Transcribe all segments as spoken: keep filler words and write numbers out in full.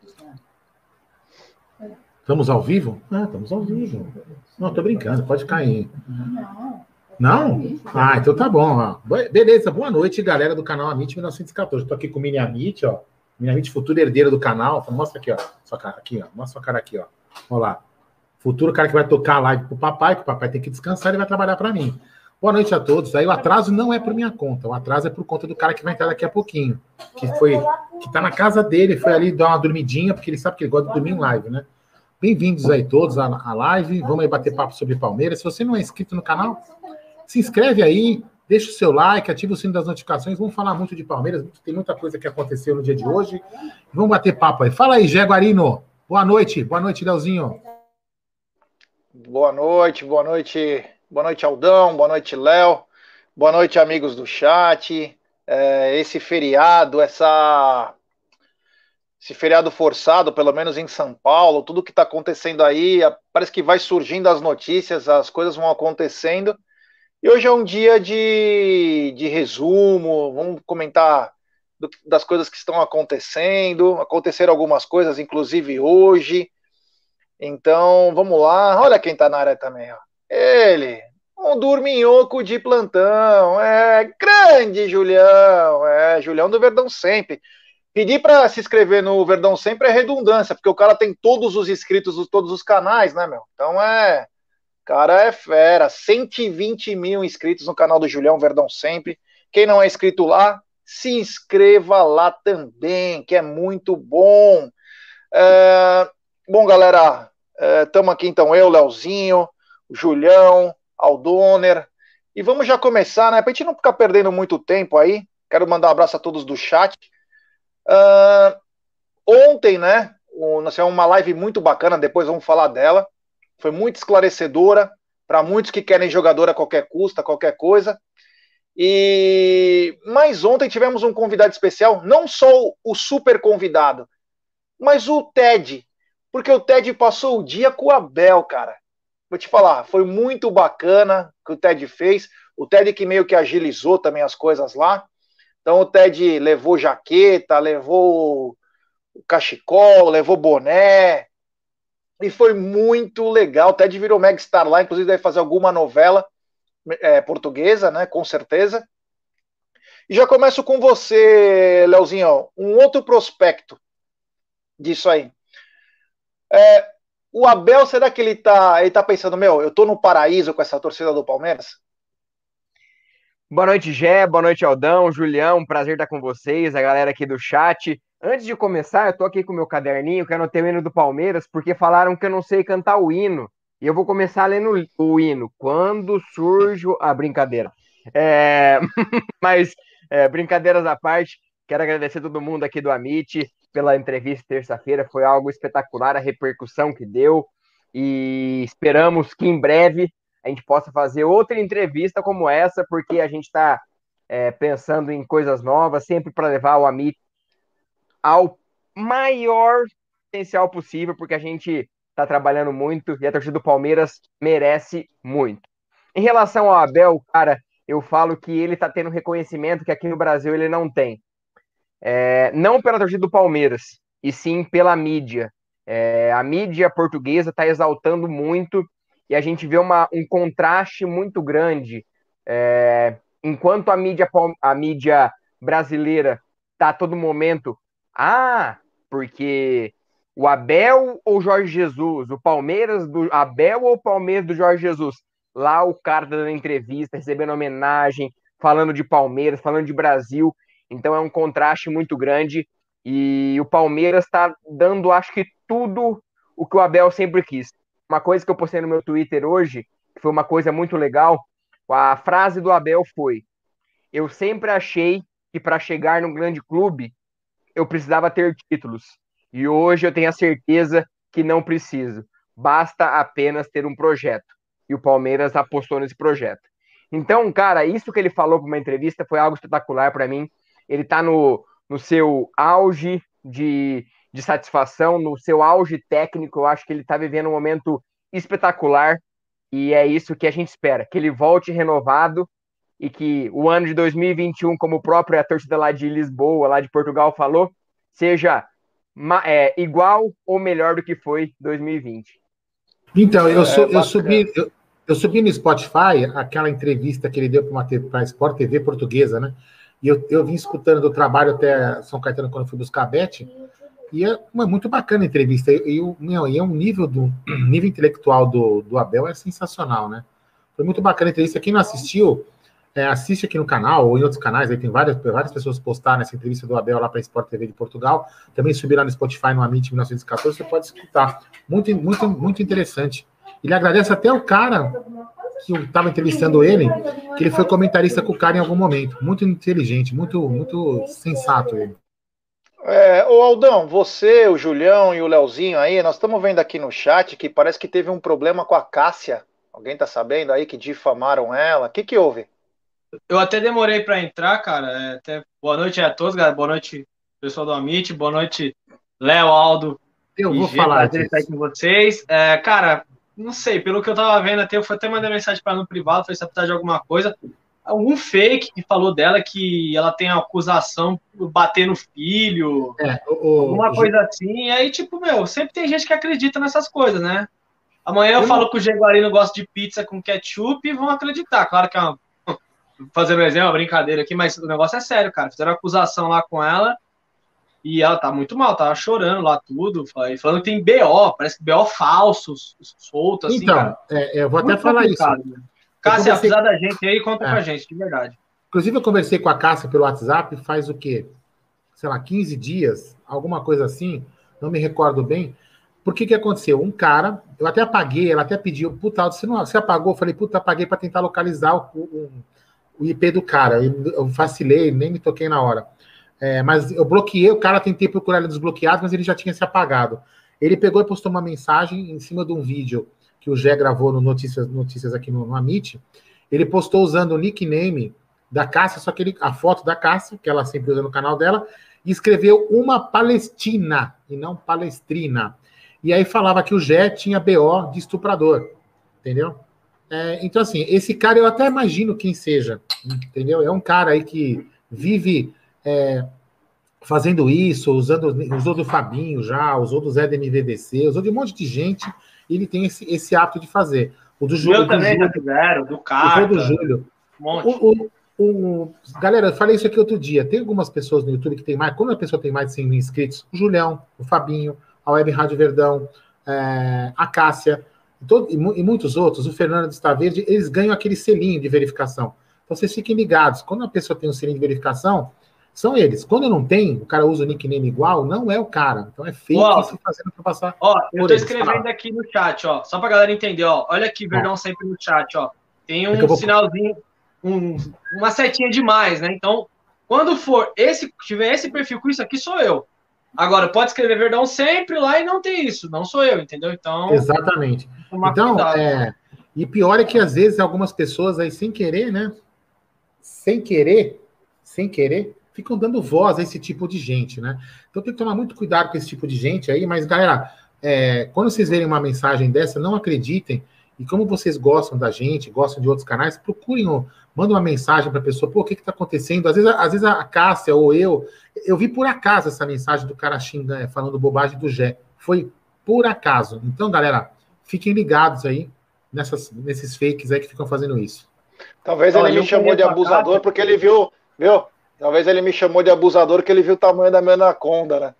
Estamos ao vivo? Ah, estamos ao vivo. Não, tô brincando, pode cair. Não? Ah, então tá bom. Ó. Beleza, boa noite, galera do canal Amit mil novecentos e quatorze. Tô aqui com o Mini Amit, ó. Mini Amit, futuro herdeiro do canal. Então, mostra aqui, ó. Sua cara aqui, ó. Mostra sua cara aqui, ó. Olha lá. Futuro cara que vai tocar a live pro papai, que o papai tem que descansar, ele vai trabalhar para mim. Boa noite a todos. Aí o atraso não é por minha conta, o atraso é por conta do cara que vai entrar daqui a pouquinho, que foi, que tá na casa dele, foi ali dar uma dormidinha, porque ele sabe que ele gosta de dormir em live, né? Bem-vindos aí todos à, à live, vamos aí bater papo sobre Palmeiras. Se você não é inscrito no canal, se inscreve aí, deixa o seu like, ativa o sino das notificações, vamos falar muito de Palmeiras, tem muita coisa que aconteceu no dia de hoje, vamos bater papo aí. Fala aí, Jaguarino, boa noite, boa noite, Leozinho. Boa noite, boa noite, boa noite, Aldão, boa noite, Léo, boa noite, amigos do chat. É, esse feriado, essa, esse feriado forçado, pelo menos em São Paulo, tudo que está acontecendo aí, parece que vai surgindo as notícias, as coisas vão acontecendo. E hoje é um dia de, de resumo, vamos comentar do, das coisas que estão acontecendo. Aconteceram algumas coisas, inclusive hoje. Então, vamos lá. Olha quem tá na área também, ó. Ele, um dorminhoco de plantão. É, grande Julião. É, Julião do Verdão Sempre. Pedir para se inscrever no Verdão Sempre é redundância, porque o cara tem todos os inscritos de todos os canais, né, meu? Então é... cara é fera. cento e vinte mil inscritos no canal do Julião Verdão Sempre. Quem não é inscrito lá, se inscreva lá também, que é muito bom. É... Bom, galera, estamos é, aqui então, eu, Leozinho, o Julião, Aldoner, e vamos já começar, né, para a gente não ficar perdendo muito tempo aí. Quero mandar um abraço a todos do chat. Uh, ontem, né, o, nós tivemos uma live muito bacana, depois vamos falar dela, foi muito esclarecedora, para muitos que querem jogador a qualquer custo, a qualquer coisa. E mas ontem tivemos um convidado especial, não só o super convidado, mas o Ted, porque o Ted passou o dia com o Abel, cara. Vou te falar, foi muito bacana o que o Ted fez. O Ted que meio que agilizou também as coisas lá. Então o Ted levou jaqueta, levou o cachecol, levou boné. E foi muito legal. O Ted virou megastar lá, inclusive deve fazer alguma novela é, portuguesa, né? Com certeza. E já começo com você, Leozinho. Um outro prospecto disso aí. É, o Abel, será que ele tá, ele tá pensando, meu, eu tô no paraíso com essa torcida do Palmeiras? Boa noite, Gé, boa noite, Aldão, Julião, prazer estar com vocês, a galera aqui do chat. Antes de começar, eu tô aqui com o meu caderninho, que anotei o hino do Palmeiras, porque falaram que eu não sei cantar o hino, e eu vou começar lendo o hino, quando surge a brincadeira. É... Mas, é, brincadeiras à parte, quero agradecer todo mundo aqui do Amit pela entrevista terça-feira, foi algo espetacular a repercussão que deu, e esperamos que em breve a gente possa fazer outra entrevista como essa, porque a gente está é, pensando em coisas novas, sempre para levar o Amit ao maior potencial possível, porque a gente está trabalhando muito e a torcida do Palmeiras merece muito. Em relação ao Abel, cara, eu falo que ele está tendo reconhecimento que aqui no Brasil ele não tem. É, não pela torcida do Palmeiras, e sim pela mídia. É, a mídia portuguesa está exaltando muito e a gente vê uma, um contraste muito grande. É, enquanto a mídia, a mídia brasileira está a todo momento, ah, porque o Abel ou Jorge Jesus, o Palmeiras do Abel ou o Palmeiras do Jorge Jesus, lá o cara dando entrevista, recebendo homenagem, falando de Palmeiras, falando de Brasil, então é um contraste muito grande e o Palmeiras está dando, acho que tudo o que o Abel sempre quis. Uma coisa que eu postei no meu Twitter hoje, que foi uma coisa muito legal, a frase do Abel foi: eu sempre achei que para chegar num grande clube eu precisava ter títulos. E hoje eu tenho a certeza que não preciso. Basta apenas ter um projeto. E o Palmeiras apostou nesse projeto. Então, cara, isso que ele falou para uma entrevista foi algo espetacular para mim. Ele está no, no seu auge de, de satisfação, no seu auge técnico. Eu acho que ele está vivendo um momento espetacular. E é isso que a gente espera, que ele volte renovado e que o ano de dois mil e vinte e um, como o próprio a torcida lá de Lisboa, lá de Portugal, falou, seja é, igual ou melhor do que foi dois mil e vinte? Então, eu, sou, eu, subi, eu, eu subi no Spotify aquela entrevista que ele deu para a Sport T V portuguesa, né? E eu, eu vim escutando do trabalho até São Caetano quando eu fui buscar a Beth, e é uma muito bacana a entrevista. E, e, meu, e é um nível do nível intelectual do, do Abel é sensacional, né? Foi muito bacana a entrevista. Quem não assistiu, é, assiste aqui no canal ou em outros canais. Aí tem várias, várias pessoas postaram essa entrevista do Abel lá para a Sport T V de Portugal. Também subir lá no Spotify, no Amit mil novecentos e quatorze, você pode escutar. Muito, muito, muito interessante. Ele agradece até o cara que eu estava entrevistando ele, que ele foi comentarista com o cara em algum momento. Muito inteligente, muito, muito sensato ele. É, ô Aldão, você, o Julião e o Leozinho aí, nós estamos vendo aqui no chat que parece que teve um problema com a Cássia. Alguém tá sabendo aí que difamaram ela? O que que houve? Eu até demorei para entrar, cara. É, até... Boa noite a todos, galera. Boa noite, pessoal do Amit. Boa noite, Léo, Aldo. Eu vou G, falar prazer disso. estar com vocês. É, cara, não sei, pelo que eu tava vendo até, eu fui até mandar mensagem para ela no privado, falei se ela precisar de alguma coisa. Algum fake que falou dela que ela tem acusação por bater no filho, é, o, alguma o, coisa assim. E aí, tipo, meu, sempre tem gente que acredita nessas coisas, né? Amanhã eu, eu falo que o Jaguarino gosta de pizza com ketchup e vão acreditar. Claro que é uma... Fazendo um exemplo, uma brincadeira aqui, mas o negócio é sério, cara. Fizeram acusação lá com ela e ela tá muito mal, tava chorando lá tudo, falando que tem B O, parece que B O falso, solto, assim, então, cara. É, eu vou muito até falar isso. Né? Cássia, conversei... apesar da gente aí, conta é. com a gente, de verdade. Inclusive, eu conversei com a Cássia pelo WhatsApp faz o quê? Sei lá, quinze dias, alguma coisa assim, não me recordo bem. Por que que aconteceu? Um cara, eu até apaguei, ela até pediu, puta, você, não, você apagou? Eu falei, puta, apaguei para tentar localizar o, o, o I P do cara. Eu vacilei, nem me toquei na hora. É, mas eu bloqueei, o cara, tentei procurar ele desbloqueado, mas ele já tinha se apagado. Ele pegou e postou uma mensagem em cima de um vídeo que o Gé gravou no Notícias, Notícias aqui no, no Amit. Ele postou usando o nickname da Cássia, só que ele, a foto da Cássia, que ela sempre usa no canal dela, e escreveu uma Palestina, e não Palestrina. E aí falava que o Gé tinha B O de estuprador, entendeu? É, então, assim, esse cara eu até imagino quem seja, entendeu? É um cara aí que vive é, fazendo isso, usando, usou do Fabinho já, usou do Zé do M V D C, usou de um monte de gente, e ele tem esse, esse hábito de fazer. O do Júlio. Eu também já fizeram, do Carta. O do Júlio. Um monte. O, o, o, galera, eu falei isso aqui outro dia. Tem algumas pessoas no YouTube que tem mais. Quando a pessoa tem mais de cem mil inscritos, o Julião, o Fabinho, a Web Rádio Verdão, é, a Cássia, todo, e, e muitos outros, o Fernando de Staverde, eles ganham aquele selinho de verificação. Então vocês fiquem ligados. Quando a pessoa tem um selinho de verificação, são eles. Quando não tem, o cara usa o nickname igual, não é o cara. Então é fake ó, se fazendo para passar. Ó, eu tô eles. escrevendo Fala. aqui no chat, ó, só pra galera entender, ó. Olha aqui, Verdão, ó. Sempre no chat, ó. Tem um é vou... sinalzinho, um, uma setinha demais, né? Então, quando for esse, tiver esse perfil com isso aqui, sou eu. Agora, pode escrever Verdão sempre lá e não tem isso. Não sou eu, entendeu? Então. Exatamente. Então, é... e pior é que às vezes algumas pessoas aí, sem querer, né? Sem querer, sem querer, ficam dando voz a esse tipo de gente, né? Então tem que tomar muito cuidado com esse tipo de gente aí, mas, galera, é, quando vocês verem uma mensagem dessa, não acreditem, e como vocês gostam da gente, gostam de outros canais, procurem, mandem uma mensagem para a pessoa, pô, o que está acontecendo? Às vezes, às vezes a Cássia ou eu, eu vi por acaso essa mensagem do cara xingando, falando bobagem do Gé, foi por acaso. Então, galera, fiquem ligados aí nessas, nesses fakes aí que ficam fazendo isso. Talvez ele me chamou de abusador porque ele viu, viu? Talvez ele me chamou de abusador porque ele viu o tamanho da minha anaconda, né?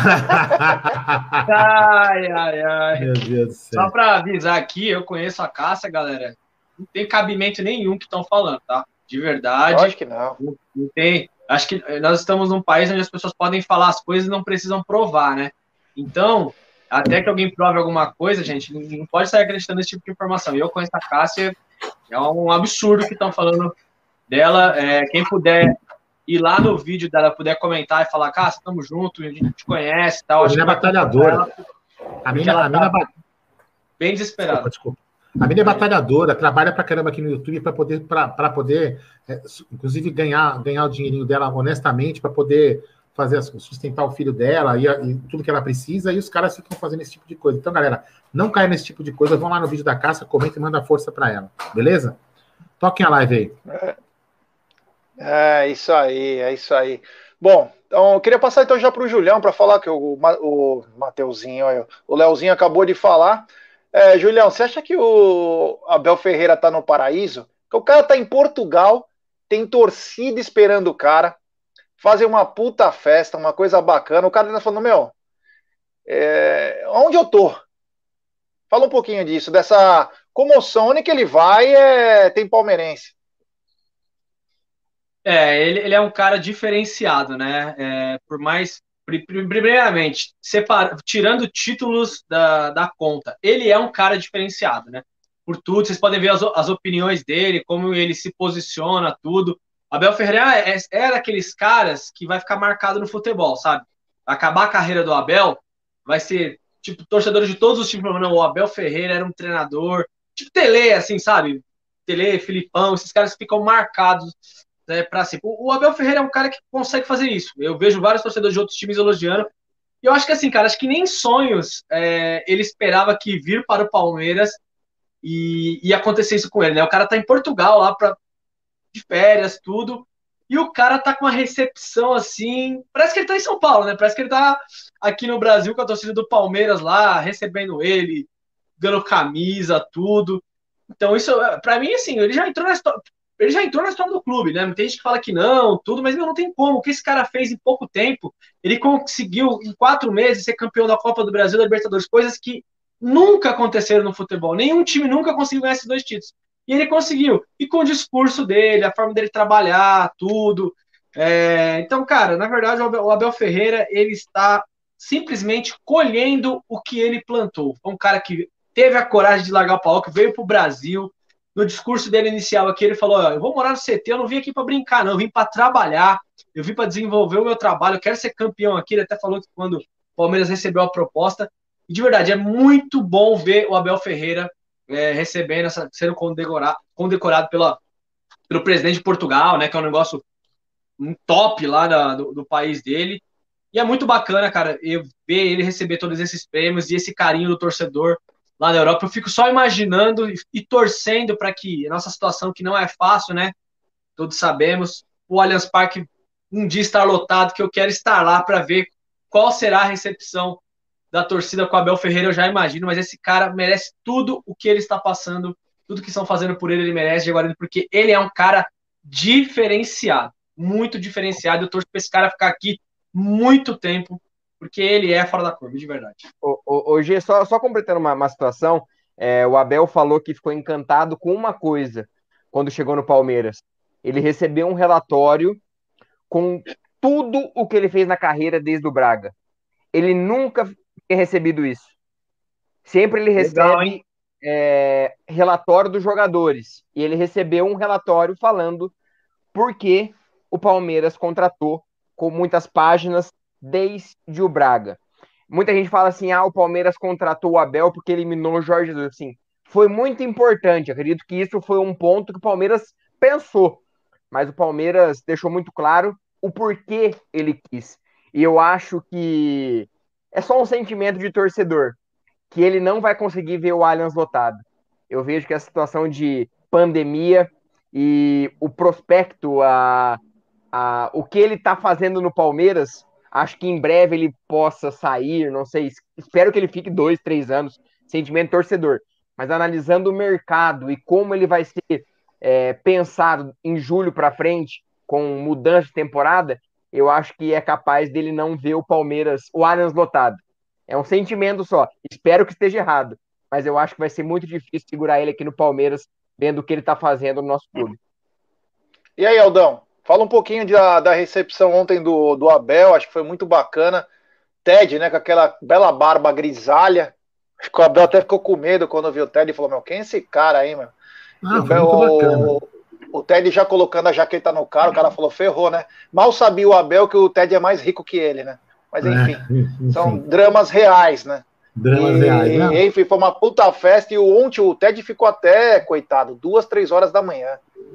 Ai, ai, ai. Meu Deus do céu. Só pra avisar aqui, eu conheço a Cássia, galera. Não tem cabimento nenhum que estão falando, tá? De verdade. Acho que não. Não, não tem. Acho que nós estamos num país onde as pessoas podem falar as coisas e não precisam provar, né? Então, até que alguém prove alguma coisa, gente, não pode sair acreditando nesse tipo de informação. E eu conheço a Cássia, é um absurdo que estão falando dela. É, quem puder ir lá no vídeo dela, puder comentar e falar, Cássia, tamo junto, a gente te conhece e tal. A mina é batalhadora. A mina, a mina tá bem desesperada. Desculpa, desculpa. A mina é batalhadora, trabalha pra caramba aqui no YouTube para poder, pra, pra poder é, inclusive, ganhar, ganhar o dinheirinho dela honestamente, para poder fazer, sustentar o filho dela e, e tudo que ela precisa, e os caras ficam fazendo esse tipo de coisa. Então, galera, não caia nesse tipo de coisa, vão lá no vídeo da Cássia, comenta e manda força para ela, beleza? Toquem a live aí. É, é isso aí, é isso aí. Bom, então eu queria passar então já para o Julião para falar que o, o Mateuzinho, o Leozinho acabou de falar. É, Julião, você acha que o Abel Ferreira tá no paraíso? Que o cara tá em Portugal, tem torcida esperando o cara, fazer uma puta festa, uma coisa bacana. O cara tá falando, meu, é, onde eu tô? Fala um pouquinho disso, dessa comoção. Onde que ele vai é, tem palmeirense. É, ele, ele é um cara diferenciado, né? É, por mais, primeiramente, separa, tirando títulos da, da conta, ele é um cara diferenciado, né? Por tudo, vocês podem ver as, as opiniões dele, como ele se posiciona, tudo. Abel Ferreira é, é daqueles caras que vai ficar marcado no futebol, sabe? Acabar a carreira do Abel, vai ser, tipo, torcedores de todos os times falando, não, o Abel Ferreira era um treinador, tipo Tele, assim, sabe? Tele, Filipão, esses caras ficam marcados, né, para si. O Abel Ferreira é um cara que consegue fazer isso. Eu vejo vários torcedores de outros times elogiando. E eu acho que assim, cara, acho que nem sonhos é, ele esperava que vir para o Palmeiras e, e acontecer isso com ele, né? O cara tá em Portugal lá pra, de férias, tudo. E o cara tá com uma recepção assim. Parece que ele tá em São Paulo, né? Parece que ele tá aqui no Brasil com a torcida do Palmeiras lá, recebendo ele, dando camisa, tudo. Então, isso, pra mim, assim, ele já entrou na história. Ele já entrou na história do clube, né? Tem gente que fala que não, tudo, mas meu, não tem como. O que esse cara fez em pouco tempo, ele conseguiu, em quatro meses, ser campeão da Copa do Brasil, da Libertadores, coisas que nunca aconteceram no futebol. Nenhum time nunca conseguiu ganhar esses dois títulos. E ele conseguiu. E com o discurso dele, a forma dele trabalhar, tudo. É... Então, cara, na verdade, o Abel Ferreira, ele está simplesmente colhendo o que ele plantou. É um cara que teve a coragem de largar o pau, que veio para o Brasil. No discurso dele inicial aqui, ele falou, eu vou morar no C T, eu não vim aqui para brincar, não, eu vim para trabalhar, eu vim para desenvolver o meu trabalho, eu quero ser campeão aqui. Ele até falou que quando o Palmeiras recebeu a proposta, e de verdade, é muito bom ver o Abel Ferreira é, recebendo, essa, sendo condecorado, condecorado pela, pelo presidente de Portugal, né, que é um negócio um top lá da, do, do país dele. E é muito bacana, cara, eu ver ele receber todos esses prêmios e esse carinho do torcedor lá na Europa. Eu fico só imaginando e, e torcendo para que a nossa situação, que não é fácil, né? Todos sabemos, o Allianz Parque um dia estar lotado, que eu quero estar lá para ver qual será a recepção da torcida com o Abel Ferreira, eu já imagino, mas esse cara merece tudo o que ele está passando, tudo que estão fazendo por ele, ele merece, porque ele é um cara diferenciado, muito diferenciado. Eu torço para esse cara ficar aqui muito tempo, porque ele é fora da curva, de verdade. Hoje, só, só completando uma, uma situação, é, o Abel falou que ficou encantado com uma coisa quando chegou no Palmeiras. Ele recebeu um relatório com tudo o que ele fez na carreira desde o Braga. Ele nunca tinha recebido isso. Sempre ele Legal, recebe é, relatório dos jogadores. E ele recebeu um relatório falando por que o Palmeiras contratou com muitas páginas desde o Braga. Muita gente fala assim, ah, o Palmeiras contratou o Abel porque eliminou o Jorge Jesus. Assim, foi muito importante. Acredito que isso foi um ponto que o Palmeiras pensou. Mas o Palmeiras deixou muito claro o porquê ele quis. E eu acho que é só um sentimento de torcedor, que ele não vai conseguir ver o Allianz lotado. Eu vejo que a situação de pandemia e o prospecto, a, a, o que ele está fazendo no Palmeiras, acho que em breve ele possa sair, não sei, espero que ele fique dois, três anos, sentimento torcedor. Mas analisando o mercado e como ele vai ser é, pensado em julho para frente, com mudança de temporada, eu acho que é capaz dele não ver o Palmeiras, o Allianz lotado. É um sentimento só. Espero que esteja errado, mas eu acho que vai ser muito difícil segurar ele aqui no Palmeiras, vendo o que ele está fazendo no nosso clube. E aí, Aldão? Fala um pouquinho da, da recepção ontem do, do Abel, acho que foi muito bacana. Ted, né, com aquela bela barba grisalha. Acho que o Abel até ficou com medo quando viu o Ted e falou, meu, quem é esse cara aí, meu? Ah, foi muito bacana. O, o Ted já colocando a jaqueta no cara, o cara falou, ferrou, né? Mal sabia o Abel que o Ted é mais rico que ele, né? Mas enfim, é, enfim. são dramas reais, né? Dramas e, reais, né? Enfim, foi uma puta festa e ontem o Ted ficou até, coitado, duas, três horas da manhã.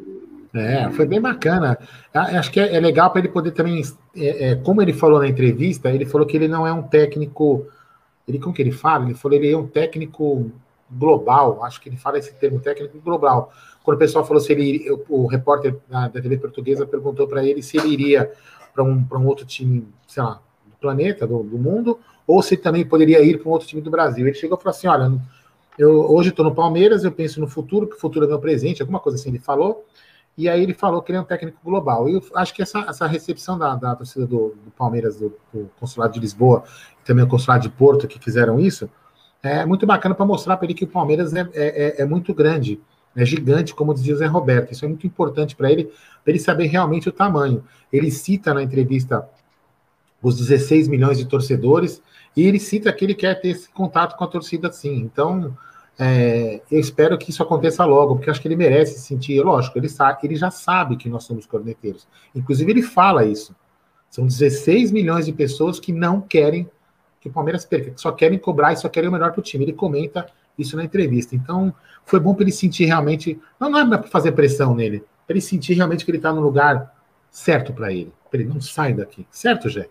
É, foi bem bacana. Acho que é, é legal para ele poder também, é, é, como ele falou na entrevista, ele falou que ele não é um técnico, ele como que ele fala? Ele falou que ele é um técnico global, acho que ele fala esse termo, técnico global. Quando o pessoal falou se ele, o, o repórter da, da T V portuguesa perguntou para ele se ele iria para um, para um outro time, sei lá, do planeta, do, do mundo, ou se também poderia ir para um outro time do Brasil. Ele chegou e falou assim, olha, eu hoje estou no Palmeiras, eu penso no futuro, que o futuro é meu presente, alguma coisa assim ele falou, e aí ele falou que ele é um técnico global. E eu acho que essa, essa recepção da, da torcida do, do Palmeiras, do, do Consulado de Lisboa, e também o Consulado de Porto, que fizeram isso, é muito bacana para mostrar para ele que o Palmeiras é, é, é muito grande, é gigante, como dizia o Zé Roberto. Isso é muito importante para ele, para ele saber realmente o tamanho. Ele cita na entrevista os dezesseis milhões de torcedores, e ele cita que ele quer ter esse contato com a torcida sim. Então, é, eu espero que isso aconteça logo, porque acho que ele merece se sentir, lógico, ele, sabe, ele já sabe que nós somos corneteiros. Inclusive, ele fala isso. São dezesseis milhões de pessoas que não querem que o Palmeiras perca, que só querem cobrar e só querem o melhor para o time. Ele comenta isso na entrevista. Então, foi bom para ele sentir realmente, não, não é para fazer pressão nele, para ele sentir realmente que ele está no lugar certo para ele, para ele não sair daqui. Certo, Gé?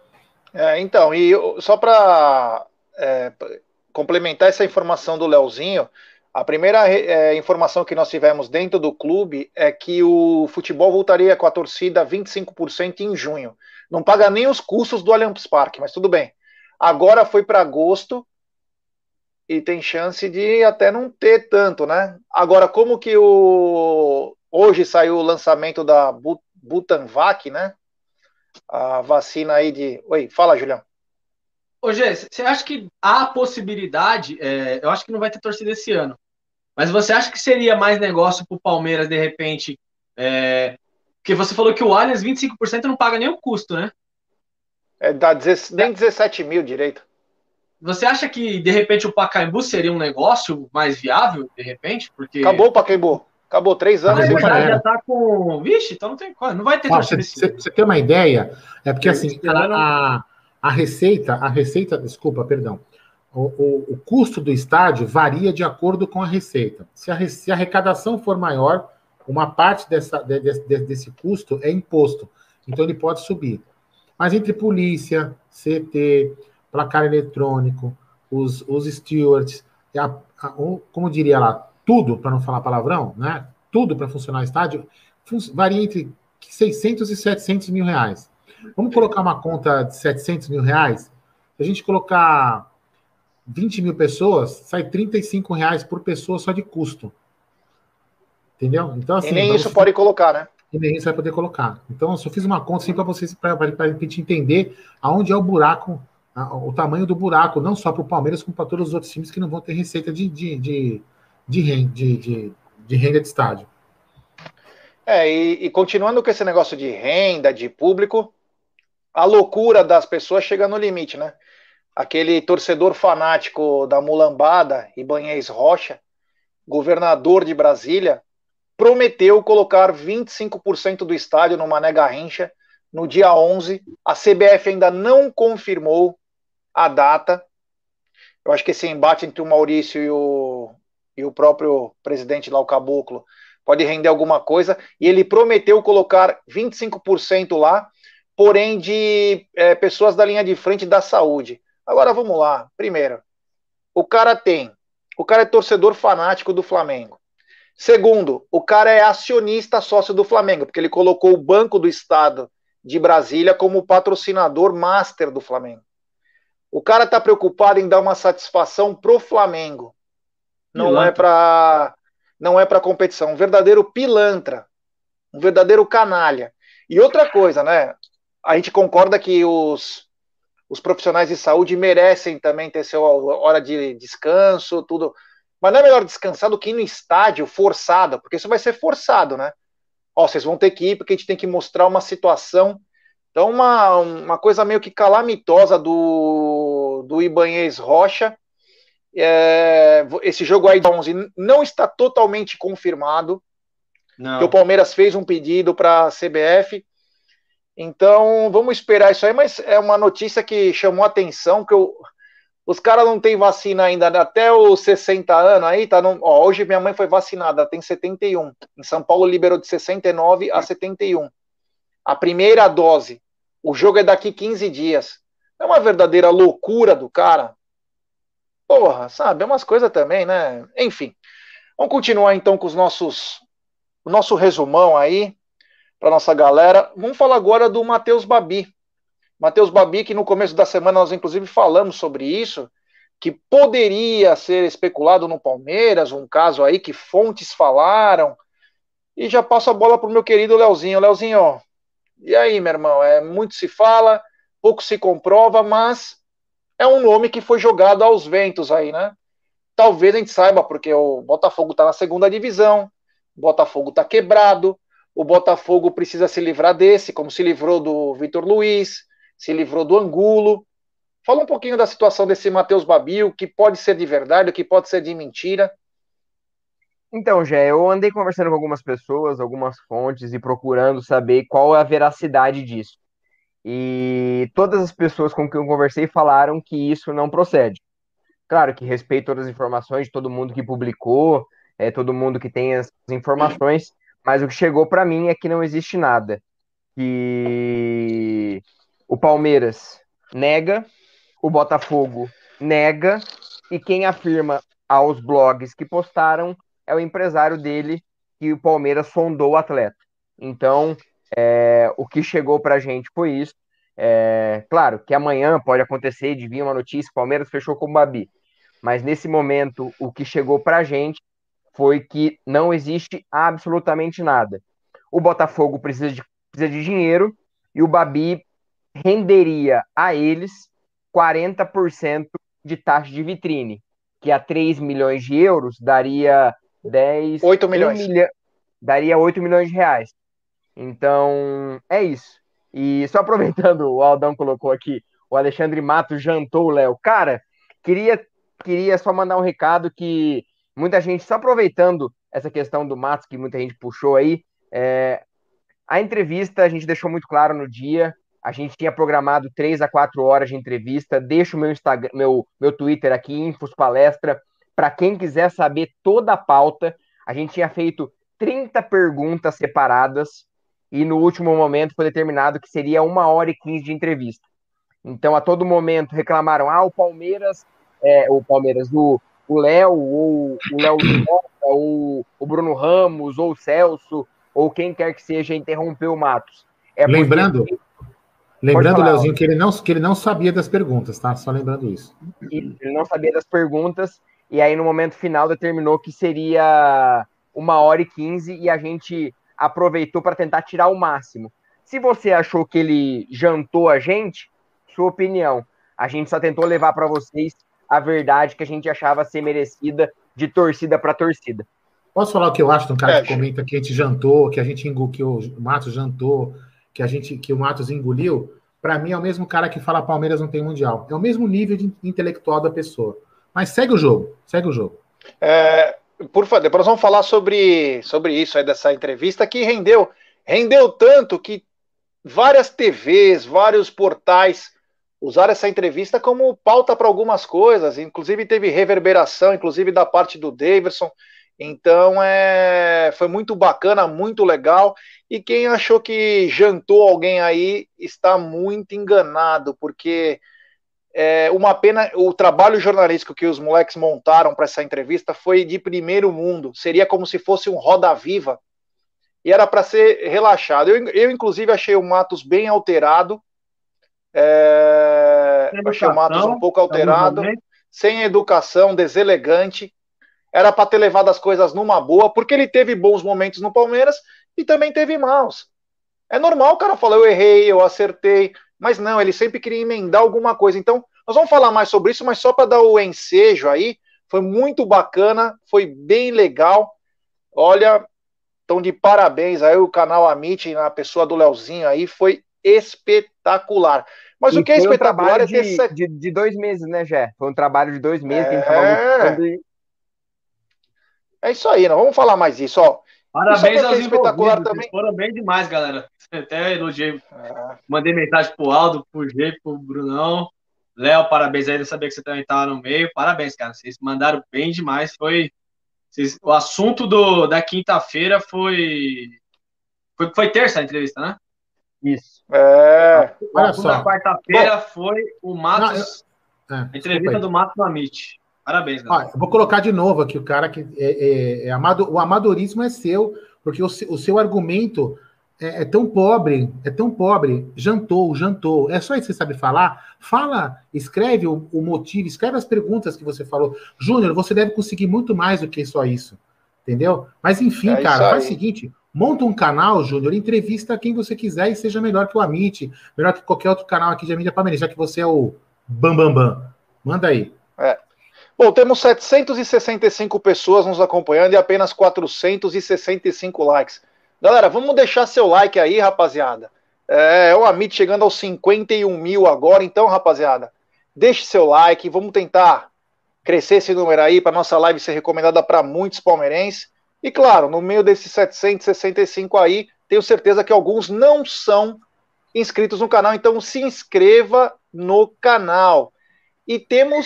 É, então, e eu, só para é, complementar essa informação do Leozinho, a primeira é, informação que nós tivemos dentro do clube é que o futebol voltaria com a torcida vinte e cinco por cento em junho. Não paga nem os custos do Allianz Parque, mas tudo bem. Agora foi para agosto e tem chance de até não ter tanto, né? Agora, como que o hoje saiu o lançamento da Butanvac, né? A vacina aí de... Oi, fala, Julião. Ô, Gê, você acha que há a possibilidade, é, eu acho que não vai ter torcida esse ano, mas você acha que seria mais negócio pro Palmeiras, de repente, é, porque você falou que o Allianz vinte e cinco por cento não paga nem o custo, né? É, dá nem dezessete mil direito. Você acha que, de repente, o Pacaembu seria um negócio mais viável, de repente? Porque... Acabou o Pacaembu. Acabou três anos. Ah, já, já tá com... Vixe, então não tem... Não vai ter ah, torcida. Você, você tem uma ideia? É porque, assim, ano... a, a, a receita, a receita, desculpa, perdão, o, o, o custo do estádio varia de acordo com a receita. Se a, se a arrecadação for maior, uma parte dessa, de, de, desse custo é imposto. Então, ele pode subir. Mas entre polícia, C T, placar eletrônico, os, os stewards, a, a, como diria lá, tudo, para não falar palavrão, né? Tudo para funcionar o estádio, varia entre seiscentos e setecentos mil reais. Vamos colocar uma conta de setecentos mil reais? Se a gente colocar vinte mil pessoas, sai trinta e cinco reais por pessoa só de custo. Entendeu? Então, assim, e nem isso pode colocar, né? E nem isso vai poder colocar. Então, eu só fiz uma conta assim para vocês, para a gente entender aonde é o buraco, a, o tamanho do buraco, não só para o Palmeiras, como para todos os outros times que não vão ter receita de, de, de, de, renda, de, de, de renda de estádio. É, e, e continuando com esse negócio de renda, de público, a loucura das pessoas chega no limite, né? Aquele torcedor fanático da mulambada, Ibanez Rocha, governador de Brasília, prometeu colocar vinte e cinco por cento do estádio no Mané Garrincha no dia onze. A C B F ainda não confirmou a data. Eu acho que esse embate entre o Maurício e o, e o próprio presidente lá, o Caboclo, pode render alguma coisa. E ele prometeu colocar vinte e cinco por cento lá, porém de é, pessoas da linha de frente da saúde. Agora vamos lá. Primeiro, o cara tem, o cara é torcedor fanático do Flamengo. Segundo, o cara é acionista sócio do Flamengo, porque ele colocou o Banco do Estado de Brasília como patrocinador master do Flamengo. O cara tá preocupado em dar uma satisfação pro Flamengo. Não pilantra. é para não é para competição, um verdadeiro pilantra, um verdadeiro canalha. E outra coisa, né? A gente concorda que os os profissionais de saúde merecem também ter sua hora de descanso, tudo. Mas não é melhor descansar do que ir no estádio forçado, porque isso vai ser forçado, né? Ó, vocês vão ter que ir porque a gente tem que mostrar uma situação. Então, uma, uma coisa meio que calamitosa do, do Ibanez Rocha. É, esse jogo aí de onze não está totalmente confirmado. Não. Que o Palmeiras fez um pedido para a C B F. Então, vamos esperar isso aí, mas é uma notícia que chamou a atenção, que eu... Os caras não têm vacina ainda, até os sessenta anos aí, tá no... Ó, hoje minha mãe foi vacinada, ela tem setenta e um. Em São Paulo liberou de sessenta e nove a setenta e um. A primeira dose. O jogo é daqui quinze dias. É uma verdadeira loucura do cara. Porra, sabe? É umas coisas também, né? Enfim. Vamos continuar então com os nossos... O nosso resumão aí. para nossa galera. Vamos falar agora do Matheus Babi. Matheus Babi, que no começo da semana nós inclusive falamos sobre isso, que poderia ser especulado no Palmeiras, um caso aí que fontes falaram. E já passo a bola para o meu querido Leozinho. Leozinho, e aí, meu irmão? É, muito se fala, pouco se comprova, mas é um nome que foi jogado aos ventos aí, né? Talvez a gente saiba, porque o Botafogo está na segunda divisão, o Botafogo está quebrado, o Botafogo precisa se livrar desse, como se livrou do Vitor Luiz, se livrou do Angulo. Fala um pouquinho da situação desse Matheus Babi, o que pode ser de verdade, o que pode ser de mentira. Então, Gé, eu andei conversando com algumas pessoas, algumas fontes, e procurando saber qual é a veracidade disso. E todas as pessoas com quem eu conversei falaram que isso não procede. Claro que respeito todas as informações de todo mundo que publicou, é, todo mundo que tem as informações, mas o que chegou para mim é que não existe nada. Que o Palmeiras nega, o Botafogo nega, e quem afirma aos blogs que postaram é o empresário dele, que o Palmeiras sondou o atleta. Então, é, o que chegou pra gente foi isso. É, claro que amanhã pode acontecer de vir uma notícia, o Palmeiras fechou com o Babi. Mas nesse momento, o que chegou pra gente foi que não existe absolutamente nada. O Botafogo precisa de, precisa de dinheiro e o Babi renderia a eles quarenta por cento de taxa de vitrine, que a três milhões de euros daria dez... oito milhões. Um milha, daria oito milhões de reais. Então, é isso. E só aproveitando, o Aldão colocou aqui, o Alexandre Matos jantou o Léo. Cara, queria, queria só mandar um recado que muita gente, só aproveitando essa questão do Matos, que muita gente puxou aí, é, a entrevista a gente deixou muito claro no dia, a gente tinha programado três a quatro horas de entrevista, deixo o meu Instagram, meu, meu Twitter aqui, Infos Palestra, para quem quiser saber toda a pauta. A gente tinha feito trinta perguntas separadas e no último momento foi determinado que seria uma hora e quinze de entrevista. Então, a todo momento reclamaram, ah, o Palmeiras, é, o Palmeiras, o Léo, ou o Léo ou o Bruno Ramos, ou o Celso, ou quem quer que seja, interrompeu o Matos. É lembrando, porque... lembrando, falar, Leozinho, que ele, não, que ele não sabia das perguntas, tá? Só lembrando isso. Ele não sabia das perguntas, e aí no momento final determinou que seria uma hora e quinze, e a gente aproveitou para tentar tirar o máximo. Se você achou que ele jantou a gente, sua opinião. A gente só tentou levar para vocês a verdade que a gente achava ser merecida de torcida para torcida. Posso falar o que eu acho de um cara é, que comenta que a gente jantou, que a gente engoliu, que o Matos jantou, que, a gente, que o Matos engoliu? Para mim é o mesmo cara que fala Palmeiras não tem mundial. É o mesmo nível de intelectual da pessoa. Mas segue o jogo, segue o jogo. É, por favor, depois nós vamos falar sobre, sobre isso aí, dessa entrevista que rendeu, rendeu tanto que várias T Vs, vários portais usaram essa entrevista como pauta para algumas coisas, inclusive teve reverberação, inclusive da parte do Davidson. Então é, foi muito bacana, muito legal, e quem achou que jantou alguém aí está muito enganado, porque é uma pena, o trabalho jornalístico que os moleques montaram para essa entrevista foi de primeiro mundo, seria como se fosse um Roda Viva, e era para ser relaxado. Eu, eu inclusive achei o Matos bem alterado, é, achei o Matos um pouco alterado, sem educação, deselegante. Era para ter levado as coisas numa boa, porque ele teve bons momentos no Palmeiras e também teve maus. É normal o cara falar, eu errei, eu acertei, mas não, ele sempre queria emendar alguma coisa. Então, nós vamos falar mais sobre isso, mas só para dar o ensejo aí, foi muito bacana, foi bem legal. Olha, então de parabéns aí o canal Amit, na pessoa do Leozinho aí, foi espetacular. Mas e o que é espetacular um é ter... De, de, de dois meses, né, Gé? Foi um trabalho de dois meses é... que a gente estava buscando e... É isso aí, não vamos falar mais isso, ó. Parabéns aos espetacular também. Foram bem demais, galera. Até elogiei. É. Mandei mensagem pro Aldo, pro G, pro Brunão. Léo, parabéns aí, eu sabia que você também estava no meio. Parabéns, cara. Vocês mandaram bem demais. Foi. Vocês... O assunto do... da quinta-feira foi... foi. Foi terça a entrevista, né? Isso. É. O assunto da quarta-feira foi o Matos. Não, eu... é, a entrevista do Matos no Amit. Parabéns, galera. Ó, eu vou colocar de novo aqui o cara que é, é, é amado, o amadorismo é seu, porque o, o seu argumento é, é tão pobre, é tão pobre, jantou, jantou. É só isso que você sabe falar? Fala, escreve o, o motivo, escreve as perguntas que você falou. Júnior, você deve conseguir muito mais do que só isso, entendeu? Mas enfim, É cara, isso faz o aí. seguinte, monta um canal, Júnior, entrevista quem você quiser e seja melhor que o Amit, melhor que qualquer outro canal aqui de mídia palmeirense, já que você é o Bambambam. Bam, bam. Manda aí. É. Bom, temos setecentas e sessenta e cinco pessoas nos acompanhando e apenas quatrocentos e sessenta e cinco likes. Galera, vamos deixar seu like aí, rapaziada. É, o Amit chegando aos cinquenta e um mil agora. Então, rapaziada, deixe seu like. Vamos tentar crescer esse número aí para nossa live ser recomendada para muitos palmeirenses. E claro, no meio desses setecentos e sessenta e cinco aí, tenho certeza que alguns não são inscritos no canal. Então, se inscreva no canal. E temos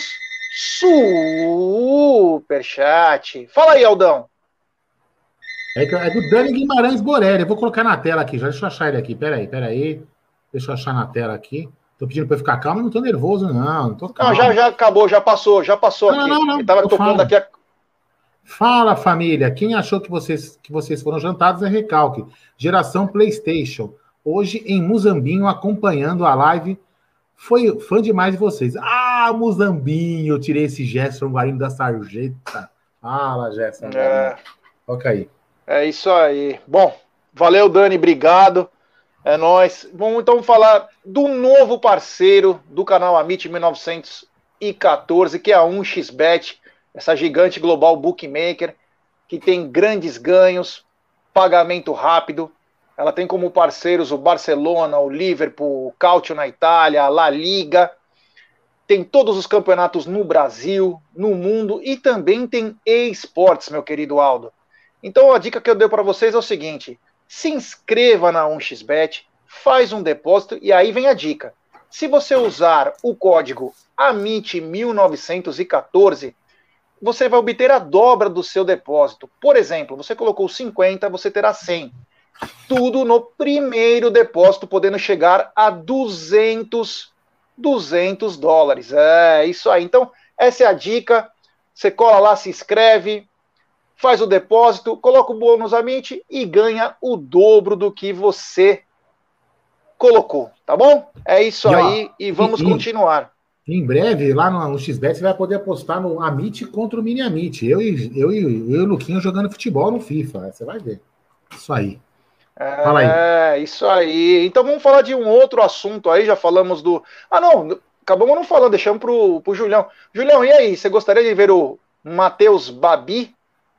superchat. Fala aí, Aldão. É, é do Dani Guimarães Borelli. Eu vou colocar na tela aqui já. Deixa eu achar ele aqui. Peraí, peraí. Deixa eu achar na tela aqui. Tô pedindo pra eu ficar calmo, não tô nervoso, não. Não tô calmo. Não, já, já acabou, já passou, já passou não, aqui. Não, não, Ele tava tocando falo. daqui a... Fala, família. Quem achou que vocês, que vocês foram jantados é recalque. Geração PlayStation. Hoje em Muzambinho, acompanhando a live. Foi fã demais de vocês. Ah, Muzambinho, eu tirei esse Gerson Guarino da Sarjeta. Fala, Gerson. É... Toca aí. É isso aí. Bom, valeu, Dani, obrigado. É nóis. Vamos então falar do novo parceiro do canal Amit mil novecentos e quatorze, que é a um x bet, essa gigante global bookmaker, que tem grandes ganhos, pagamento rápido. Ela tem como parceiros o Barcelona, o Liverpool, o Calcio na Itália, a La Liga. Tem todos os campeonatos no Brasil, no mundo e também tem eSports, meu querido Aldo. Então a dica que eu dei para vocês é o seguinte: se inscreva na um x bet, faz um depósito e aí vem a dica. Se você usar o código Amit mil novecentos e quatorze, você vai obter a dobra do seu depósito. Por exemplo, você colocou cinquenta, você terá cem. Tudo no primeiro depósito, podendo chegar a duzentos, duzentos dólares. É isso aí. Então, essa é a dica. Você cola lá, se inscreve, faz o depósito, coloca o bônus Amit e ganha o dobro do que você colocou, tá bom? É isso e, aí ó, e vamos e, continuar. Em breve, lá no, no X bet, você vai poder apostar no Amit contra o Mini Amit. Eu e, eu, e, eu e o Luquinho jogando futebol no FIFA. Você vai ver. Isso aí. É, Fala aí. É, isso aí. Então vamos falar de um outro assunto aí. Já falamos do... Ah, não. Acabamos não falando. Deixamos pro, pro Julião. Julião, e aí? Você gostaria de ver o Matheus Babi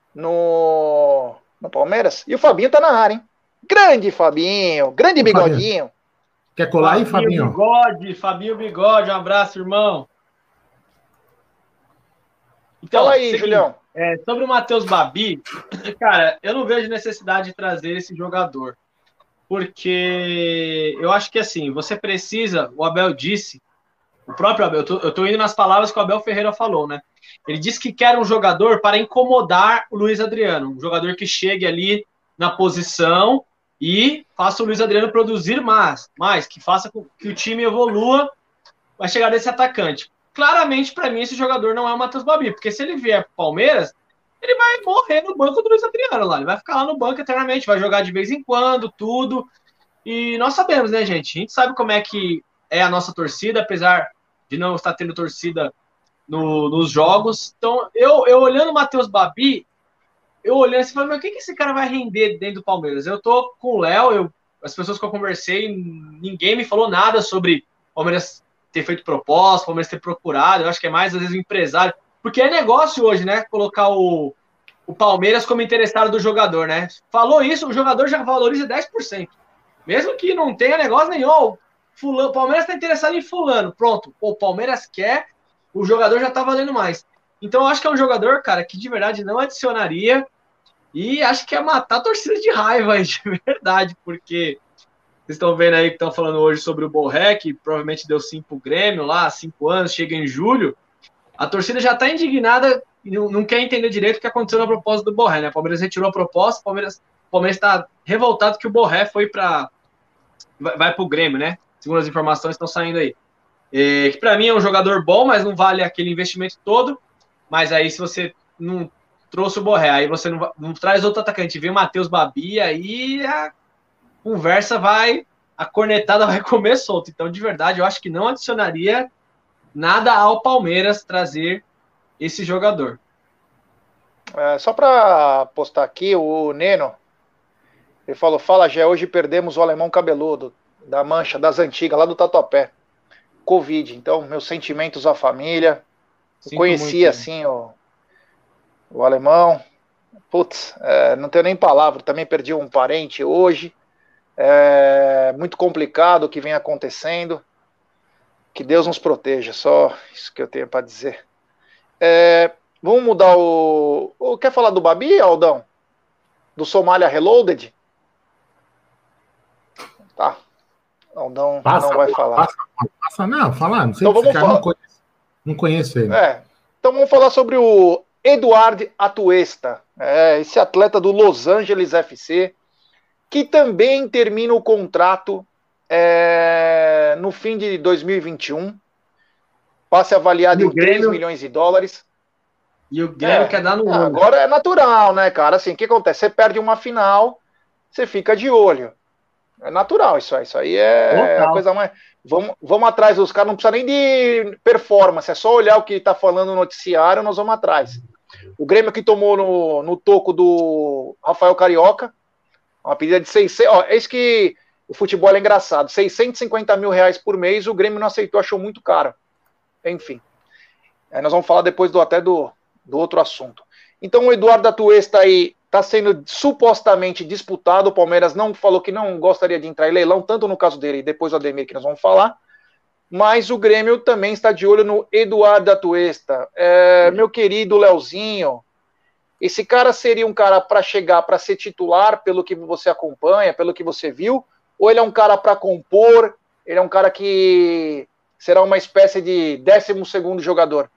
no, no Palmeiras? E o Fabinho tá na área, hein? Grande Fabinho. Grande Ô, bigodinho. Fabinho. Quer colar aí, Fabinho? Bigode, Fabinho Bigode. Um abraço, irmão. Então, Fala aí, seguinte, Julião. É, sobre o Matheus Babi, cara, eu não vejo necessidade de trazer esse jogador. Porque eu acho que, assim, você precisa, o Abel disse, o próprio Abel, eu tô, eu tô indo nas palavras que o Abel Ferreira falou, né? Ele disse que quer um jogador para incomodar o Luiz Adriano, um jogador que chegue ali na posição e faça o Luiz Adriano produzir mais, mais que faça com que o time evolua, vai chegar desse atacante. Claramente, para mim, esse jogador não é o Matheus Babi, porque se ele vier para o Palmeiras, ele vai morrer no banco do Luiz Adriano lá, ele vai ficar lá no banco eternamente, vai jogar de vez em quando, tudo, e nós sabemos, né, gente? A gente sabe como é que é a nossa torcida, apesar de não estar tendo torcida no, nos jogos. Então, eu, eu olhando o Matheus Babi, eu olhando assim, falando, mas o que, que esse cara vai render dentro do Palmeiras? Eu tô com o Léo, eu, as pessoas que eu conversei, ninguém me falou nada sobre o Palmeiras ter feito proposta, o Palmeiras ter procurado, eu acho que é mais, às vezes, o empresário, porque é negócio hoje, né, colocar o, o Palmeiras como interessado do jogador, né? Falou isso, o jogador já valoriza dez por cento. Mesmo que não tenha negócio nenhum, fulano, o Palmeiras está interessado em fulano, pronto, o Palmeiras quer, o jogador já tá valendo mais. Então, eu acho que é um jogador, cara, que de verdade não adicionaria e acho que é matar a torcida de raiva aí, de verdade, porque vocês estão vendo aí que estão falando hoje sobre o Borré, que provavelmente deu sim pro Grêmio lá, há cinco anos, chega em julho. A torcida já tá indignada e não, não quer entender direito o que aconteceu na proposta do Borré, né? O Palmeiras retirou a proposta, o Palmeiras, o Palmeiras está revoltado que o Borré foi para vai, vai pro Grêmio, né? Segundo as informações que estão saindo aí. É, que para mim é um jogador bom, mas não vale aquele investimento todo. Mas aí se você não trouxe o Borré, aí você não, não traz outro atacante, vem o Matheus Babi, aí é conversa vai, a cornetada vai comer solto. Então, de verdade, eu acho que não adicionaria nada ao Palmeiras trazer esse jogador. É, só para postar aqui, o Neno, ele falou, fala, Gé, hoje perdemos o alemão cabeludo, da Mancha, das antigas, lá do Tatuapé. Covid, então, meus sentimentos à família. Eu conheci, muito, assim, o, o alemão. Putz, é, não tenho nem palavra, também perdi um parente hoje. É muito complicado o que vem acontecendo. Que Deus nos proteja, só isso que eu tenho para dizer. É, vamos mudar o... o... Quer falar do Babi, Aldão? Do Somália Reloaded? Tá. Aldão passa, não vai falar. Passa, passa, não, falar. Não sei então vamos falar. Não conheço, não conheço ele. É, então vamos falar sobre o Eduard Atuesta, é, esse atleta do Los Angeles F C, que também termina o contrato é, no fim de dois mil e vinte e um. Passe avaliado em três milhões de dólares. E o Grêmio é, quer dar no olho. Agora é natural, né, cara? Assim, o que acontece? Você perde uma final, você fica de olho. É natural isso aí. Isso aí é a coisa mais... Vamos, vamos atrás dos caras, não precisa nem de performance, é só olhar o que está falando no noticiário, nós vamos atrás. O Grêmio que tomou no, no toco do Rafael Carioca, uma pedida de seiscentos... Ó, é isso que o futebol é engraçado. seiscentos e cinquenta mil reais por mês, o Grêmio não aceitou, achou muito caro. Enfim. Aí nós vamos falar depois do, até do, do outro assunto. Então o Eduardo Atuesta aí está sendo supostamente disputado, o Palmeiras não falou que não gostaria de entrar em leilão, tanto no caso dele e depois o Ademir que nós vamos falar, mas o Grêmio também está de olho no Eduardo Atuesta. É, meu querido Leozinho, esse cara seria um cara para chegar, para ser titular, pelo que você acompanha, pelo que você viu, ou ele é um cara para compor, ele é um cara que será uma espécie de décimo segundo jogador?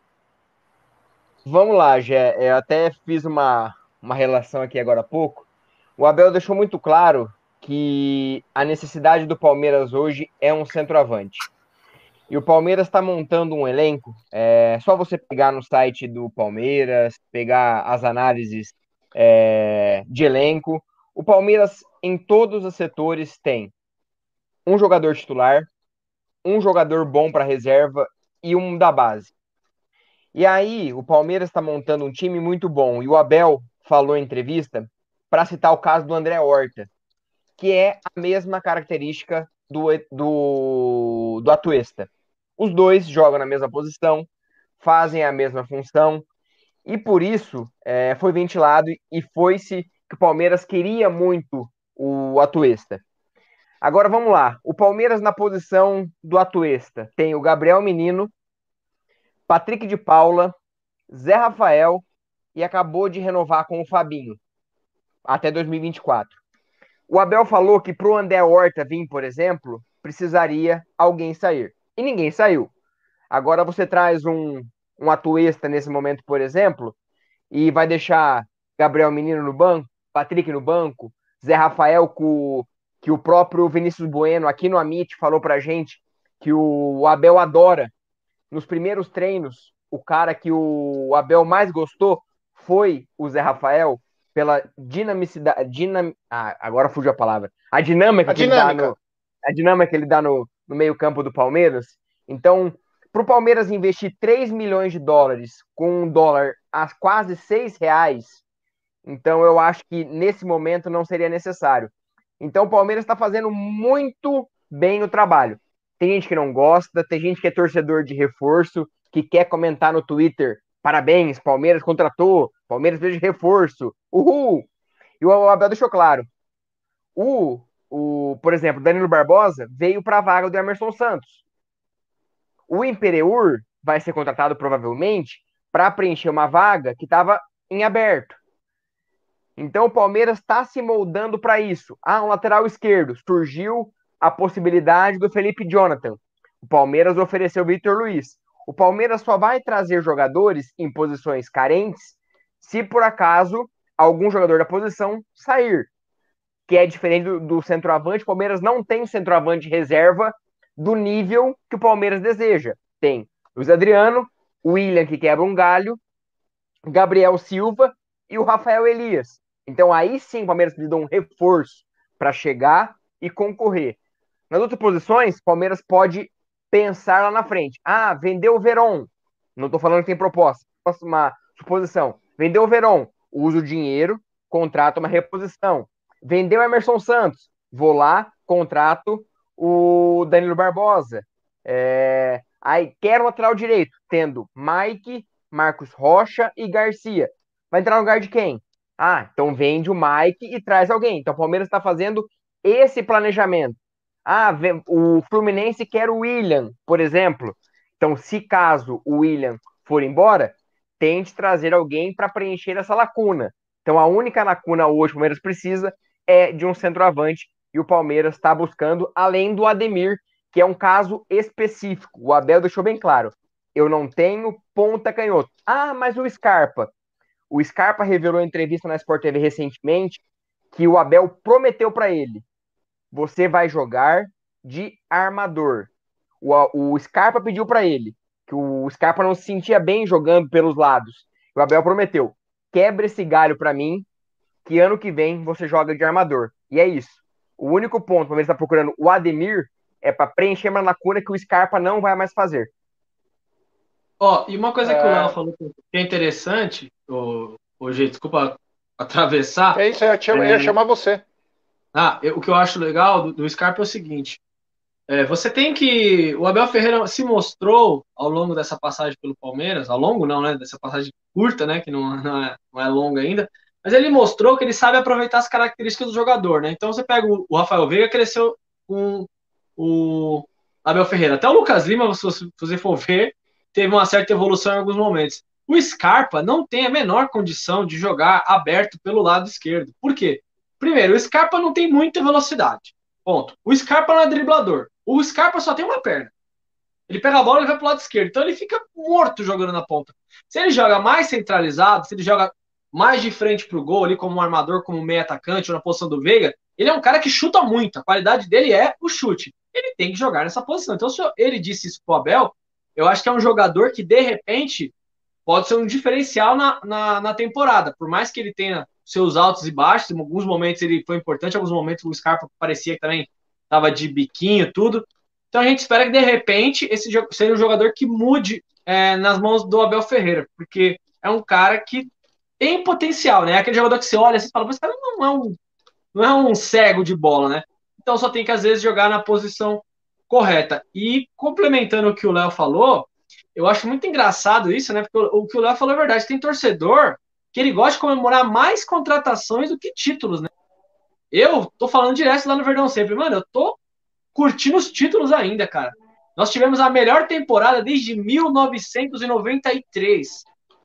Vamos lá, Gé. Eu até fiz uma, uma relação aqui agora há pouco. O Abel deixou muito claro que a necessidade do Palmeiras hoje é um centroavante. E o Palmeiras está montando um elenco. É só você pegar no site do Palmeiras, pegar as análises é, de elenco. O Palmeiras, em todos os setores, tem um jogador titular, um jogador bom para reserva e um da base. E aí, o Palmeiras está montando um time muito bom. E o Abel falou em entrevista, para citar o caso do André Horta, que é a mesma característica do, do, do Atuesta. Os dois jogam na mesma posição, fazem a mesma função, e por isso é, foi ventilado e foi-se que o Palmeiras queria muito o Atuesta. Agora vamos lá. O Palmeiras na posição do Atuesta tem o Gabriel Menino, Patrick de Paula, Zé Rafael e acabou de renovar com o Fabinho até dois mil e vinte e quatro. O Abel falou que para o André Horta vir, por exemplo, precisaria alguém sair. E ninguém saiu. Agora você traz um, um Atuesta nesse momento, por exemplo, e vai deixar Gabriel Menino no banco, Patrick no banco, Zé Rafael, com, que o próprio Vinícius Bueno aqui no Amit falou pra gente que o Abel adora. Nos primeiros treinos, o cara que o Abel mais gostou foi o Zé Rafael, pela dinamicidade. Dinam, ah, agora fugiu a palavra. A dinâmica, a que, dinâmica. Ele dá no, a dinâmica que ele dá no, no meio-campo do Palmeiras. Então, para o Palmeiras investir três milhões de dólares com um dólar a quase seis reais, então eu acho que nesse momento não seria necessário. Então, o Palmeiras está fazendo muito bem o trabalho. Tem gente que não gosta, tem gente que é torcedor de reforço, que quer comentar no Twitter, parabéns, Palmeiras contratou, Palmeiras veio de reforço, uhul! E o Abel deixou claro, o, o, por exemplo, Danilo Barbosa veio para a vaga do Emerson Santos. O Imperiur vai ser contratado provavelmente para preencher uma vaga que estava em aberto. Então o Palmeiras está se moldando para isso. Ah, um lateral esquerdo, surgiu a possibilidade do Felipe Jonathan. O Palmeiras ofereceu o Vitor Luiz. O Palmeiras só vai trazer jogadores em posições carentes se por acaso algum jogador da posição sair. Que é diferente do, do centroavante. O Palmeiras não tem centroavante reserva do nível que o Palmeiras deseja. Tem Luiz Adriano, o William, que quebra um galho, Gabriel Silva e o Rafael Elias. Então aí sim o Palmeiras precisa de um reforço para chegar e concorrer. Nas outras posições, o Palmeiras pode pensar lá na frente. Ah, vendeu o Veron. Não estou falando que tem proposta. Uma suposição. Vendeu o Veron. Uso o dinheiro, contrato uma reposição. Vendeu o Emerson Santos. Vou lá, contrato o Danilo Barbosa. É... Aí, quero lateral direito, tendo Mike, Marcos Rocha e Garcia. Vai entrar no lugar de quem? Ah, então vende o Mike e traz alguém. Então o Palmeiras está fazendo esse planejamento. Ah, o Fluminense quer o William, por exemplo. Então, se caso o William for embora, tente trazer alguém para preencher essa lacuna. Então, a única lacuna hoje que o Palmeiras precisa é de um centroavante. E o Palmeiras está buscando, além do Ademir, que é um caso específico. O Abel deixou bem claro. Eu não tenho ponta canhoto. Ah, mas o Scarpa. O Scarpa revelou em entrevista na Sport T V recentemente que o Abel prometeu para ele: você vai jogar de armador. O, o Scarpa pediu para ele, que o Scarpa não se sentia bem jogando pelos lados. O Abel prometeu: quebra esse galho para mim, que ano que vem você joga de armador. E é isso. O único ponto que ele está procurando o Ademir é para preencher uma lacuna que o Scarpa não vai mais fazer. Ó, oh, e uma coisa é... que o Léo falou que é interessante, o, o jeito, desculpa atravessar. É isso, eu ia, chamar, é... ia chamar você. Ah, eu, o que eu acho legal do, do Scarpa é o seguinte: é, você tem que. O Abel Ferreira se mostrou ao longo dessa passagem pelo Palmeiras, ao longo não, né? Dessa passagem curta, né? Que não, não, é, não é longa ainda, mas ele mostrou que ele sabe aproveitar as características do jogador, né? Então você pega o, o Rafael Veiga, cresceu com o Abel Ferreira. Até o Lucas Lima, se você for ver, teve uma certa evolução em alguns momentos. O Scarpa não tem a menor condição de jogar aberto pelo lado esquerdo. Por quê? Primeiro, o Scarpa não tem muita velocidade. Ponto. O Scarpa não é driblador. O Scarpa só tem uma perna. Ele pega a bola e vai pro lado esquerdo. Então ele fica morto jogando na ponta. Se ele joga mais centralizado, se ele joga mais de frente pro gol, ali como um armador, como um meio atacante, ou na posição do Veiga, ele é um cara que chuta muito. A qualidade dele é o chute. Ele tem que jogar nessa posição. Então, se ele disse isso pro Abel, eu acho que é um jogador que, de repente, pode ser um diferencial na, na, na temporada. Por mais que ele tenha seus altos e baixos, em alguns momentos ele foi importante, em alguns momentos o Scarpa parecia que também estava de biquinho, tudo. Então a gente espera que, de repente, esse seja um jogador que mude é, nas mãos do Abel Ferreira, porque é um cara que tem potencial, né? É aquele jogador que você olha e fala, mas esse cara não é, um, não é um cego de bola, né? Então só tem que, às vezes, jogar na posição correta. E, complementando o que o Léo falou, eu acho muito engraçado isso, né? Porque o, o que o Léo falou é verdade. Tem torcedor que ele gosta de comemorar mais contratações do que títulos, né? Eu tô falando direto lá no Verdão Sempre. Mano, eu tô curtindo os títulos ainda, cara. Nós tivemos a melhor temporada desde mil novecentos e noventa e três.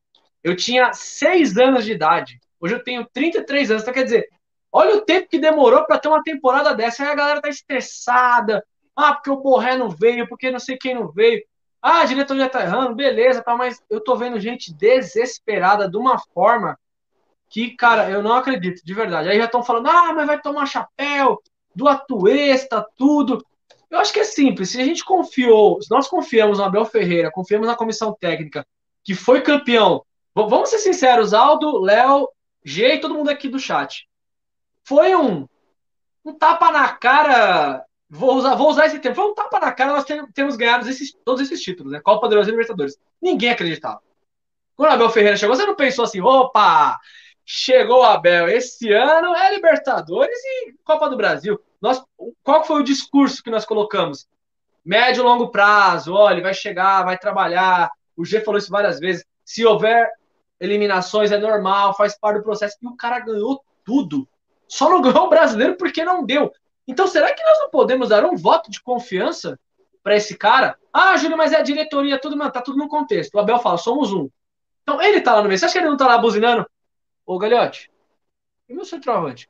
Eu tinha seis anos de idade. Hoje eu tenho trinta e três anos. Então, quer dizer, olha o tempo que demorou para ter uma temporada dessa. Aí a galera tá estressada. Ah, porque o Borré não veio, porque não sei quem não veio. Ah, a diretoria tá errando, beleza, tá, mas eu tô vendo gente desesperada de uma forma que, cara, eu não acredito, de verdade. Aí já estão falando, ah, mas vai tomar chapéu, do Atuesta, tudo. Eu acho que é simples, se a gente confiou, se nós confiamos no Abel Ferreira, confiamos na comissão técnica, que foi campeão, vamos ser sinceros, Aldo, Léo, G e todo mundo aqui do chat. Foi um, um tapa na cara... Vou usar, vou usar esse termo. Foi um tapa na cara, nós temos, temos ganhado esses, todos esses títulos, né? Copa do Brasil e Libertadores. Ninguém acreditava. Quando o Abel Ferreira chegou, você não pensou assim, opa, chegou o Abel, esse ano é Libertadores e Copa do Brasil. Nós, qual foi o discurso que nós colocamos? Médio e longo prazo, olha, ele vai chegar, vai trabalhar. O G falou isso várias vezes. Se houver eliminações, é normal, faz parte do processo. E o cara ganhou tudo. Só não ganhou o brasileiro porque não deu. Então, será que nós não podemos dar um voto de confiança para esse cara? Ah, Júlio, mas é a diretoria, tudo, mano, tá tudo no contexto. O Abel fala, somos um. Então, ele tá lá no meio. Você acha que ele não tá lá buzinando? Ô, Galhote, e meu centroavante?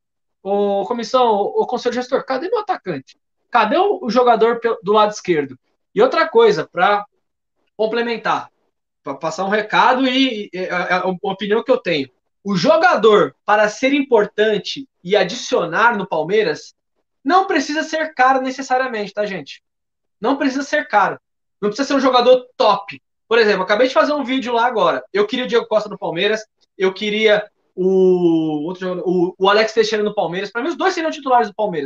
Ô, comissão, ô, conselho gestor, cadê meu atacante? Cadê o jogador do lado esquerdo? E outra coisa, para complementar, para passar um recado e, e a, a, a opinião que eu tenho. O jogador, para ser importante e adicionar no Palmeiras, não precisa ser caro necessariamente, tá, gente? Não precisa ser caro. Não precisa ser um jogador top. Por exemplo, acabei de fazer um vídeo lá agora. Eu queria o Diego Costa no Palmeiras. Eu queria o, outro jogador, o, o Alex Teixeira no Palmeiras. Para mim, os dois seriam titulares do Palmeiras.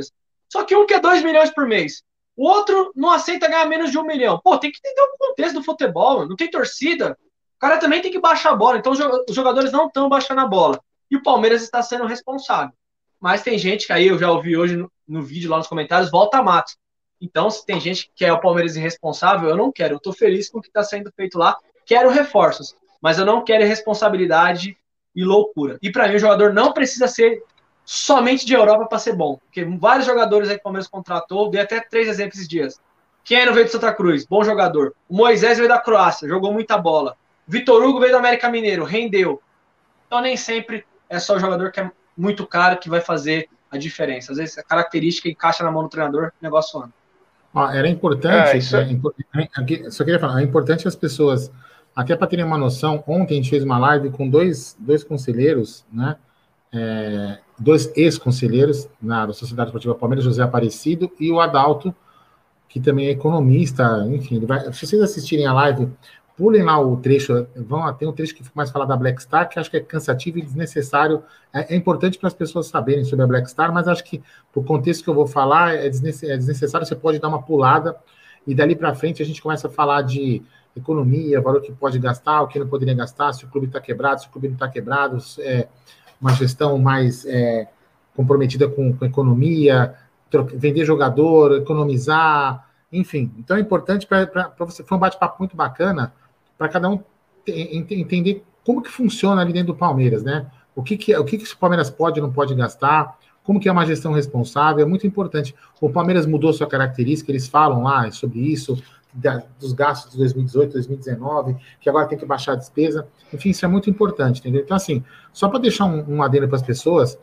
Só que um quer dois milhões por mês. O outro não aceita ganhar menos de um milhão. Pô, tem que entender o contexto do futebol. Não tem torcida. O cara também tem que baixar a bola. Então os jogadores não estão baixando a bola. E o Palmeiras está sendo responsável. Mas tem gente que aí, eu já ouvi hoje no, no vídeo lá nos comentários, volta a Matos. Então, se tem gente que quer o Palmeiras irresponsável, eu não quero. Eu tô feliz com o que está sendo feito lá. Quero reforços. Mas eu não quero irresponsabilidade e loucura. E para mim, o jogador não precisa ser somente de Europa para ser bom. Porque vários jogadores aí que o Palmeiras contratou, dei até três exemplos esses dias. Quem veio de Santa Cruz? Bom jogador. O Moisés veio da Croácia, jogou muita bola. Vitor Hugo veio do América Mineiro, rendeu. Então nem sempre é só o jogador que é muito caro que vai fazer a diferença. Às vezes a característica encaixa na mão do treinador, o negócio anda. Ah, era importante, é, isso... é, é, só queria falar, é importante as pessoas, até para terem uma noção, ontem a gente fez uma live com dois, dois conselheiros, né? É, dois ex-conselheiros na Sociedade Esportiva Palmeiras, José Aparecido e o Adalto, que também é economista, enfim, ele vai, se vocês assistirem a live, pulem lá o trecho, vão, tem um trecho que mais fala da Black Star, que acho que é cansativo e desnecessário, é, é importante para as pessoas saberem sobre a Black Star, mas acho que, pro contexto que eu vou falar, é desnecessário, você pode dar uma pulada, e dali para frente a gente começa a falar de economia, valor que pode gastar, o que não poderia gastar, se o clube está quebrado, se o clube não está quebrado, é, uma gestão mais é, comprometida com, com economia, troca, vender jogador, economizar, enfim. Então é importante para você, foi um bate-papo muito bacana, para cada um te, ent, entender como que funciona ali dentro do Palmeiras, né? O que que, o que que o Palmeiras pode ou não pode gastar, como que é uma gestão responsável, é muito importante. O Palmeiras mudou sua característica, eles falam lá sobre isso, da, dos gastos de dois mil e dezoito, dois mil e dezenove, que agora tem que baixar a despesa. Enfim, isso é muito importante, entendeu? Então, assim, só para deixar um, um adendo para as pessoas,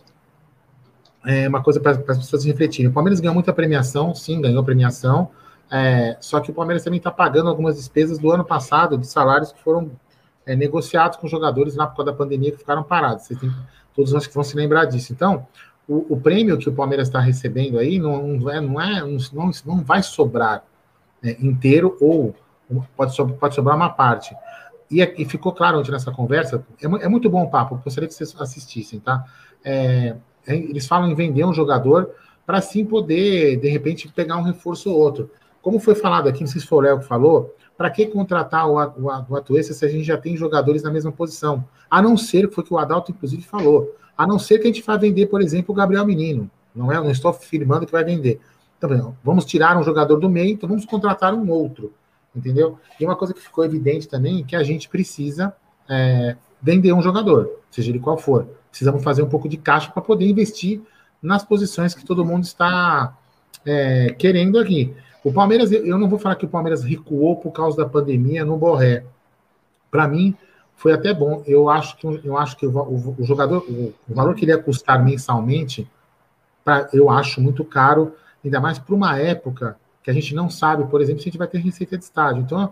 é uma coisa para as pessoas refletirem. O Palmeiras ganhou muita premiação, sim, ganhou premiação, é, só que o Palmeiras também está pagando algumas despesas do ano passado, de salários que foram é, negociados com jogadores na época da pandemia que ficaram parados. Vocês têm, todos acho que vão se lembrar disso. Então, o, o prêmio que o Palmeiras está recebendo aí não, não, é, não, é, não, não vai sobrar é, inteiro ou pode, so, pode sobrar uma parte. E, e ficou claro ontem nessa conversa, é, é muito bom o papo, gostaria que vocês assistissem, tá? É, eles falam em vender um jogador para sim poder, de repente, pegar um reforço ou outro. Como foi falado aqui, não sei se foi o Léo que falou, para que contratar o, o, o Atuesta se a gente já tem jogadores na mesma posição? A não ser, que foi o que o Adalto, inclusive, falou, a não ser que a gente vá vender, por exemplo, o Gabriel Menino. Não, é, não estou afirmando que vai vender. Então, vamos tirar um jogador do meio, então vamos contratar um outro. Entendeu? E uma coisa que ficou evidente também é que a gente precisa é, vender um jogador, seja ele qual for. Precisamos fazer um pouco de caixa para poder investir nas posições que todo mundo está é, querendo aqui. O Palmeiras, eu não vou falar que o Palmeiras recuou por causa da pandemia no Borré. Para mim, foi até bom. Eu acho que, eu acho que o, o, o jogador, o, o valor que ele ia custar mensalmente, pra, eu acho muito caro, ainda mais para uma época que a gente não sabe, por exemplo, se a gente vai ter receita de estádio. Então,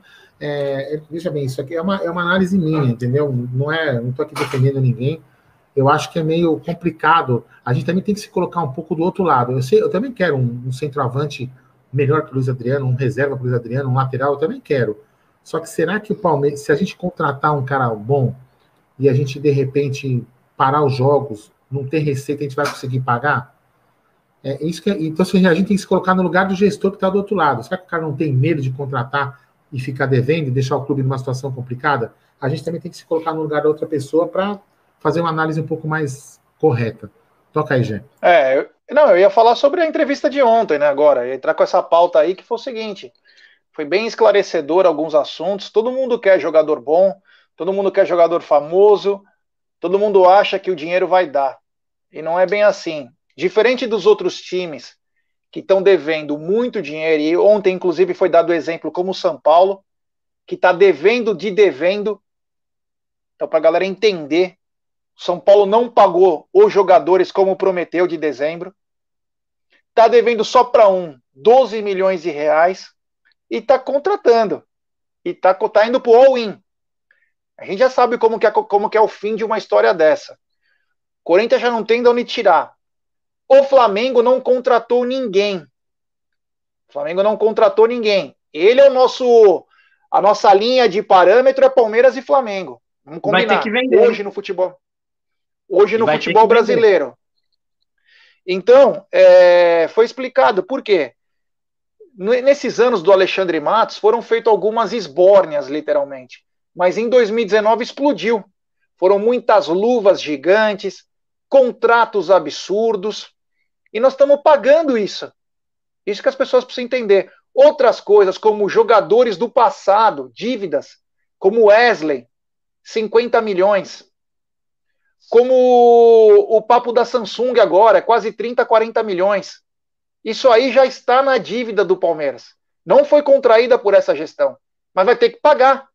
é, veja bem, isso aqui é uma, é uma análise minha, entendeu? Não é, não estou aqui defendendo ninguém. Eu acho que é meio complicado. A gente também tem que se colocar um pouco do outro lado. Eu, sei, eu também quero um, um centroavante melhor que o Luiz Adriano, um reserva para o Luiz Adriano, um lateral, eu também quero. Só que será que o Palmeiras, se a gente contratar um cara bom e a gente, de repente, parar os jogos, não ter receita, a gente vai conseguir pagar? É isso que, então, assim, a gente tem que se colocar no lugar do gestor que está do outro lado. Será que o cara não tem medo de contratar e ficar devendo e deixar o clube numa situação complicada? A gente também tem que se colocar no lugar da outra pessoa para fazer uma análise um pouco mais correta. Toca aí, Gê. É, eu, não, eu ia falar sobre a entrevista de ontem, né, agora, ia entrar com essa pauta aí que foi o seguinte, foi bem esclarecedor alguns assuntos, todo mundo quer jogador bom, todo mundo quer jogador famoso, todo mundo acha que o dinheiro vai dar, e não é bem assim. Diferente dos outros times que estão devendo muito dinheiro, e ontem, inclusive, foi dado exemplo como o São Paulo, que está devendo de devendo. Então, para a galera entender, o São Paulo não pagou os jogadores como prometeu de dezembro. Está devendo só para um doze milhões de reais e está contratando. E está tá indo para o all-in. A gente já sabe como que, é, como que é o fim de uma história dessa. O Corinthians já não tem de onde tirar. O Flamengo não contratou ninguém. O Flamengo não contratou ninguém. Ele é o nosso... A nossa linha de parâmetro é Palmeiras e Flamengo. Vamos combinar. Vai ter que vender. Hoje no futebol. Hoje no futebol brasileiro. Então, é, foi explicado por quê. Nesses anos do Alexandre Matos, foram feitas algumas esbórnias, literalmente. Mas em dois mil e dezenove explodiu. Foram muitas luvas gigantes, contratos absurdos, e nós estamos pagando isso. Isso que as pessoas precisam entender. Outras coisas, como jogadores do passado, dívidas, como Wesley, cinquenta milhões. Como o papo da Samsung agora, quase trinta, quarenta milhões. Isso aí já está na dívida do Palmeiras. Não foi contraída por essa gestão, mas vai ter que pagar.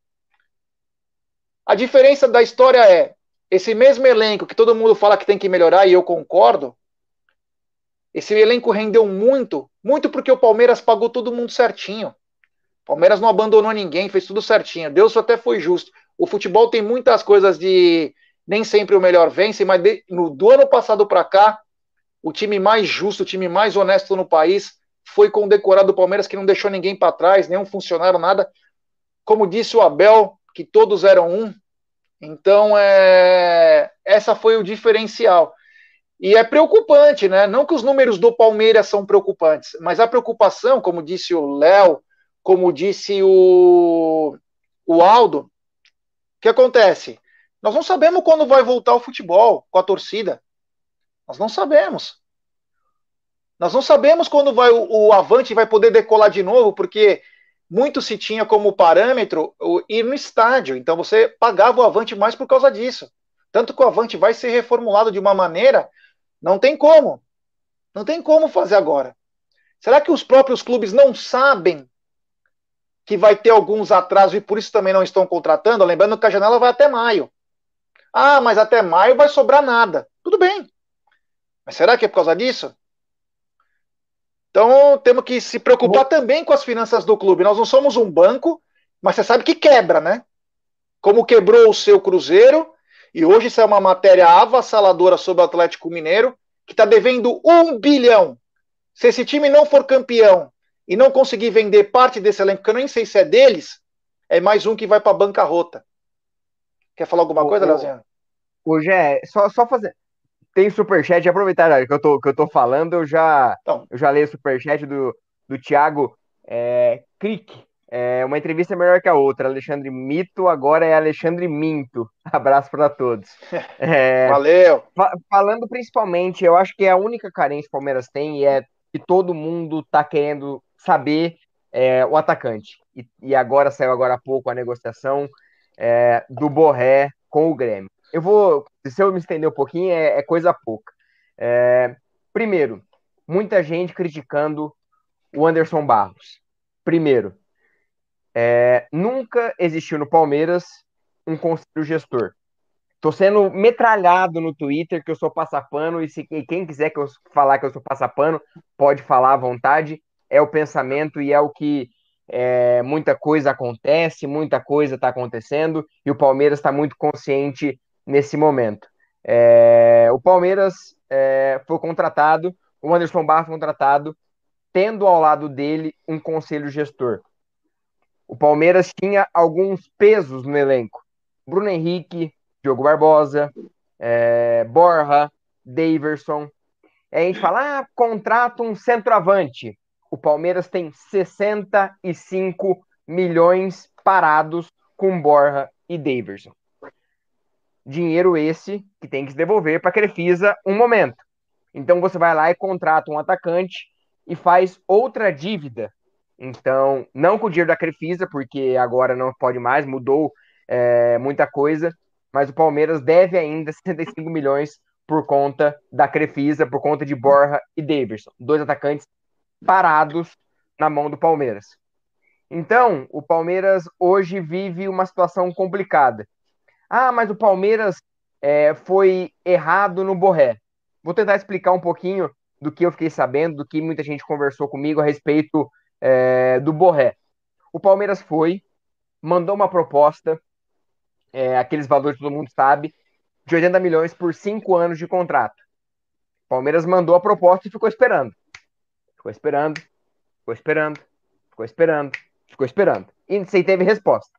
A diferença da história é, esse mesmo elenco que todo mundo fala que tem que melhorar, e eu concordo, esse elenco rendeu muito, muito porque o Palmeiras pagou todo mundo certinho. O Palmeiras não abandonou ninguém, fez tudo certinho. Deus até foi justo. O futebol tem muitas coisas de nem sempre o melhor vence, mas de, no, do ano passado para cá, o time mais justo, o time mais honesto no país foi condecorado do Palmeiras, que não deixou ninguém para trás, nenhum funcionário, nada. Como disse o Abel, que todos eram um. Então, é... essa foi o diferencial. E é preocupante, né? Não que os números do Palmeiras são preocupantes, mas a preocupação, como disse o Léo, como disse o, o Aldo, o que acontece? Nós não sabemos quando vai voltar o futebol com a torcida. Nós não sabemos. Nós não sabemos quando vai, o, o Avante vai poder decolar de novo, porque muito se tinha como parâmetro o, ir no estádio. Então você pagava o Avante mais por causa disso. Tanto que o Avante vai ser reformulado de uma maneira, não tem como. Não tem como fazer agora. Será que os próprios clubes não sabem que vai ter alguns atrasos e por isso também não estão contratando? Lembrando que a janela vai até maio. Ah, mas até maio vai sobrar nada. Tudo bem. Mas será que é por causa disso? Então temos que se preocupar Bom. também com as finanças do clube. Nós não somos um banco, mas você sabe que quebra, né? Como quebrou o seu Cruzeiro, e hoje isso é uma matéria avassaladora sobre o Atlético Mineiro, que está devendo um bilhão. Se esse time não for campeão e não conseguir vender parte desse elenco, que eu nem sei se é deles, é mais um que vai para a bancarrota. Quer falar alguma coisa, Leozinho? Hoje é só, só fazer. Tem superchat, aproveitar que eu tô, que eu tô falando, eu já, então. eu já leio o superchat do, do Thiago é, Crick. É, uma entrevista melhor que a outra. Alexandre Mito, agora é Alexandre Minto. Abraço para todos. É, Valeu! Fa falando principalmente, eu acho que é a única carência que o Palmeiras tem e é que todo mundo tá querendo saber é, o atacante. E, e agora saiu agora há pouco a negociação é, do Borré com o Grêmio. Eu vou, se eu me estender um pouquinho, é, é coisa pouca. É, primeiro, muita gente criticando o Anderson Barros. Primeiro, é, nunca existiu no Palmeiras um conselho gestor. Tô sendo metralhado no Twitter que eu sou passapano, e se e quem quiser que eu falar que eu sou passapano, pode falar à vontade. É o pensamento e é o que é, muita coisa acontece, muita coisa está acontecendo, e o Palmeiras está muito consciente nesse momento. É, o Palmeiras é, foi contratado, o Anderson Barros foi contratado, tendo ao lado dele um conselho gestor. O Palmeiras tinha alguns pesos no elenco. Bruno Henrique, Diogo Barbosa, é, Borja, Daverson. Aí a gente fala, ah, contrata um centroavante. O Palmeiras tem sessenta e cinco milhões parados com Borja e Daverson. Dinheiro esse que tem que se devolver para a Crefisa um momento. Então você vai lá e contrata um atacante e faz outra dívida. Então, não com o dinheiro da Crefisa, porque agora não pode mais, mudou é, muita coisa, mas o Palmeiras deve ainda sessenta e cinco milhões por conta da Crefisa, por conta de Borja e Daverson, dois atacantes parados na mão do Palmeiras. Então, o Palmeiras hoje vive uma situação complicada. Ah, mas o Palmeiras é, foi errado no Borré. Vou tentar explicar um pouquinho do que eu fiquei sabendo, do que muita gente conversou comigo a respeito é, do Borré. O Palmeiras foi, mandou uma proposta, é, aqueles valores que todo mundo sabe, de oitenta milhões por cinco anos de contrato. O Palmeiras mandou a proposta e ficou esperando. Ficou esperando, ficou esperando, ficou esperando, ficou esperando. E sem teve resposta.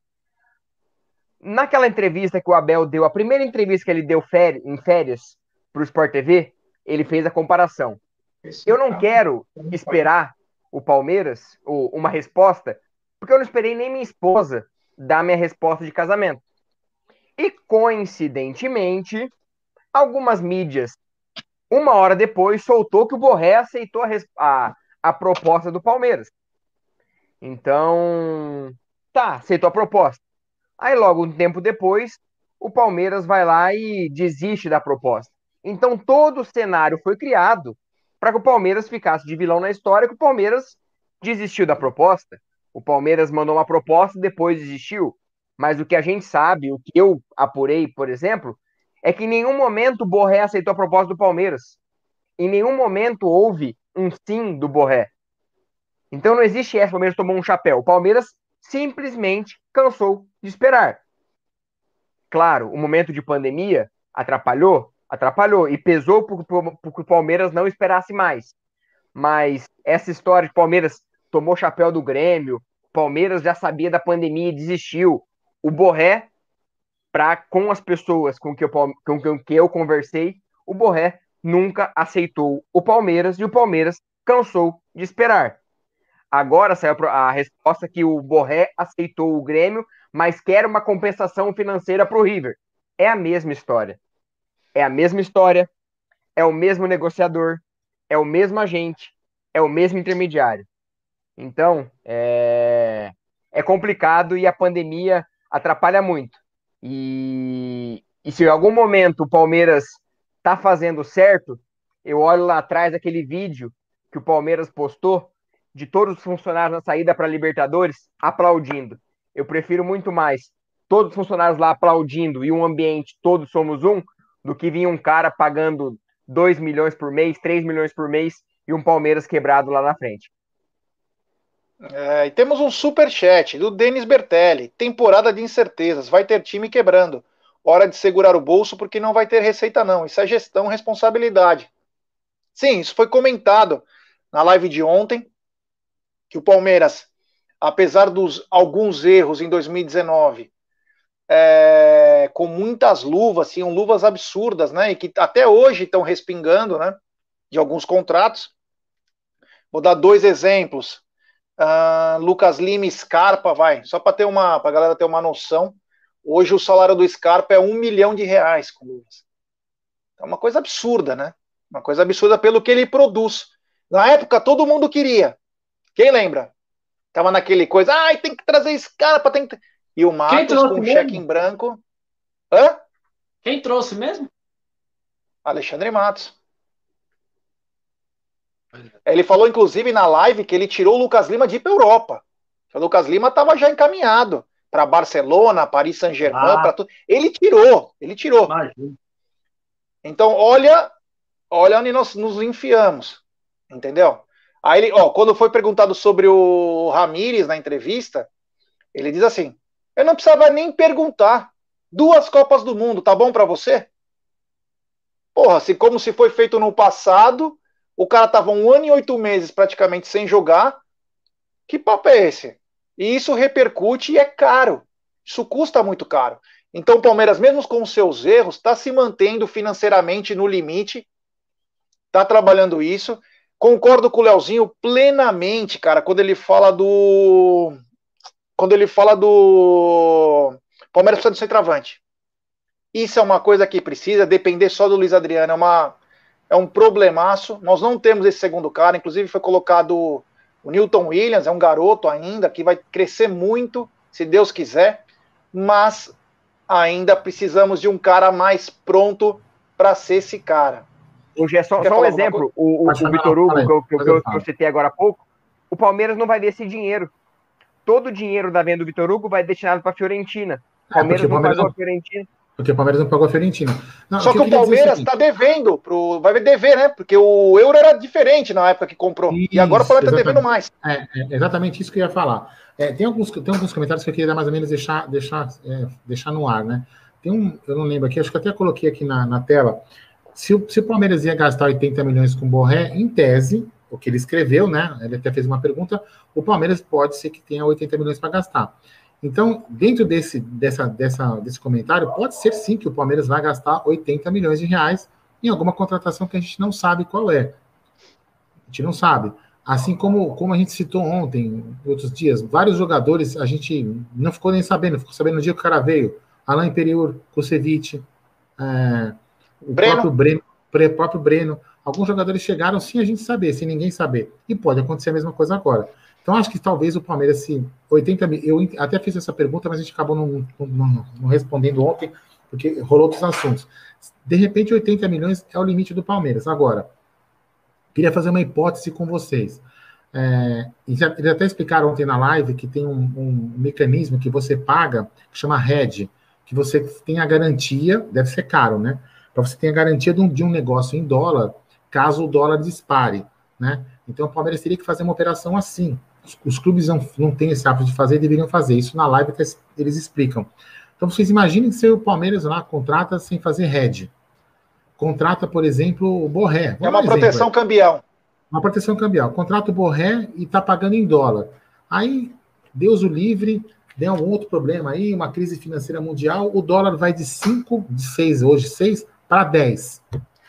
Naquela entrevista que o Abel deu, a primeira entrevista que ele deu em férias para o Sport T V, ele fez a comparação. Eu não quero esperar o Palmeiras, ou uma resposta, porque eu não esperei nem minha esposa dar minha resposta de casamento. E, coincidentemente, algumas mídias, uma hora depois, soltou que o Borré aceitou a, a, a proposta do Palmeiras. Então, tá, aceitou a proposta. Aí, logo um tempo depois, o Palmeiras vai lá e desiste da proposta. Então, todo o cenário foi criado para que o Palmeiras ficasse de vilão na história, que o Palmeiras desistiu da proposta. O Palmeiras mandou uma proposta e depois desistiu. Mas o que a gente sabe, o que eu apurei, por exemplo, é que em nenhum momento o Borré aceitou a proposta do Palmeiras. Em nenhum momento houve um sim do Borré. Então não existe essa, o Palmeiras tomou um chapéu. O Palmeiras simplesmente cansou de esperar. Claro, o momento de pandemia atrapalhou, atrapalhou e pesou porque o Palmeiras não esperasse mais. Mas essa história de Palmeiras tomou chapéu do Grêmio, Palmeiras já sabia da pandemia e desistiu. O Borré, pra, com as pessoas com que, eu, com que eu conversei, o Borré nunca aceitou o Palmeiras e o Palmeiras cansou de esperar. Agora saiu a resposta que o Borré aceitou o Grêmio, mas quer uma compensação financeira para o River. É a mesma história. É a mesma história, é o mesmo negociador, é o mesmo agente, é o mesmo intermediário. Então, é, é complicado e a pandemia atrapalha muito. E, e se em algum momento o Palmeiras está fazendo certo, eu olho lá atrás aquele vídeo que o Palmeiras postou de todos os funcionários na saída para a Libertadores aplaudindo. Eu prefiro muito mais todos os funcionários lá aplaudindo e um ambiente todos somos um, do que vir um cara pagando dois milhões por mês, três milhões por mês e um Palmeiras quebrado lá na frente. É, e temos um superchat do Denis Bertelli. Temporada de incertezas, vai ter time quebrando. Hora de segurar o bolso porque não vai ter receita não. Isso é gestão, responsabilidade. Sim, isso foi comentado na live de ontem, que o Palmeiras, apesar dos alguns erros em dois mil e dezenove, é, com muitas luvas, tinham luvas absurdas, né? E que até hoje estão respingando, né? De alguns contratos. Vou dar dois exemplos. Uh, Lucas Lima e Scarpa, vai, só para ter uma, para a galera ter uma noção. Hoje o salário do Scarpa é um milhão de reais com luvas. É uma coisa absurda, né? Uma coisa absurda pelo que ele produz. Na época todo mundo queria. Quem lembra? Tava naquele coisa, ai, tem que trazer Scarpa, tem que... E o Matos com cheque em branco. Hã? Quem trouxe mesmo? Alexandre Matos. Ele falou, inclusive, na live que ele tirou o Lucas Lima de ir para a Europa. O Lucas Lima estava já encaminhado para Barcelona, Paris Saint-Germain, ah. para tudo. Ele tirou, ele tirou. Imagina. Então, olha, olha onde nós nos enfiamos, entendeu? Aí, ele, ó, quando foi perguntado sobre o Ramírez na entrevista, ele diz assim: eu não precisava nem perguntar. Duas Copas do Mundo, tá bom para você? Porra, se como se foi feito no passado. O cara tava um ano e oito meses praticamente sem jogar. Que papo é esse? E isso repercute e é caro. Isso custa muito caro. Então o Palmeiras, mesmo com os seus erros, está se mantendo financeiramente no limite. Está trabalhando isso. Concordo com o Leozinho plenamente, cara, quando ele fala do... Quando ele fala do... Palmeiras precisa do centroavante. Isso é uma coisa que precisa. Depender só do Luiz Adriano é uma... É um problemaço, nós não temos esse segundo cara, inclusive foi colocado o Newton Williams, é um garoto ainda, que vai crescer muito, se Deus quiser, mas ainda precisamos de um cara mais pronto para ser esse cara. Hoje é só, só um exemplo, o, o, o Vitor Hugo, que eu, que, eu, que eu citei agora há pouco, o Palmeiras não vai ver esse dinheiro. Todo o dinheiro da venda do Vitor Hugo vai destinado para a Fiorentina. O Palmeiras é não pagou a Fiorentina. Porque o Palmeiras não pagou a Fiorentina. Não, Só que, que o Palmeiras está devendo, pro, vai dever, né? Porque o euro era diferente na época que comprou. Isso, e agora o Palmeiras está devendo mais. É, é exatamente isso que eu ia falar. É, tem, alguns, tem alguns comentários que eu queria dar mais ou menos deixar, deixar, é, deixar no ar, né? Tem um, eu não lembro aqui, acho que eu até coloquei aqui na, na tela. Se o, se o Palmeiras ia gastar oitenta milhões com o Borré, em tese, o que ele escreveu, né? Ele até fez uma pergunta, o Palmeiras pode ser que tenha oitenta milhões para gastar. Então, dentro desse, dessa, dessa, desse comentário, pode ser sim que o Palmeiras vai gastar oitenta milhões de reais em alguma contratação que a gente não sabe qual é. A gente não sabe. Assim como, como a gente citou ontem, outros dias, vários jogadores a gente não ficou nem sabendo, ficou sabendo no dia que o cara veio. Alain Imperiur, Kusevich, é, o Breno. próprio Breno, o próprio Breno. Alguns jogadores chegaram sem a gente saber, sem ninguém saber. E pode acontecer a mesma coisa agora. Então, acho que talvez o Palmeiras, se oitenta mil. Eu até fiz essa pergunta, mas a gente acabou não, não, não respondendo ontem, porque rolou outros assuntos. De repente, oitenta milhões é o limite do Palmeiras. Agora, queria fazer uma hipótese com vocês. É, eles até explicaram ontem na live que tem um, um mecanismo que você paga, que chama hedge, que você tem a garantia, deve ser caro, né? Para você ter a garantia de um, de um negócio em dólar, caso o dólar dispare, né? Então o Palmeiras teria que fazer uma operação assim. Os, os clubes não, não têm esse hábito de fazer, deveriam fazer. Isso na live até eles explicam. Então vocês imaginem que se o Palmeiras lá contrata sem fazer hedge. Contrata, por exemplo, o Borré. É uma proteção exemplo. cambial. Uma proteção cambial. Contrata o Borré e está pagando em dólar. Aí, Deus o livre, tem algum outro problema aí, uma crise financeira mundial, o dólar vai de cinco, de seis, hoje seis, para dez.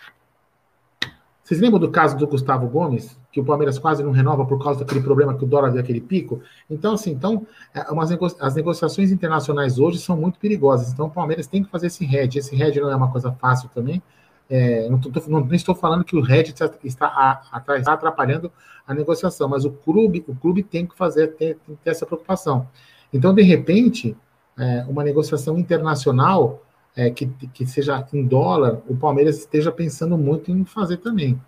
Vocês lembram do caso do Gustavo Gomes, que o Palmeiras quase não renova por causa daquele problema que o dólar deu aquele pico? Então, assim, então, umas nego... as negociações internacionais hoje são muito perigosas. Então, o Palmeiras tem que fazer esse hedge. Esse hedge não é uma coisa fácil também. É, não, tô, não, não estou falando que o hedge está, está atrapalhando a negociação, mas o clube, o clube tem que fazer, tem, tem que ter essa preocupação. Então, de repente, é, uma negociação internacional é, que, que seja em dólar, o Palmeiras esteja pensando muito em fazer também.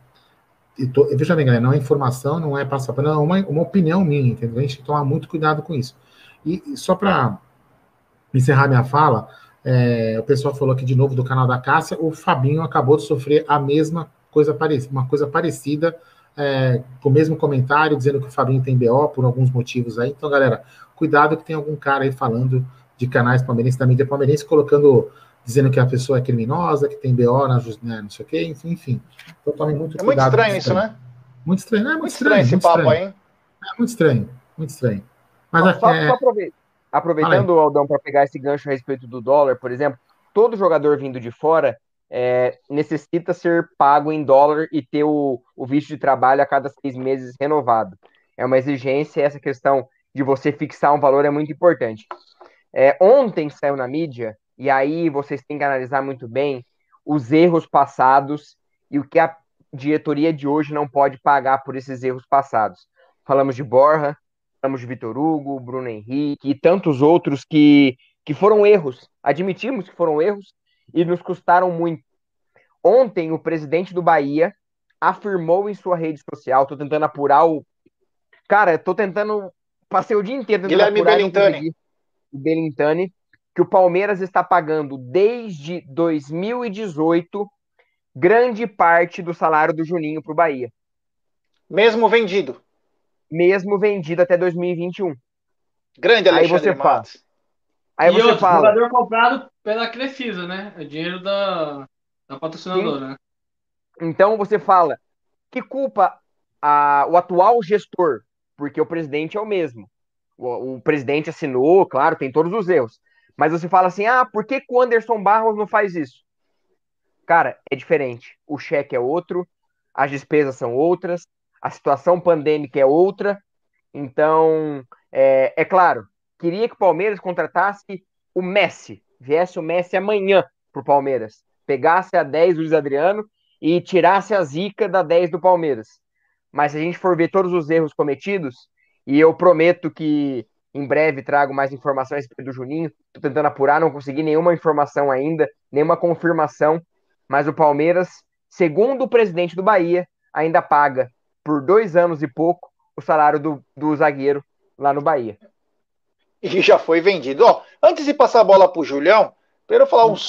E tô, veja bem, galera, não é informação, não é passar para não, é uma, uma opinião minha, entendeu? A gente tem que tomar muito cuidado com isso. E, e só para encerrar minha fala, é, o pessoal falou aqui de novo do canal da Cássia, o Fabinho acabou de sofrer a mesma coisa parecida, uma coisa parecida, é, com o mesmo comentário, dizendo que o Fabinho tem B O por alguns motivos aí. Então, galera, cuidado que tem algum cara aí falando de canais palmeirenses, da mídia palmeirense, colocando, dizendo que a pessoa é criminosa, que tem B O na né, não sei o quê, enfim, enfim. Então, tomem muito é cuidado. É muito estranho isso, né? Muito estranho, é muito, muito estranho, estranho esse muito papo estranho. aí, hein? É muito estranho, muito estranho. Mas só, é, só aproveita. Aproveitando, Aldão, para pegar esse gancho a respeito do dólar, por exemplo, todo jogador vindo de fora é, necessita ser pago em dólar e ter o, o visto de trabalho a cada seis meses renovado. É uma exigência, essa questão de você fixar um valor é muito importante. É, ontem saiu na mídia, e aí vocês têm que analisar muito bem os erros passados e o que a diretoria de hoje não pode pagar por esses erros passados. Falamos de Borja, falamos de Vitor Hugo, Bruno Henrique e tantos outros que, que foram erros. Admitimos que foram erros e nos custaram muito. Ontem, o presidente do Bahia afirmou em sua rede social, tô tentando apurar o... Cara, tô tentando... Passei o dia inteiro tentando Guilherme apurar Belintani. o Belintani, que o Palmeiras está pagando desde dois mil e dezoito grande parte do salário do Juninho pro Bahia. Mesmo vendido. Mesmo vendido até dois mil e vinte e um. Grande Alexandre aí você fala, Matos. aí e você outro, fala, jogador comprado pela Crefisa, né? É dinheiro da, da patrocinadora, né? Então você fala, que culpa a, o atual gestor? Porque o presidente é o mesmo. O, o presidente assinou, claro, tem todos os erros. Mas você fala assim, ah, por que, que o Anderson Barros não faz isso? Cara, é diferente. O cheque é outro, as despesas são outras, a situação pandêmica é outra. Então, é, é claro, queria que o Palmeiras contratasse o Messi, viesse o Messi amanhã pro Palmeiras, pegasse a dez do Luiz Adriano e tirasse a zica da dez do Palmeiras. Mas se a gente for ver todos os erros cometidos, e eu prometo que em breve trago mais informações do Juninho, tô tentando apurar, não consegui nenhuma informação ainda, nenhuma confirmação, mas o Palmeiras, segundo o presidente do Bahia, ainda paga por dois anos e pouco o salário do, do zagueiro lá no Bahia. E já foi vendido. Ó, antes de passar a bola pro Julião, quero falar um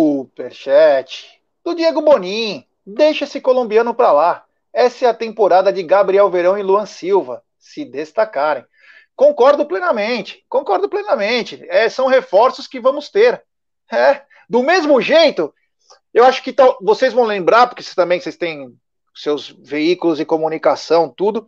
superchat do Diego Bonin. Deixa esse colombiano pra lá. Essa é a temporada de Gabriel Verão e Luan Silva se destacarem. Concordo plenamente, concordo plenamente. É, são reforços que vamos ter. É, do mesmo jeito, eu acho que tal, vocês vão lembrar, porque vocês também vocês têm seus veículos de comunicação, tudo.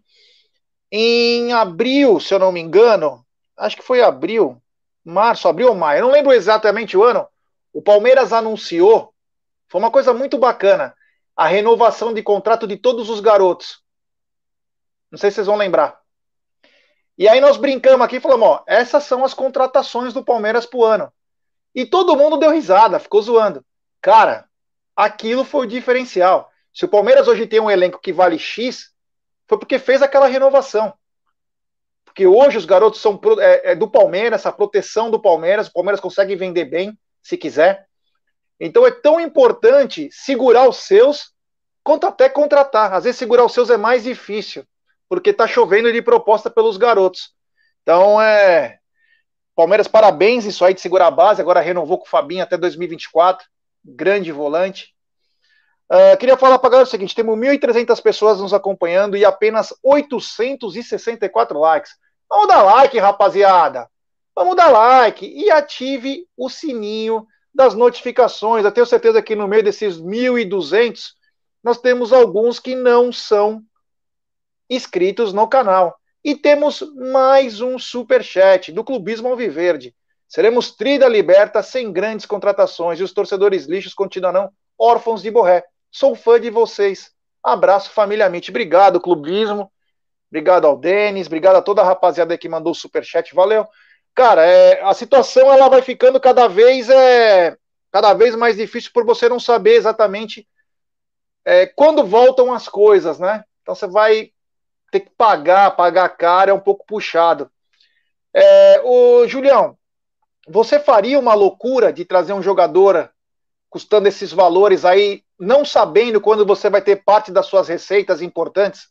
Em abril, se eu não me engano, acho que foi abril, março, abril ou maio, eu não lembro exatamente o ano, o Palmeiras anunciou, foi uma coisa muito bacana, a renovação de contrato de todos os garotos. Não sei se vocês vão lembrar. E aí nós brincamos aqui e falamos, ó, essas são as contratações do Palmeiras pro ano. E todo mundo deu risada, ficou zoando. Cara, aquilo foi o diferencial. Se o Palmeiras hoje tem um elenco que vale X, foi porque fez aquela renovação. Porque hoje os garotos são é, é do Palmeiras, a proteção do Palmeiras, o Palmeiras consegue vender bem, se quiser. Então é tão importante segurar os seus, quanto até contratar. Às vezes segurar os seus é mais difícil, porque tá chovendo de proposta pelos garotos. Então é... Palmeiras, parabéns, isso aí de segurar a base, agora renovou com o Fabinho até dois mil e vinte e quatro, grande volante. Uh, queria falar para a galera o seguinte, temos mil e trezentas pessoas nos acompanhando e apenas oitocentos e sessenta e quatro likes. Vamos dar like, rapaziada. Vamos dar like e ative o sininho das notificações. Eu tenho certeza que no meio desses mil e duzentos, nós temos alguns que não são inscritos no canal. E temos mais um superchat do Clubismo Alviverde. Seremos tri da Liberta sem grandes contratações e os torcedores lixos continuarão órfãos de Borré. Sou fã de vocês. Abraço, família Amit. Obrigado, Clubismo. Obrigado ao Denis. Obrigado a toda a rapaziada que mandou o superchat. Valeu. Cara, é, a situação ela vai ficando cada vez, é, cada vez mais difícil por você não saber exatamente é, quando voltam as coisas, né? Então você vai ter que pagar, pagar caro, é um pouco puxado. É, o Julião, você faria uma loucura de trazer um jogador custando esses valores aí, não sabendo quando você vai ter parte das suas receitas importantes?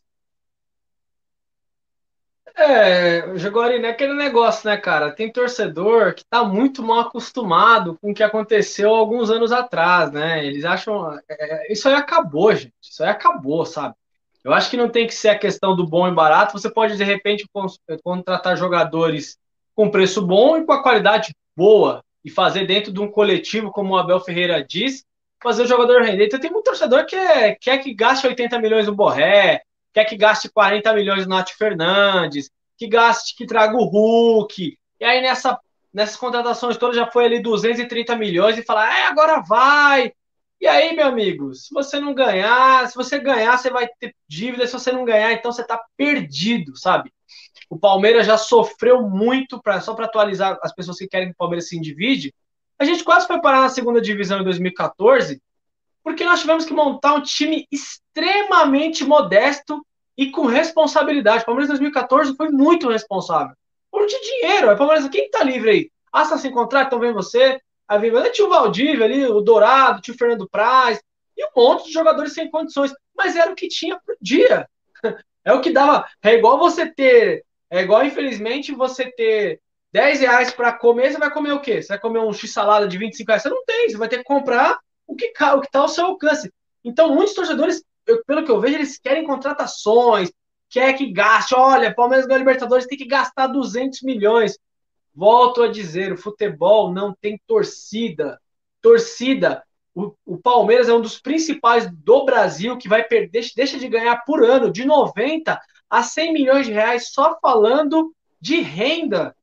É, Jaguarino, é aquele negócio, né, cara? Tem torcedor que tá muito mal acostumado com o que aconteceu alguns anos atrás, né? Eles acham... É, isso aí acabou, gente. Isso aí acabou, sabe? Eu acho que não tem que ser a questão do bom e barato. Você pode, de repente, contratar jogadores com preço bom e com a qualidade boa e fazer dentro de um coletivo, como o Abel Ferreira diz, fazer o jogador render. Então tem muito torcedor que é, quer que gaste oitenta milhões no Borré, quer que gaste quarenta milhões no Nath Fernandes, que gaste, que traga o Hulk. E aí nessa, nessas contratações todas já foi ali duzentos e trinta milhões e fala, é, agora vai. E aí, meu amigo, se você não ganhar, se você ganhar, você vai ter dívida, se você não ganhar, então você tá perdido, sabe? O Palmeiras já sofreu muito, pra, só para atualizar as pessoas que querem que o Palmeiras se endivide. A gente quase foi parar na segunda divisão em dois mil e quatorze, porque nós tivemos que montar um time extremamente modesto e com responsabilidade. O Palmeiras em dois mil e quatorze foi muito responsável. Por de dinheiro. O Palmeiras, quem tá livre aí? Ah, tá sem contrato, então vem você. Aí vem, tinha o Valdívia ali, o Dourado, tinha o Fernando Praz, e um monte de jogadores sem condições. Mas era o que tinha por dia. É o que dava. É igual você ter. É igual, infelizmente, você ter dez reais para comer, você vai comer o quê? Você vai comer um x-salada de vinte e cinco reais? Você não tem, você vai ter que comprar o que o que está ao seu alcance. Então, muitos torcedores, eu, pelo que eu vejo, eles querem contratações, quer que gaste. Olha, Palmeiras ganhou Libertadores, tem que gastar duzentos milhões. Volto a dizer, o futebol não tem torcida. Torcida, o, o Palmeiras é um dos principais do Brasil que vai perder, deixa de ganhar por ano de noventa a cem milhões de reais só falando de renda.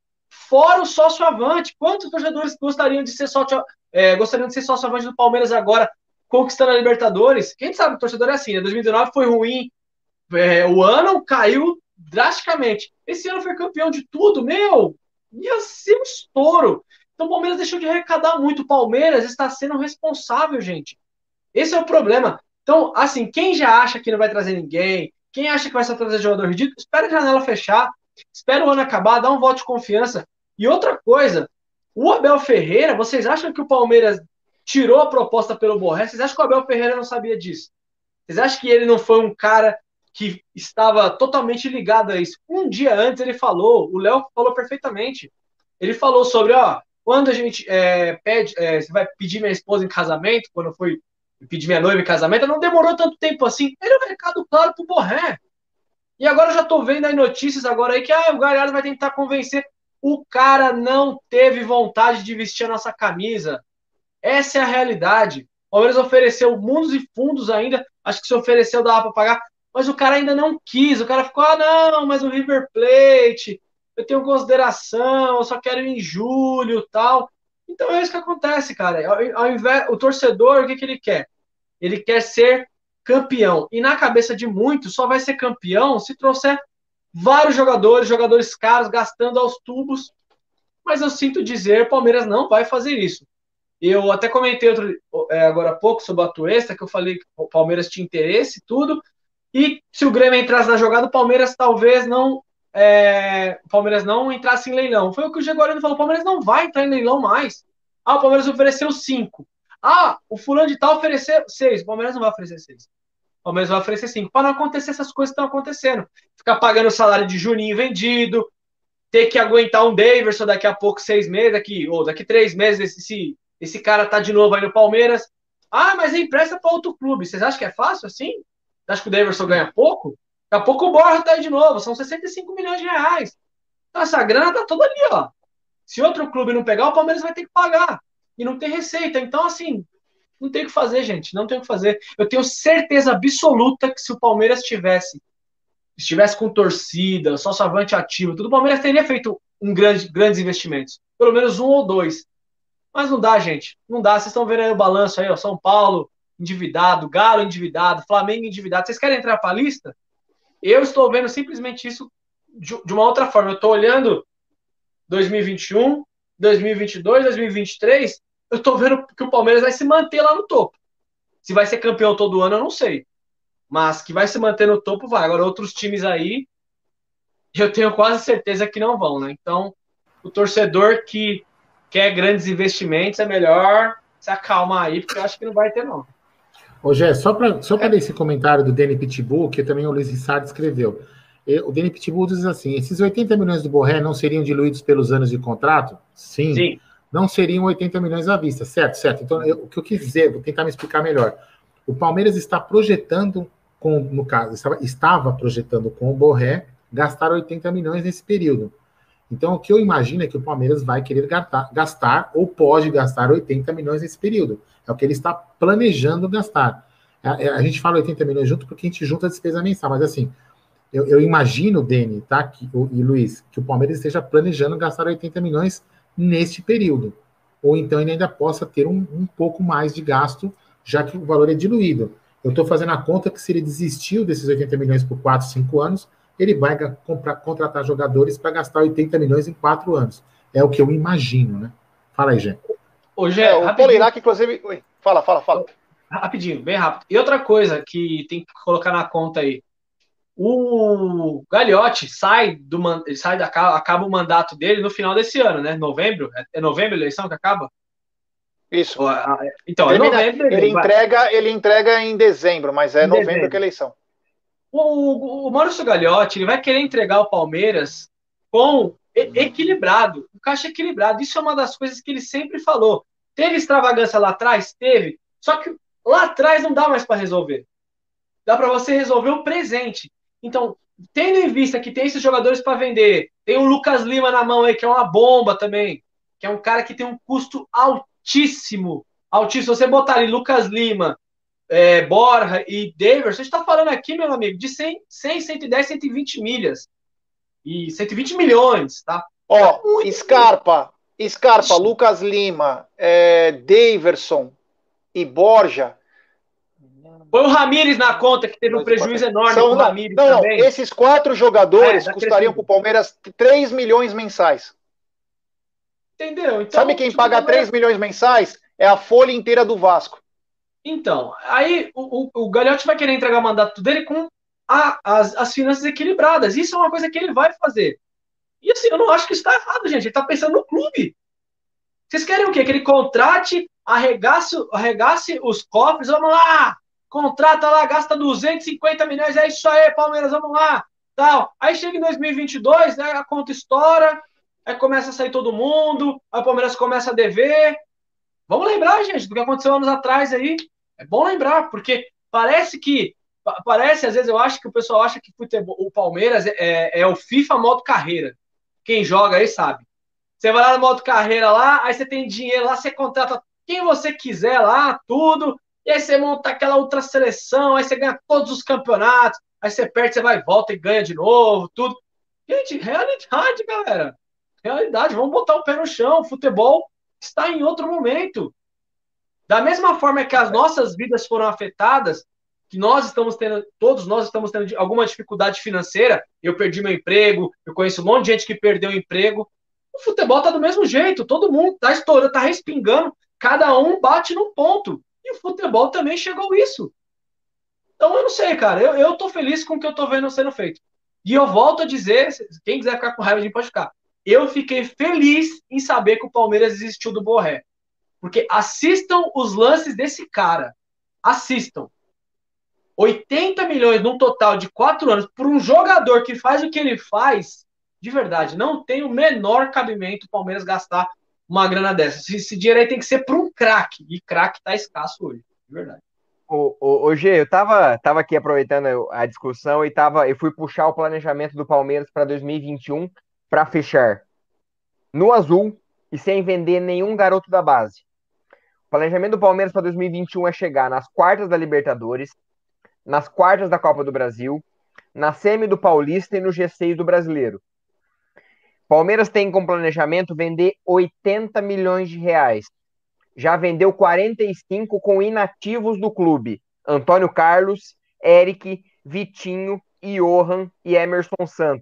Fora o sócio-avante. Quantos torcedores gostariam de ser sócio, é, gostariam de ser sócio-avante do Palmeiras agora, conquistando a Libertadores? Quem sabe o torcedor é assim, né? dois mil e dezenove foi ruim, é, o ano caiu drasticamente. Esse ano foi campeão de tudo, meu, ia ser um estouro. Então o Palmeiras deixou de arrecadar muito. O Palmeiras está sendo responsável, gente. Esse é o problema. Então, assim, quem já acha que não vai trazer ninguém, quem acha que vai só trazer jogador ridículo, espera a janela fechar, espera o ano acabar, dá um voto de confiança. E outra coisa, o Abel Ferreira, vocês acham que o Palmeiras tirou a proposta pelo Borré? Vocês acham que o Abel Ferreira não sabia disso? Vocês acham que ele não foi um cara que estava totalmente ligado a isso? Um dia antes ele falou, o Léo falou perfeitamente. Ele falou sobre, ó, quando a gente é, pede, é, você vai pedir minha esposa em casamento, quando eu fui pedir minha noiva em casamento, não demorou tanto tempo assim. Ele é um recado claro pro Borré. E agora eu já tô vendo aí notícias agora aí que ah, o Galhardo vai tentar convencer. O cara não teve vontade de vestir a nossa camisa. Essa é a realidade. O Palmeiras ofereceu mundos e fundos ainda. Acho que se ofereceu dava para pagar. Mas o cara ainda não quis. O cara ficou, ah, não, mas o River Plate, eu tenho consideração, eu só quero ir em julho e tal. Então é isso que acontece, cara. Ao invés, o torcedor, o que, que ele quer? Ele quer ser campeão. E na cabeça de muitos, só vai ser campeão se trouxer vários jogadores, jogadores caros, gastando aos tubos. Mas eu sinto dizer, o Palmeiras não vai fazer isso. Eu até comentei outro, é, agora há pouco sobre a Atuesta, que eu falei que o Palmeiras tinha interesse e tudo. E se o Grêmio entrasse na jogada, o Palmeiras talvez não... É, o Palmeiras não entrasse em leilão. Foi o que o Jaguarino falou, o Palmeiras não vai entrar em leilão mais. Ah, o Palmeiras ofereceu cinco. Ah, o fulano de tal ofereceu seis. O Palmeiras não vai oferecer seis. O Palmeiras vai oferecer cinco. Para não acontecer essas coisas que estão acontecendo. Ficar pagando o salário de Juninho vendido, ter que aguentar um Daverson daqui a pouco, seis meses, daqui, ou daqui três meses, esse, esse cara tá de novo aí no Palmeiras. Ah, mas empresta para outro clube. Vocês acham que é fácil assim? Vocês acham que o Daverson ganha pouco? Daqui a pouco o Borja tá aí de novo, são sessenta e cinco milhões de reais. Então essa grana tá toda ali, ó. Se outro clube não pegar, o Palmeiras vai ter que pagar. E não tem receita. Então, assim, não tem o que fazer, gente. Não tem o que fazer. Eu tenho certeza absoluta que se o Palmeiras tivesse, estivesse com torcida, sócio-avante ativo, tudo, o Palmeiras teria feito um grande, grandes investimentos. Pelo menos um ou dois. Mas não dá, gente. Não dá. Vocês estão vendo aí o balanço aí, ó. São Paulo endividado, Galo endividado, Flamengo endividado. Vocês querem entrar para a lista? Eu estou vendo simplesmente isso de, de uma outra forma. Eu estou olhando dois mil e vinte e um, dois mil e vinte e dois, dois mil e vinte e três, eu estou vendo que o Palmeiras vai se manter lá no topo. Se vai ser campeão todo ano, eu não sei. Mas que vai se manter no topo, vai. Agora, outros times aí, eu tenho quase certeza que não vão, né? Então, o torcedor que quer grandes investimentos, é melhor se acalmar aí, porque eu acho que não vai ter, não. Ô, Gé, só para só para ler esse comentário do Danny Pitbull, que também o Luiz Rissardo escreveu. O Danny Pitbull diz assim: esses oitenta milhões do Borré não seriam diluídos pelos anos de contrato? Sim. Sim. Não seriam oitenta milhões à vista, certo, certo. Então, eu, o que eu quis dizer, vou tentar me explicar melhor. O Palmeiras está projetando, com, no caso, estava, estava projetando com o Borré gastar oitenta milhões nesse período. Então, o que eu imagino é que o Palmeiras vai querer gastar, gastar ou pode gastar oitenta milhões nesse período. É o que ele está planejando gastar. A, a gente fala oitenta milhões junto porque a gente junta a despesa mensal, mas assim, eu, eu imagino, Deni, tá, que, o, e Luiz, que o Palmeiras esteja planejando gastar oitenta milhões neste período. Ou então ele ainda possa ter um, um pouco mais de gasto, já que o valor é diluído. Eu estou fazendo a conta que se ele desistiu desses oitenta milhões por quatro, cinco anos, ele vai comprar, contratar jogadores para gastar oitenta milhões em quatro anos. É o que eu imagino, né? Fala aí, gente. Hoje é, o Polirac, inclusive... Oi, fala, fala, fala. Rapidinho, bem rápido. E outra coisa que tem que colocar na conta aí. O Gagliotti sai, do, sai da, acaba o mandato dele no final desse ano, né? Novembro? É novembro a eleição que acaba? Isso. Então, Termina, é novembro. Ele entrega, ele entrega em dezembro, mas é em novembro dezembro. Que é a eleição. O, o Maurício Gagliotti, ele vai querer entregar o Palmeiras com equilibrado, o caixa equilibrado. Isso é uma das coisas que ele sempre falou. Teve extravagância lá atrás? Teve. Só que lá atrás não dá mais para resolver. Dá para você resolver o presente. Então, tendo em vista que tem esses jogadores para vender, tem o Lucas Lima na mão aí, que é uma bomba também, que é um cara que tem um custo altíssimo. Altíssimo. Se você botar ali Lucas Lima, é, Borja e Daverson, você está falando aqui, meu amigo, de cem, cem, cento e dez, cento e vinte milhas. E cento e vinte milhões, tá? Ó, oh, Scarpa, Scarpa, Lucas Lima, é, Daverson e Borja. Foi o Ramires na conta, que teve um prejuízo enorme São, com o Ramires não, não, também. Esses quatro jogadores é, custariam para o Palmeiras três milhões mensais. Entendeu? Então, sabe quem paga três milhões mensais? É a folha inteira do Vasco. Então, aí o, o, o Gagliotti vai querer entregar o mandato dele com a, as, as finanças equilibradas. Isso é uma coisa que ele vai fazer. E assim, eu não acho que isso está errado, gente. Ele está pensando no clube. Vocês querem o quê? Que ele contrate, arregace, arregace os cofres, vamos lá! Contrata lá, gasta duzentos e cinquenta milhões, é isso aí, Palmeiras, vamos lá! Tal. Aí chega em dois mil e vinte e dois, né, a conta estoura, aí começa a sair todo mundo, aí o Palmeiras começa a dever. Vamos lembrar, gente, do que aconteceu anos atrás aí. É bom lembrar, porque parece que, parece, às vezes eu acho que o pessoal acha que o Palmeiras é, é, é o FIFA modo carreira. Quem joga aí sabe. Você vai lá no modo carreira lá, aí você tem dinheiro lá, você contrata quem você quiser lá, tudo, e aí você monta aquela outra seleção, aí você ganha todos os campeonatos, aí você perde, você vai e volta e ganha de novo, tudo. Gente, realidade, galera. Realidade, vamos botar o pé no chão. O futebol está em outro momento. Da mesma forma que as nossas vidas foram afetadas, que nós estamos tendo, todos nós estamos tendo alguma dificuldade financeira, eu perdi meu emprego, eu conheço um monte de gente que perdeu o emprego, o futebol tá do mesmo jeito, todo mundo tá estourando, tá respingando, cada um bate num ponto, e o futebol também chegou a isso. Então eu não sei, cara, eu, eu tô feliz com o que eu tô vendo sendo feito. E eu volto a dizer, quem quiser ficar com raiva, a gente pode ficar. Eu fiquei feliz em saber que o Palmeiras desistiu do Borré. Porque assistam os lances desse cara. Assistam. oitenta milhões num total de quatro anos por um jogador que faz o que ele faz, de verdade, não tem o menor cabimento o Palmeiras gastar uma grana dessa. Esse dinheiro aí tem que ser para um craque. E craque tá escasso hoje, de verdade. Ô, ô, ô Gê, eu tava, tava aqui aproveitando a discussão e tava, eu fui puxar o planejamento do Palmeiras para dois mil e vinte e um para fechar no azul e sem vender nenhum garoto da base. O planejamento do Palmeiras para dois mil e vinte e um é chegar nas quartas da Libertadores, nas quartas da Copa do Brasil, na semi do Paulista e no G seis do Brasileiro. Palmeiras tem como planejamento vender oitenta milhões de reais. Já vendeu quarenta e cinco com inativos do clube. Antônio Carlos, Eric, Vitinho, Johan e Emerson Santos.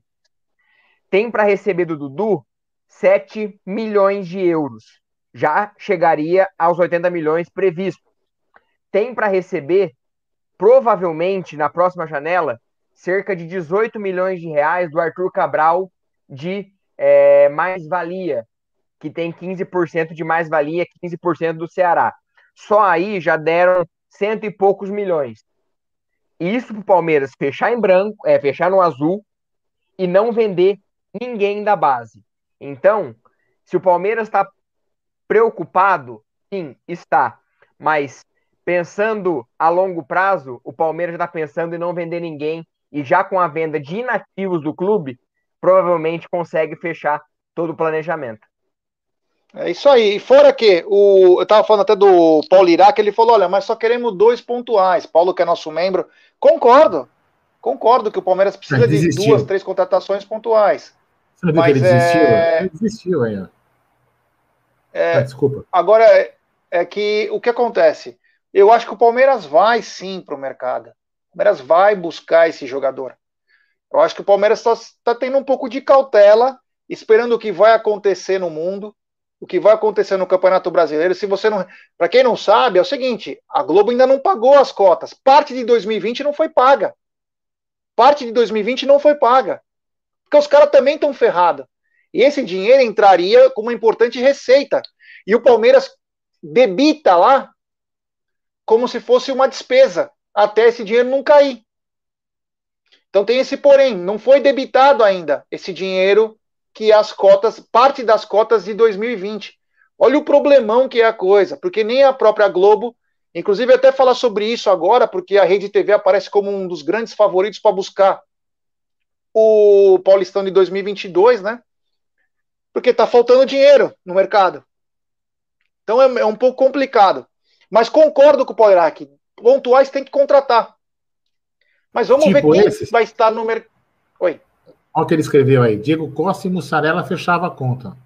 Tem para receber do Dudu sete milhões de euros. Já chegaria aos oitenta milhões previstos. Tem para receber, provavelmente, na próxima janela, cerca de dezoito milhões de reais do Arthur Cabral de é, mais-valia, que tem quinze por cento de mais-valia, quinze por cento do Ceará. Só aí já deram cento e poucos milhões. Isso para o Palmeiras fechar em branco, é, fechar no azul e não vender ninguém da base. Então, se o Palmeiras está preocupado, sim, está. Mas pensando a longo prazo, o Palmeiras já está pensando em não vender ninguém e já com a venda de inativos do clube, provavelmente consegue fechar todo o planejamento. É isso aí. E fora que o, eu estava falando até do Paulo Iraque, ele falou, olha, mas só queremos dois pontuais. Paulo, que é nosso membro, concordo. Concordo que o Palmeiras precisa de duas, três contratações pontuais. Você não viu mas que ele desistiu? É... Ele desistiu aí, ó. É... Ah, desculpa. Agora, é, é que o que acontece? Eu acho que o Palmeiras vai sim para o mercado. O Palmeiras vai buscar esse jogador. Eu acho que o Palmeiras está tá tendo um pouco de cautela, esperando o que vai acontecer no mundo, o que vai acontecer no Campeonato Brasileiro. Se você não, para quem não sabe, é o seguinte: a Globo ainda não pagou as cotas. Parte de dois mil e vinte não foi paga. Parte de dois mil e vinte não foi paga. Porque os caras também estão ferrados. E esse dinheiro entraria como uma importante receita. E o Palmeiras debita lá como se fosse uma despesa, até esse dinheiro não cair. Então tem esse porém, não foi debitado ainda esse dinheiro que as cotas, parte das cotas de dois mil e vinte. Olha o problemão que é a coisa, porque nem a própria Globo, inclusive até falar sobre isso agora, porque a Rede T V aparece como um dos grandes favoritos para buscar o Paulistão de dois mil e vinte e dois, né? Porque está faltando dinheiro no mercado. Então é, é um pouco complicado. Mas concordo com o Paulo Iraque. Pontuais tem que contratar. Mas vamos tipo ver quem esses? vai estar no mercado. Oi. Olha o que ele escreveu aí. Diego Costa e Mussarela fechava a conta.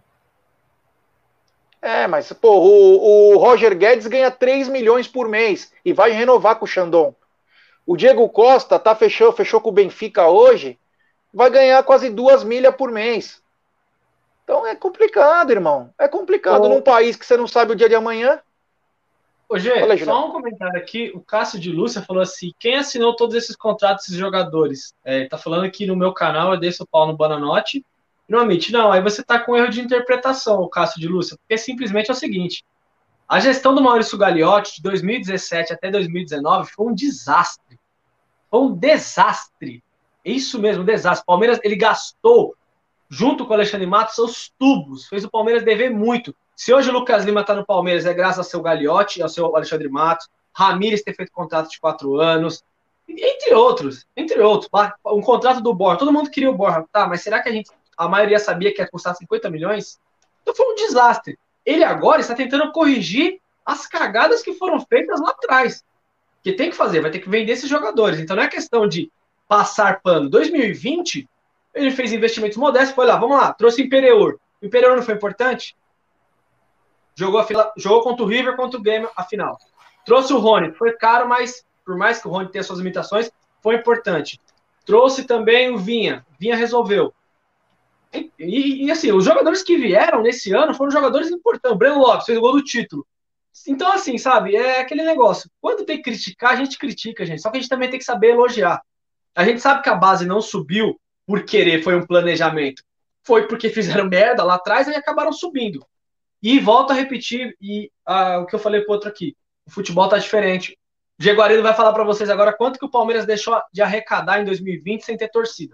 É, mas pô, o, o Roger Guedes ganha três milhões por mês e vai renovar com o Xandão. O Diego Costa tá, fechou, fechou com o Benfica hoje, vai ganhar quase duas milhas por mês. Então é complicado, irmão. É complicado Ô... num país que você não sabe o dia de amanhã. Ô, Gê, Olha, só um comentário aqui. O Cássio de Lúcia falou assim: quem assinou todos esses contratos, esses jogadores? É, ele tá falando aqui no meu canal, eu desço o pau no Bonanote. Não, Amit, não, aí você tá com erro de interpretação, o Cássio de Lúcia, porque simplesmente é o seguinte: a gestão do Maurício Gagliotti de dois mil e dezessete até dois mil e dezenove foi um desastre. Foi um desastre. É isso mesmo, um desastre. O Palmeiras, ele gastou, junto com o Alexandre Matos, seus tubos, fez o Palmeiras dever muito. Se hoje o Lucas Lima está no Palmeiras, é graças ao seu Gagliotti, ao seu Alexandre Matos, Ramírez ter feito contrato de quatro anos, entre outros, entre outros. Um contrato do Borja, todo mundo queria o Borja, tá, mas será que a gente, a maioria sabia que ia custar cinquenta milhões? Então foi um desastre. Ele agora está tentando corrigir as cagadas que foram feitas lá atrás. Que tem que fazer, vai ter que vender esses jogadores. Então não é questão de passar pano. dois mil e vinte, ele fez investimentos modestos, foi lá, vamos lá, trouxe o Imperiur. O Imperiur não foi importante? jogou, a final, jogou contra o River, contra o Grêmio, a final. Trouxe o Rony, foi caro, mas por mais que o Rony tenha suas limitações, foi importante. Trouxe também o Vinha, Vinha resolveu. E, e, e assim, os jogadores que vieram nesse ano foram jogadores importantes. O Breno Lopes fez o gol do título. Então, assim, sabe, é aquele negócio. Quando tem que criticar, a gente critica, gente. Só que a gente também tem que saber elogiar. A gente sabe que a base não subiu por querer, foi um planejamento. Foi porque fizeram merda lá atrás e acabaram subindo. E volto a repetir e, ah, o que eu falei pro outro aqui. O futebol tá diferente. O Diego Arino vai falar para vocês agora quanto que o Palmeiras deixou de arrecadar em dois mil e vinte sem ter torcida.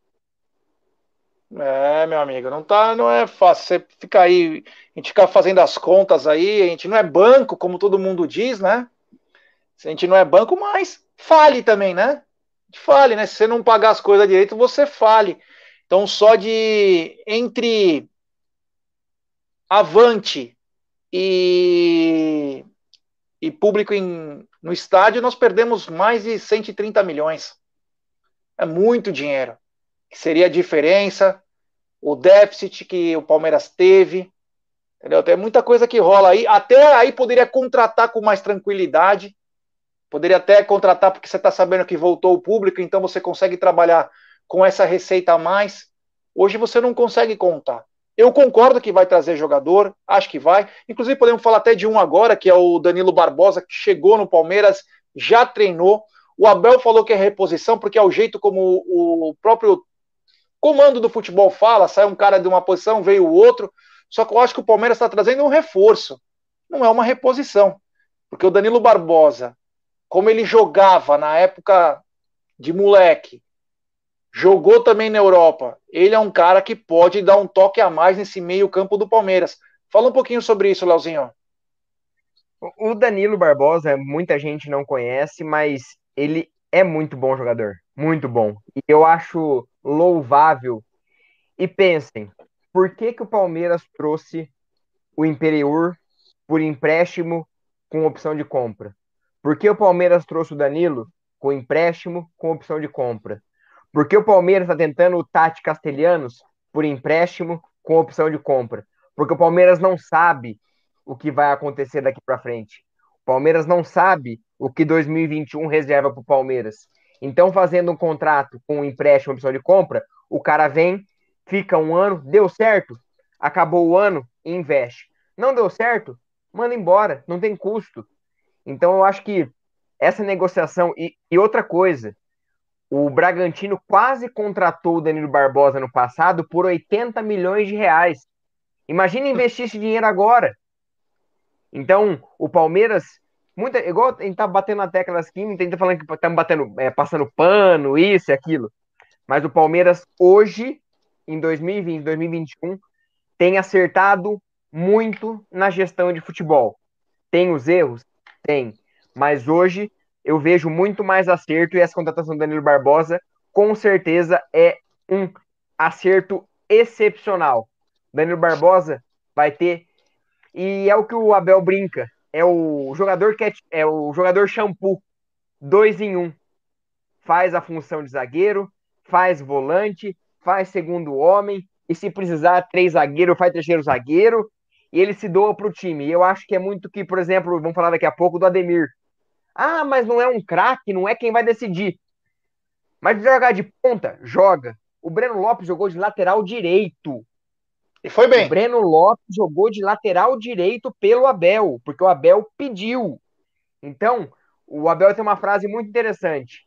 É, meu amigo, não tá, não é fácil. Você fica aí, a gente fica fazendo as contas aí, a gente não é banco, como todo mundo diz, né? A gente não é banco, mas fale também, né? Fale, né? Se você não pagar as coisas direito, você fale. Então, só de entre Avante e, e público em, no estádio, nós perdemos mais de cento e trinta milhões. É muito dinheiro. Que seria a diferença, o déficit que o Palmeiras teve, entendeu? Tem muita coisa que rola aí. Até aí poderia contratar com mais tranquilidade, poderia até contratar porque você está sabendo que voltou o público, então você consegue trabalhar com essa receita a mais. Hoje você não consegue contar. Eu concordo que vai trazer jogador, acho que vai. Inclusive podemos falar até de um agora, que é o Danilo Barbosa, que chegou no Palmeiras, já treinou. O Abel falou que é reposição, porque é o jeito como o próprio comando do futebol fala, sai um cara de uma posição, veio o outro, só que eu acho que o Palmeiras está trazendo um reforço, não é uma reposição, porque o Danilo Barbosa, como ele jogava na época de moleque, jogou também na Europa, ele é um cara que pode dar um toque a mais nesse meio campo do Palmeiras. Fala um pouquinho sobre isso, Leozinho. O Danilo Barbosa, muita gente não conhece, mas ele é muito bom jogador, muito bom. E eu acho louvável. E pensem, por que que o Palmeiras trouxe o Imperiur por empréstimo com opção de compra? Por que o Palmeiras trouxe o Danilo com empréstimo com opção de compra? Por que o Palmeiras está tentando o Tati Castelhanos por empréstimo com opção de compra? Porque o Palmeiras não sabe o que vai acontecer daqui para frente. O Palmeiras não sabe o que dois mil e vinte e um reserva para o Palmeiras. Então, fazendo um contrato com um empréstimo, opção de compra, o cara vem, fica um ano, deu certo, acabou o ano e investe. Não deu certo, manda embora, não tem custo. Então, eu acho que essa negociação... E, e outra coisa, o Bragantino quase contratou o Danilo Barbosa no passado por oitenta milhões de reais. Imagina investir esse dinheiro agora. Então, o Palmeiras, muita, igual a gente tá batendo na tecla das químicas, a gente tá falando que estamos batendo, é, passando pano, isso e aquilo. Mas o Palmeiras hoje, em dois mil e vinte, dois mil e vinte e um, tem acertado muito na gestão de futebol. Tem os erros? Tem. Mas hoje eu vejo muito mais acerto, e essa contratação do Danilo Barbosa, com certeza, é um acerto excepcional. Danilo Barbosa vai ter... E é o que o Abel brinca. É o jogador que é, é o jogador shampoo, dois em um. Faz a função de zagueiro, faz volante, faz segundo homem, e se precisar três zagueiros, faz terceiro zagueiro, e ele se doa pro time. E eu acho que é muito que, por exemplo, vamos falar daqui a pouco do Ademir. Ah, mas não é um craque, não é quem vai decidir. Mas jogar de ponta, joga. O Breno Lopes jogou de lateral direito. E foi bem. O Breno Lopes jogou de lateral direito pelo Abel, porque o Abel pediu. Então, o Abel tem uma frase muito interessante.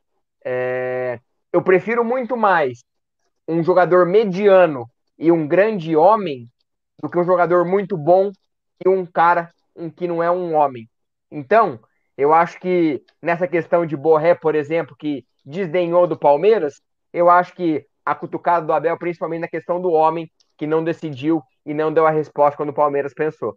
É, eu prefiro muito mais um jogador mediano e um grande homem do que um jogador muito bom e um cara um, que não é um homem. Então, eu acho que nessa questão de Borré, por exemplo, que desdenhou do Palmeiras, eu acho que a cutucada do Abel, principalmente na questão do homem, que não decidiu e não deu a resposta quando o Palmeiras pensou.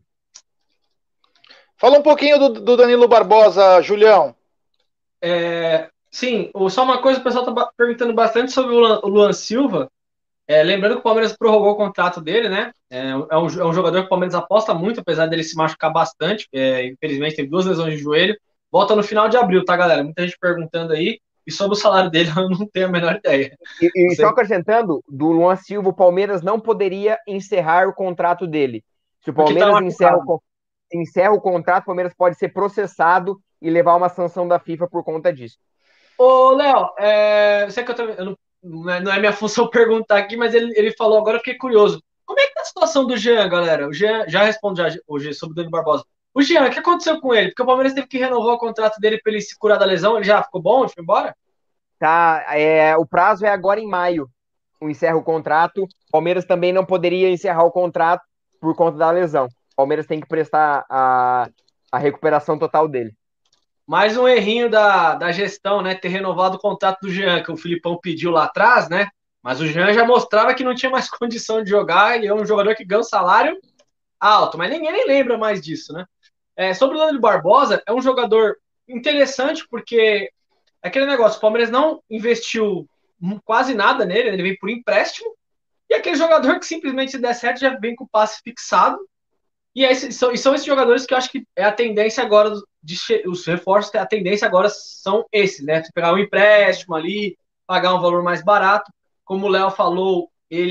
Fala um pouquinho do, do Danilo Barbosa, Julião. É, sim, só uma coisa, o pessoal está perguntando bastante sobre o Luan, o Luan Silva. É, lembrando que o Palmeiras prorrogou o contrato dele, né? É, é, um, é um jogador que o Palmeiras aposta muito, apesar dele se machucar bastante. É, infelizmente, teve duas lesões de joelho. Volta no final de abril, tá, galera? Muita gente perguntando aí. E sobre o salário dele, eu não tenho a menor ideia. E, e só acrescentando, do Luan Silva, o Palmeiras não poderia encerrar o contrato dele. Se o Palmeiras tá encerra, o, encerra o contrato, o Palmeiras pode ser processado e levar uma sanção da FIFA por conta disso. Ô, Léo, é, eu sei que eu, também, eu não, não é minha função perguntar aqui, mas ele, ele falou agora, eu fiquei curioso. Como é que tá a situação do Jean, galera? O Jean já responde já, hoje sobre o Danilo Barbosa. O Jean, o que aconteceu com ele? Porque o Palmeiras teve que renovar o contrato dele para ele se curar da lesão. Ele já ficou bom? Ele foi embora? Tá, é, o prazo é agora em maio. Encerra o contrato. O Palmeiras também não poderia encerrar o contrato por conta da lesão. O Palmeiras tem que prestar a, a recuperação total dele. Mais um errinho da, da gestão, né? Ter renovado o contrato do Jean, que o Filipão pediu lá atrás, né? Mas o Jean já mostrava que não tinha mais condição de jogar e é um jogador que ganha um salário alto, mas ninguém nem lembra mais disso, né? É, sobre o Danilo Barbosa, é um jogador interessante porque é aquele negócio, o Palmeiras não investiu quase nada nele, ele veio por empréstimo, e aquele jogador que simplesmente, se der certo, já vem com o passe fixado. E, é esse, são, e são esses jogadores que eu acho que é a tendência agora, de, os reforços, a tendência agora são esses, né? Você pegar um empréstimo ali, pagar um valor mais barato. Como o Léo falou,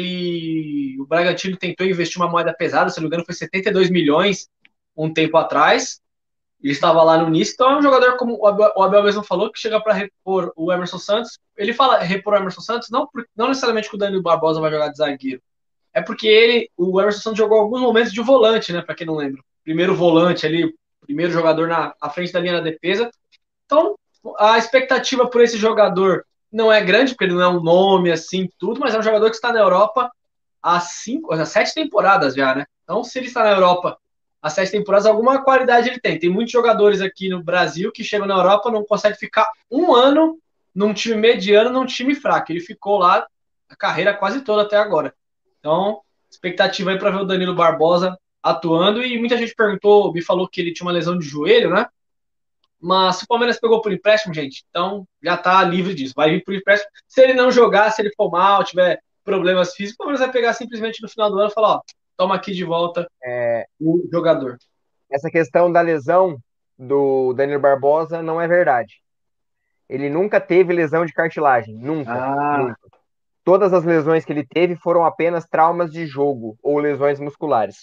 ele, o Bragantino tentou investir uma moeda pesada, se não me engano, foi setenta e dois milhões um tempo atrás. Ele estava lá no início, então é um jogador, como o Abel, o Abel mesmo falou, que chega para repor o Emerson Santos. Ele fala repor o Emerson Santos, não, não necessariamente que o Danilo Barbosa vai jogar de zagueiro, é porque ele, o Emerson Santos jogou alguns momentos de volante, né? Para quem não lembra. Primeiro volante ali, primeiro jogador na à frente da linha da defesa. Então, a expectativa por esse jogador não é grande, porque ele não é um nome assim, tudo, mas é um jogador que está na Europa há cinco, há sete temporadas já, né? Então, se ele está na Europa há sete temporadas, alguma qualidade ele tem. Tem muitos jogadores aqui no Brasil que chegam na Europa, não conseguem ficar um ano num time mediano, num time fraco. Ele ficou lá a carreira quase toda até agora. Então, expectativa aí para ver o Danilo Barbosa atuando. E muita gente perguntou, me falou que ele tinha uma lesão de joelho, né? Mas se o Palmeiras pegou por empréstimo, gente, então já tá livre disso. Vai vir por empréstimo. Se ele não jogar, se ele for mal, tiver problemas físicos, o Palmeiras vai pegar simplesmente no final do ano e falar, ó, toma aqui de volta é... o jogador. Essa questão da lesão do Danilo Barbosa não é verdade. Ele nunca teve lesão de cartilagem. Nunca. Ah. Nunca. Todas as lesões que ele teve foram apenas traumas de jogo ou lesões musculares.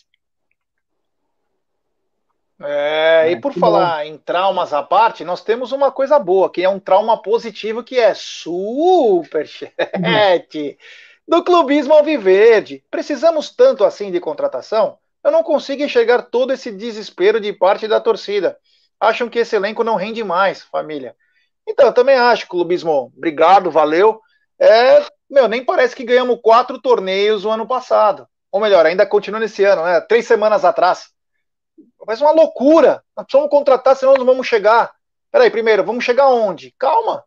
É, e por falar bom. em traumas à parte, nós temos uma coisa boa, que é um trauma positivo, que é superchat uhum. do Clubismo Alviverde. Precisamos tanto assim de contratação? Eu não consigo enxergar todo esse desespero de parte da torcida. Acham que esse elenco não rende mais, família. Então, eu também acho, Clubismo, obrigado, valeu. É, meu, nem parece que ganhamos quatro torneios o ano passado. Ou melhor, ainda continua nesse ano, né? Três semanas atrás. Mas uma loucura. Nós precisamos contratar, senão nós não vamos chegar. Peraí, primeiro, vamos chegar onde? Calma.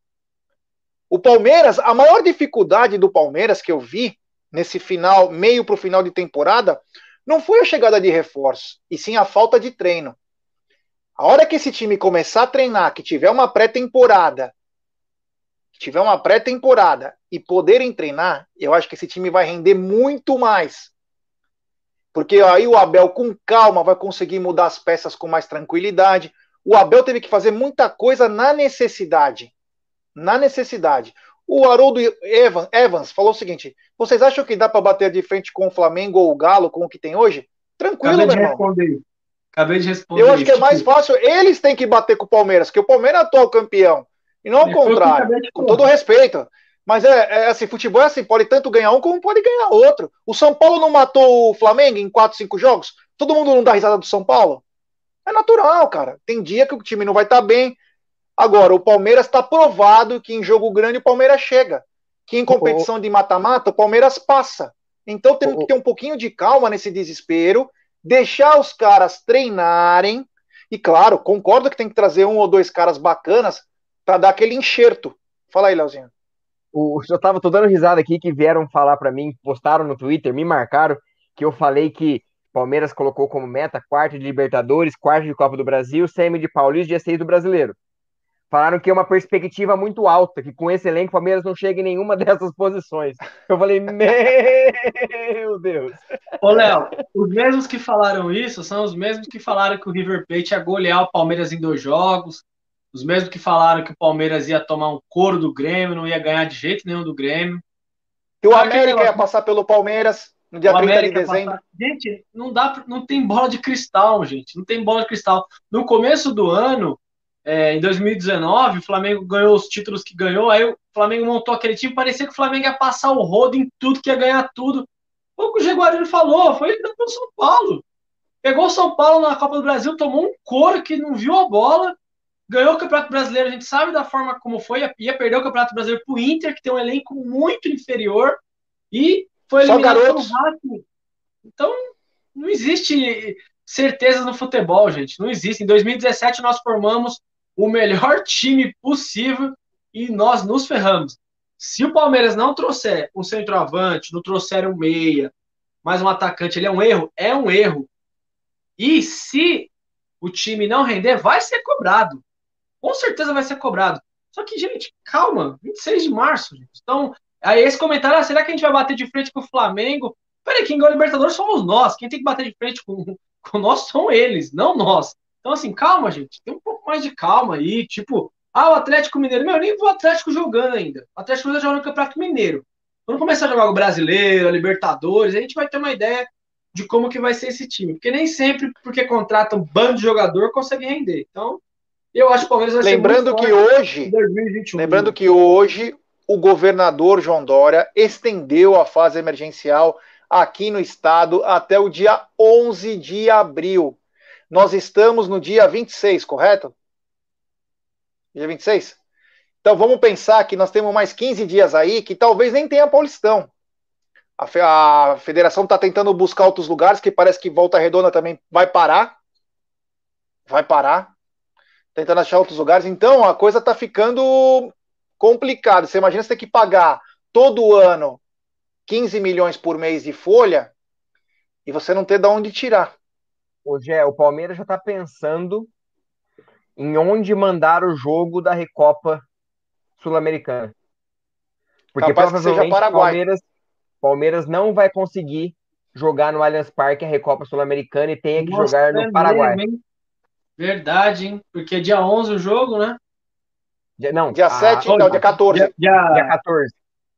O Palmeiras, a maior dificuldade do Palmeiras que eu vi nesse final, meio pro final de temporada, não foi a chegada de reforço, e sim a falta de treino. A hora que esse time começar a treinar, que tiver uma pré-temporada, que tiver uma pré-temporada e poderem treinar, eu acho que esse time vai render muito mais. Porque aí o Abel, com calma, vai conseguir mudar as peças com mais tranquilidade. O Abel teve que fazer muita coisa na necessidade. Na necessidade. O Haroldo Evans falou o seguinte, vocês acham que dá para bater de frente com o Flamengo ou o Galo, com o que tem hoje? Tranquilo, meu irmão. Responder. Acabei de responder. Eu acho que é mais fácil, eles têm que bater com o Palmeiras, que o Palmeiras é atual campeão. E não ao contrário, com todo respeito. Mas é, é assim, futebol é assim, pode tanto ganhar um como pode ganhar outro. O São Paulo não matou o Flamengo em quatro, cinco jogos? Todo mundo não dá risada do São Paulo? É natural, cara. Tem dia que o time não vai estar bem. Agora, o Palmeiras está provado que em jogo grande o Palmeiras chega. Que em competição de mata-mata o Palmeiras passa. Então temos que ter um pouquinho de calma nesse desespero, deixar os caras treinarem. E claro, concordo que tem que trazer um ou dois caras bacanas para dar aquele enxerto. Fala aí, Leozinho. O, eu tava, tô dando risada aqui que vieram falar para mim, postaram no Twitter, me marcaram, que eu falei que Palmeiras colocou como meta quarto de Libertadores, quarto de Copa do Brasil, semi de Paulista e dia seis do Brasileiro. Falaram que é uma perspectiva muito alta, que com esse elenco o Palmeiras não chega em nenhuma dessas posições. Eu falei, meu Deus. Ô, Léo, os mesmos que falaram isso são os mesmos que falaram que o River Plate ia golear o Palmeiras em dois jogos, os mesmos que falaram que o Palmeiras ia tomar um couro do Grêmio, não ia ganhar de jeito nenhum do Grêmio. Que o América ia passar pelo Palmeiras. No dia O trinta de América dezembro. passar. Gente, não dá, não tem bola de cristal, gente. Não tem bola de cristal. No começo do ano, é, em dois mil e dezenove, o Flamengo ganhou os títulos que ganhou. Aí o Flamengo montou aquele time. Parecia que o Flamengo ia passar o rodo em tudo, que ia ganhar tudo. Foi o que o Jaguarino falou. Foi ele do São Paulo. Pegou o São Paulo na Copa do Brasil, tomou um couro que não viu a bola. Ganhou o Campeonato Brasileiro. A gente sabe da forma como foi. Ia perder o Campeonato Brasileiro pro Inter, que tem um elenco muito inferior. E foi Só eliminado pelo garotos. Vasco. Então, não existe certeza no futebol, gente. Não existe. Em dois mil e dezessete, nós formamos o melhor time possível e nós nos ferramos. Se o Palmeiras não trouxer um centroavante, não trouxer um meia, mais um atacante, ele é um erro? É um erro. E se o time não render, vai ser cobrado. Com certeza vai ser cobrado. Só que, gente, calma. vinte e seis de março, gente. Então, aí esse comentário, ah, será que a gente vai bater de frente com o Flamengo? Peraí, quem ganha o Libertadores somos nós. Quem tem que bater de frente com, com nós são eles, não nós. Então, assim, calma, gente. Tem um pouco mais de calma aí. Tipo, ah, o Atlético Mineiro. Meu, eu nem vou o Atlético jogando ainda. O Atlético Mineiro joga no Campeonato Mineiro. Quando começar a jogar o Brasileiro, a Libertadores, a gente vai ter uma ideia de como que vai ser esse time. Porque nem sempre, porque contrata um bando de jogador, consegue render. Então, eu acho que o Palmeiras vai Lembrando ser muito que forte hoje, em dois mil e vinte e um. lembrando que hoje o governador João Dória estendeu a fase emergencial aqui no estado até o dia onze de abril. Nós estamos no dia vinte e seis, correto? Dia vinte e seis? Então vamos pensar que nós temos mais quinze dias aí que talvez nem tenha Paulistão. A, fe a federação está tentando buscar outros lugares, que parece que Volta Redonda também vai parar. Vai parar. Tentando achar outros lugares. Então a coisa está ficando complicada. Você imagina você ter que pagar todo ano quinze milhões por mês de folha e você não ter de onde tirar. Hoje é, o Palmeiras já está pensando em onde mandar o jogo da Recopa Sul-Americana. Porque Capaz que seja provavelmente o Paraguai. Palmeiras, Palmeiras não vai conseguir jogar no Allianz Parque a Recopa Sul-Americana e tenha que Nossa, jogar no é Paraguai. mesmo, hein? Verdade, hein? Porque é dia onze o jogo, né? Dia, não, Dia a- sete, Olha, não, dia quatorze. Dia, dia- dia quatorze.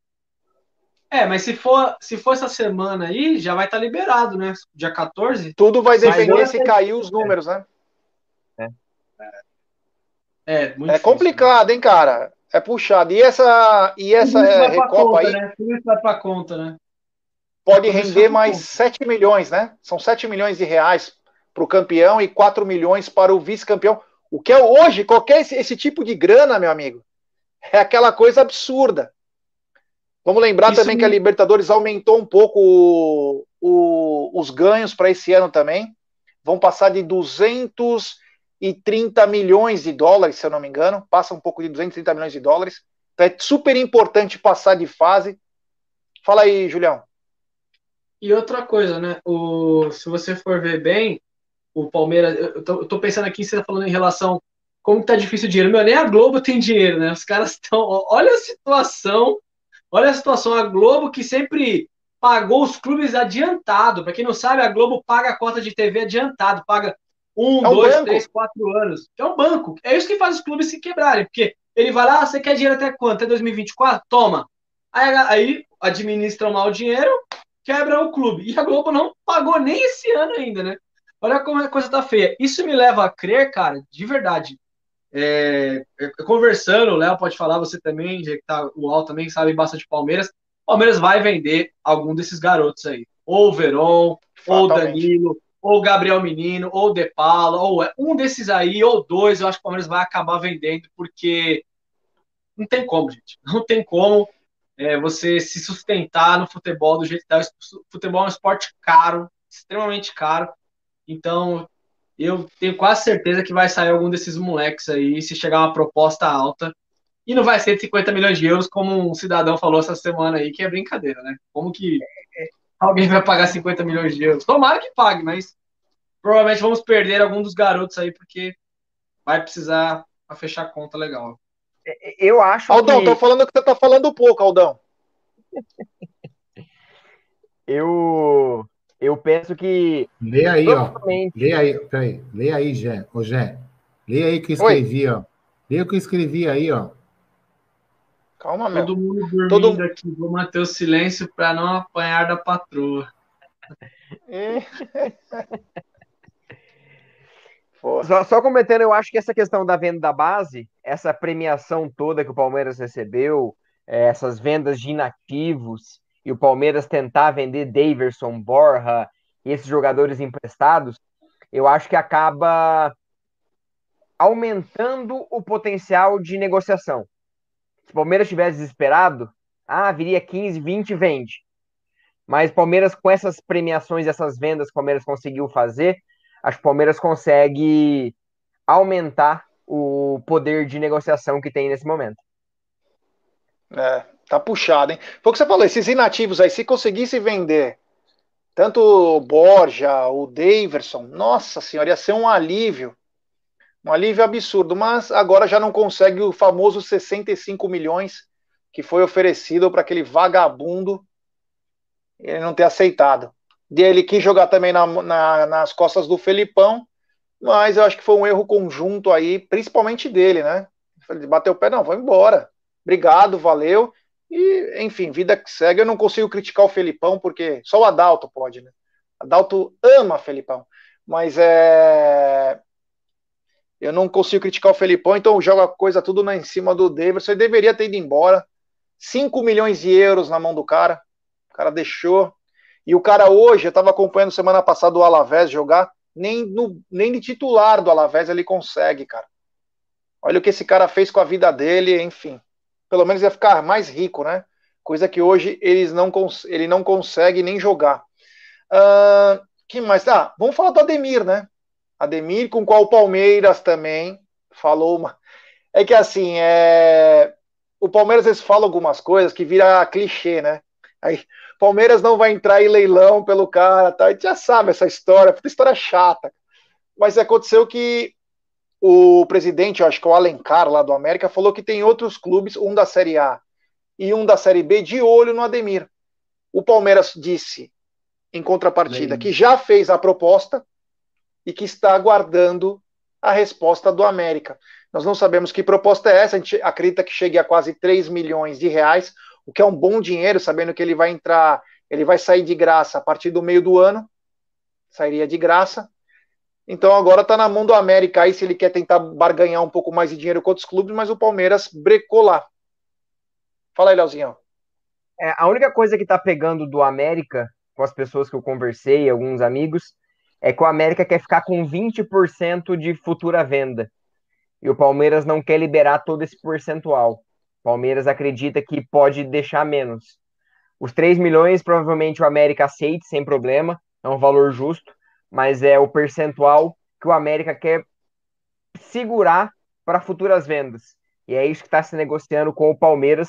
É, mas se for, se for essa semana aí, já vai estar liberado, né? Dia quatorze. Tudo vai Se depender for- se cair os números, né? É, muito É difícil, complicado, hein, cara? É puxado. E essa, e né? essa Tudo isso é, vai pra Recopa conta, aí né? Tudo isso vai pra conta, né? pode Tudo isso render vai pra mais conta. sete milhões, né? São sete milhões de reais para o campeão e quatro milhões para o vice-campeão. O que é hoje, qualquer esse, esse tipo de grana, meu amigo, é aquela coisa absurda. Vamos lembrar Isso também me- que a Libertadores aumentou um pouco o, o, os ganhos para esse ano também. Vão passar de duzentos e trinta milhões de dólares, se eu não me engano. Passa um pouco de duzentos e trinta milhões de dólares. Então é super importante passar de fase. Fala aí, Julião. E outra coisa, né? O, se você for ver bem, o Palmeiras. Eu tô, eu tô pensando aqui, você tá falando em relação. Como tá difícil o dinheiro. Meu, nem a Globo tem dinheiro, né? Os caras estão. Olha a situação. Olha a situação. A Globo que sempre pagou os clubes adiantado. Para quem não sabe, a Globo paga a cota de T V adiantado. Paga um, É um dois, banco. três, quatro anos. É um banco. É isso que faz os clubes se quebrarem. Porque ele vai lá, ah, você quer dinheiro até quanto? Até dois mil e vinte e quatro? Toma. Aí, aí administram mal o dinheiro, quebra o clube. E a Globo não pagou nem esse ano ainda, né? Olha como a coisa tá feia. Isso me leva a crer, cara, de verdade. É, conversando, o Léo pode falar, você também, já que tá, o Al também sabe bastante de Palmeiras. O Palmeiras vai vender algum desses garotos aí. Ou o Veron, ou o Fatalmente. Danilo, ou o Gabriel Menino, ou o De Paula, ou um desses aí, ou dois, eu acho que o Palmeiras vai acabar vendendo, porque não tem como, gente. Não tem como é, você se sustentar no futebol do jeito que tá. O futebol é um esporte caro, extremamente caro. Então, eu tenho quase certeza que vai sair algum desses moleques aí, se chegar uma proposta alta. E não vai ser de cinquenta milhões de euros, como um cidadão falou essa semana aí, que é brincadeira, né? Como que alguém vai pagar cinquenta milhões de euros? Tomara que pague, mas provavelmente vamos perder algum dos garotos aí, porque vai precisar pra fechar a conta legal. Eu acho Aldão, que tô falando que você tá falando pouco, Aldão. eu eu penso que Lê aí, ó. provavelmente Lê aí, peraí. Lê aí, Gé. Ô, Gé. Lê aí o que eu Oi. escrevi, ó. Lê o que eu escrevi aí, ó. Calma, meu. Todo mundo dormindo Todo... aqui, vou manter o silêncio para não apanhar da patroa. Só, só comentando, eu acho que essa questão da venda da base, essa premiação toda que o Palmeiras recebeu, é, essas vendas de inativos, e o Palmeiras tentar vender Daverson, Borja e esses jogadores emprestados, eu acho que acaba aumentando o potencial de negociação. Se o Palmeiras tivesse desesperado, ah, viria quinze, vinte, vende. Mas o Palmeiras, com essas premiações, essas vendas que o Palmeiras conseguiu fazer, acho que o Palmeiras consegue aumentar o poder de negociação que tem nesse momento. É, tá puxado, hein? Foi o que você falou, esses inativos aí, se conseguisse vender tanto o Borja, o Daverson, nossa senhora, ia ser um alívio. Um alívio absurdo, mas agora já não consegue o famoso sessenta e cinco milhões que foi oferecido para aquele vagabundo, ele não ter aceitado. E ele quis jogar também na, na, nas costas do Felipão, mas eu acho que foi um erro conjunto aí, principalmente dele, né? Ele bateu o pé, não, vou embora. Obrigado, valeu. E, enfim, vida que segue. Eu não consigo criticar o Felipão, porque só o Adalto pode, né? Adalto ama Felipão. Mas é. Eu não consigo criticar o Felipão, então joga a coisa tudo em cima do Davidson. Ele deveria ter ido embora. cinco milhões de euros na mão do cara. O cara deixou. E o cara hoje, eu estava acompanhando semana passada o Alavés jogar, nem, no, nem de titular do Alavés ele consegue, cara. Olha o que esse cara fez com a vida dele, enfim. Pelo menos ia ficar mais rico, né? Coisa que hoje eles não ele não consegue nem jogar. Uh, que mais? Ah, vamos falar do Ademir, né? Ademir, com qual o Palmeiras também falou uma... É que assim, é... o Palmeiras às vezes fala algumas coisas que vira clichê, né? Aí, Palmeiras não vai entrar em leilão pelo cara, tá? A gente já sabe essa história, puta história chata. Mas aconteceu que o presidente, eu acho que é o Alencar lá do América, falou que tem outros clubes, um da Série A e um da Série B, de olho no Ademir. O Palmeiras disse, em contrapartida, que já fez a proposta e que está aguardando a resposta do América. Nós não sabemos que proposta é essa, a gente acredita que chegue a quase três milhões de reais, o que é um bom dinheiro, sabendo que ele vai entrar, ele vai sair de graça a partir do meio do ano, sairia de graça. Então agora está na mão do América aí, se ele quer tentar barganhar um pouco mais de dinheiro com outros clubes, mas o Palmeiras brecou lá. Fala aí, Leozinho. É, a única coisa que está pegando do América, com as pessoas que eu conversei, alguns amigos, é que o América quer ficar com vinte por cento de futura venda. E o Palmeiras não quer liberar todo esse percentual. O Palmeiras acredita que pode deixar menos. Os três milhões, provavelmente o América aceite sem problema, é um valor justo, mas é o percentual que o América quer segurar para futuras vendas. E é isso que está se negociando com o Palmeiras.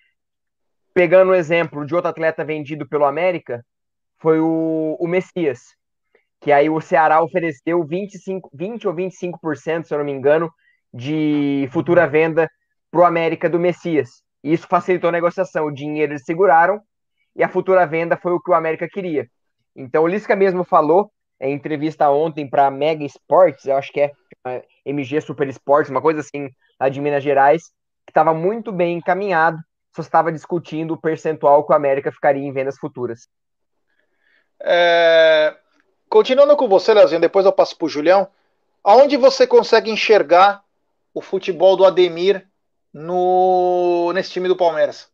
Pegando o exemplo de outro atleta vendido pelo América, foi o, o Messias, que aí o Ceará ofereceu vinte e cinco, vinte ou vinte e cinco por cento, se eu não me engano, de futura venda para o América do Messias. E isso facilitou a negociação. O dinheiro eles seguraram e a futura venda foi o que o América queria. Então o Lisca mesmo falou em entrevista ontem para a Mega Sports, eu acho que é M G Super Sports, uma coisa assim, lá de Minas Gerais, que estava muito bem encaminhado, só estava discutindo o percentual que o América ficaria em vendas futuras. É... Continuando com você, Leozinho, depois eu passo para o Julião. Aonde você consegue enxergar o futebol do Ademir no... nesse time do Palmeiras?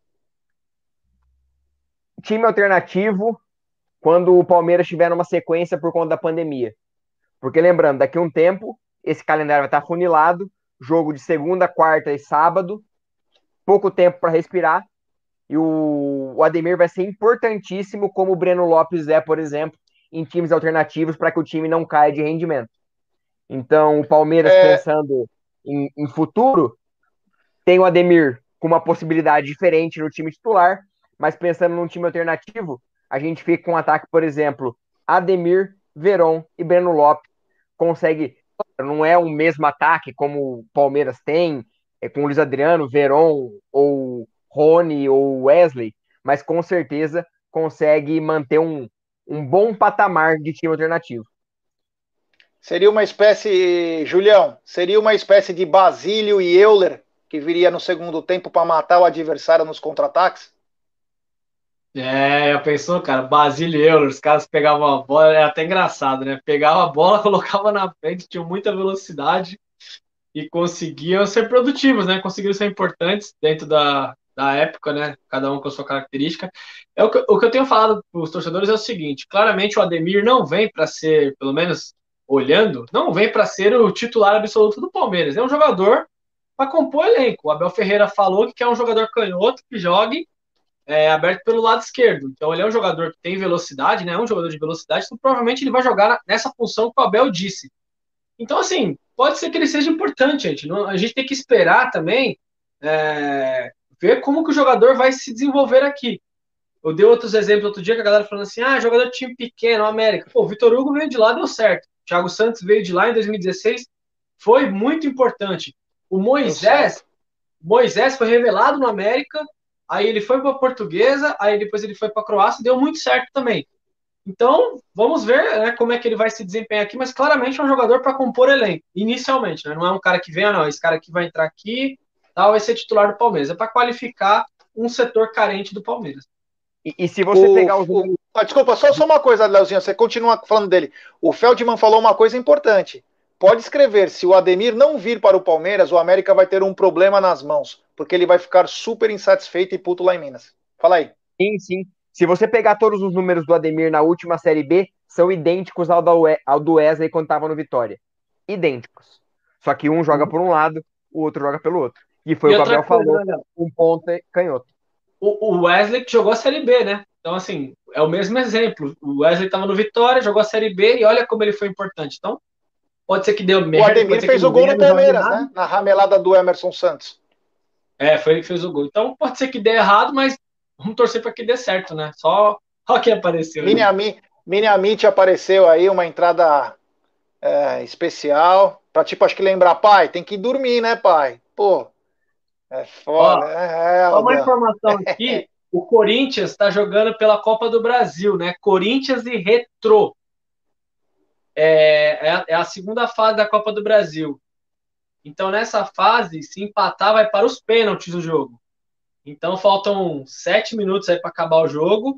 Time alternativo quando o Palmeiras estiver numa sequência por conta da pandemia. Porque lembrando, daqui a um tempo, esse calendário vai estar funilado, jogo de segunda, quarta e sábado, pouco tempo para respirar, e o, o Ademir vai ser importantíssimo, como o Breno Lopes é, por exemplo, em times alternativos, para que o time não caia de rendimento. Então, o Palmeiras, é... pensando em, em futuro, tem o Ademir com uma possibilidade diferente no time titular, mas pensando num time alternativo, a gente fica com um ataque, por exemplo, Ademir, Veron e Breno Lopes. Consegue, não é o mesmo ataque como o Palmeiras tem, é com o Luiz Adriano, Veron, ou Rony, ou Wesley, mas com certeza consegue manter um, um bom patamar de time alternativo. Seria uma espécie, Julião, seria uma espécie de Basílio e Euler, que viria no segundo tempo para matar o adversário nos contra-ataques? É, eu pensou, cara, Basile e Euler, os caras pegavam a bola, era até engraçado, né? Pegava a bola, colocava na frente, tinham muita velocidade e conseguiam ser produtivos, né? Conseguiram ser importantes dentro da, da época, né? Cada um com a sua característica. É o que, o que eu tenho falado para os torcedores é o seguinte: claramente o Ademir não vem para ser, pelo menos olhando, não vem para ser o titular absoluto do Palmeiras. É um jogador para compor elenco. O Abel Ferreira falou que quer um jogador canhoto que jogue é, aberto pelo lado esquerdo. Então ele é um jogador que tem velocidade, né? É um jogador de velocidade, então provavelmente ele vai jogar nessa função que o Abel disse. Então, assim, pode ser que ele seja importante, gente. Não, a gente tem que esperar também é, ver como que o jogador vai se desenvolver aqui. Eu dei outros exemplos outro dia que a galera falando assim: ah, jogador de time pequeno, América. Pô, o Vitor Hugo veio de lá, deu certo. O Thiago Santos veio de lá em dois mil e dezesseis, foi muito importante. O Moisés, Moisés foi revelado no América, aí ele foi para a Portuguesa, aí depois ele foi para a Croácia, deu muito certo também. Então, vamos ver, né, como é que ele vai se desempenhar aqui, mas claramente é um jogador para compor elenco, inicialmente, né? Não é um cara que vem, ah, não, esse cara aqui vai entrar aqui, tal, vai ser titular do Palmeiras. É para qualificar um setor carente do Palmeiras. E, e se você O, pegar os... o, ah, desculpa, só, só uma coisa, Leozinho, você continua falando dele. O Feldman falou uma coisa importante. Pode escrever, se o Ademir não vir para o Palmeiras, o América vai ter um problema nas mãos, porque ele vai ficar super insatisfeito e puto lá em Minas. Fala aí. Sim, sim. Se você pegar todos os números do Ademir na última Série B, são idênticos ao, da We ao do Wesley quando estava no Vitória. Idênticos. Só que um joga por um lado, o outro joga pelo outro. E foi E o que o Abel coisa, falou, né, um ponta canhoto. O Wesley que jogou a Série B, né? Então, assim, é o mesmo exemplo. O Wesley estava no Vitória, jogou a Série B e olha como ele foi importante. Então, pode ser que deu merda. O Ademir fez o gol no Palmeiras, né? Na ramelada do Emerson Santos. É, foi ele que fez o gol. Então, pode ser que dê errado, mas vamos torcer para que dê certo, né? Só, só quem apareceu. Miniamite apareceu aí, uma entrada é, especial. Pra, tipo, acho que lembrar, pai, tem que dormir, né, pai? Pô, é foda. Ó, é, só uma informação aqui. O Corinthians está jogando pela Copa do Brasil, né? Corinthians e Retrô. É, é, a, é a segunda fase da Copa do Brasil. Então, nessa fase, se empatar, vai para os pênaltis o jogo. Então, faltam sete minutos aí para acabar o jogo.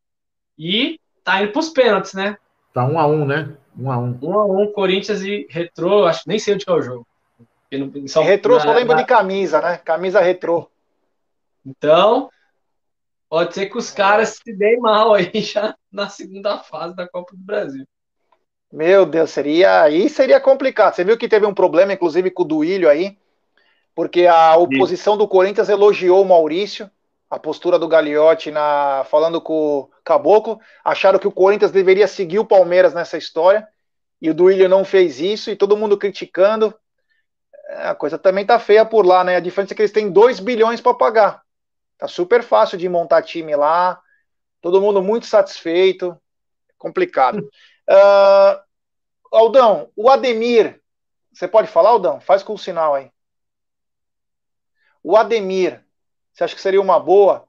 E tá indo para os pênaltis, né? Tá um a um, né? Um a um. Um a um, Corinthians e Retrô. Acho que nem sei onde que é o jogo. No, São, retrô, na, só lembro na... de camisa, né? Camisa retrô. Então, pode ser que os caras se deem mal aí já na segunda fase da Copa do Brasil. Meu Deus, seria aí seria complicado. Você viu que teve um problema, inclusive, com o Duílio aí, porque a oposição Sim. do Corinthians elogiou o Maurício, a postura do Gagliotti na, falando com o Caboclo, acharam que o Corinthians deveria seguir o Palmeiras nessa história, e o Duílio não fez isso, e todo mundo criticando. A coisa também tá feia por lá, né? A diferença é que eles têm dois bilhões para pagar. Tá super fácil de montar time lá, todo mundo muito satisfeito, complicado. Uh, Aldão, o Ademir, você pode falar, Aldão? Faz com o sinal aí. O Ademir, você acha que seria uma boa?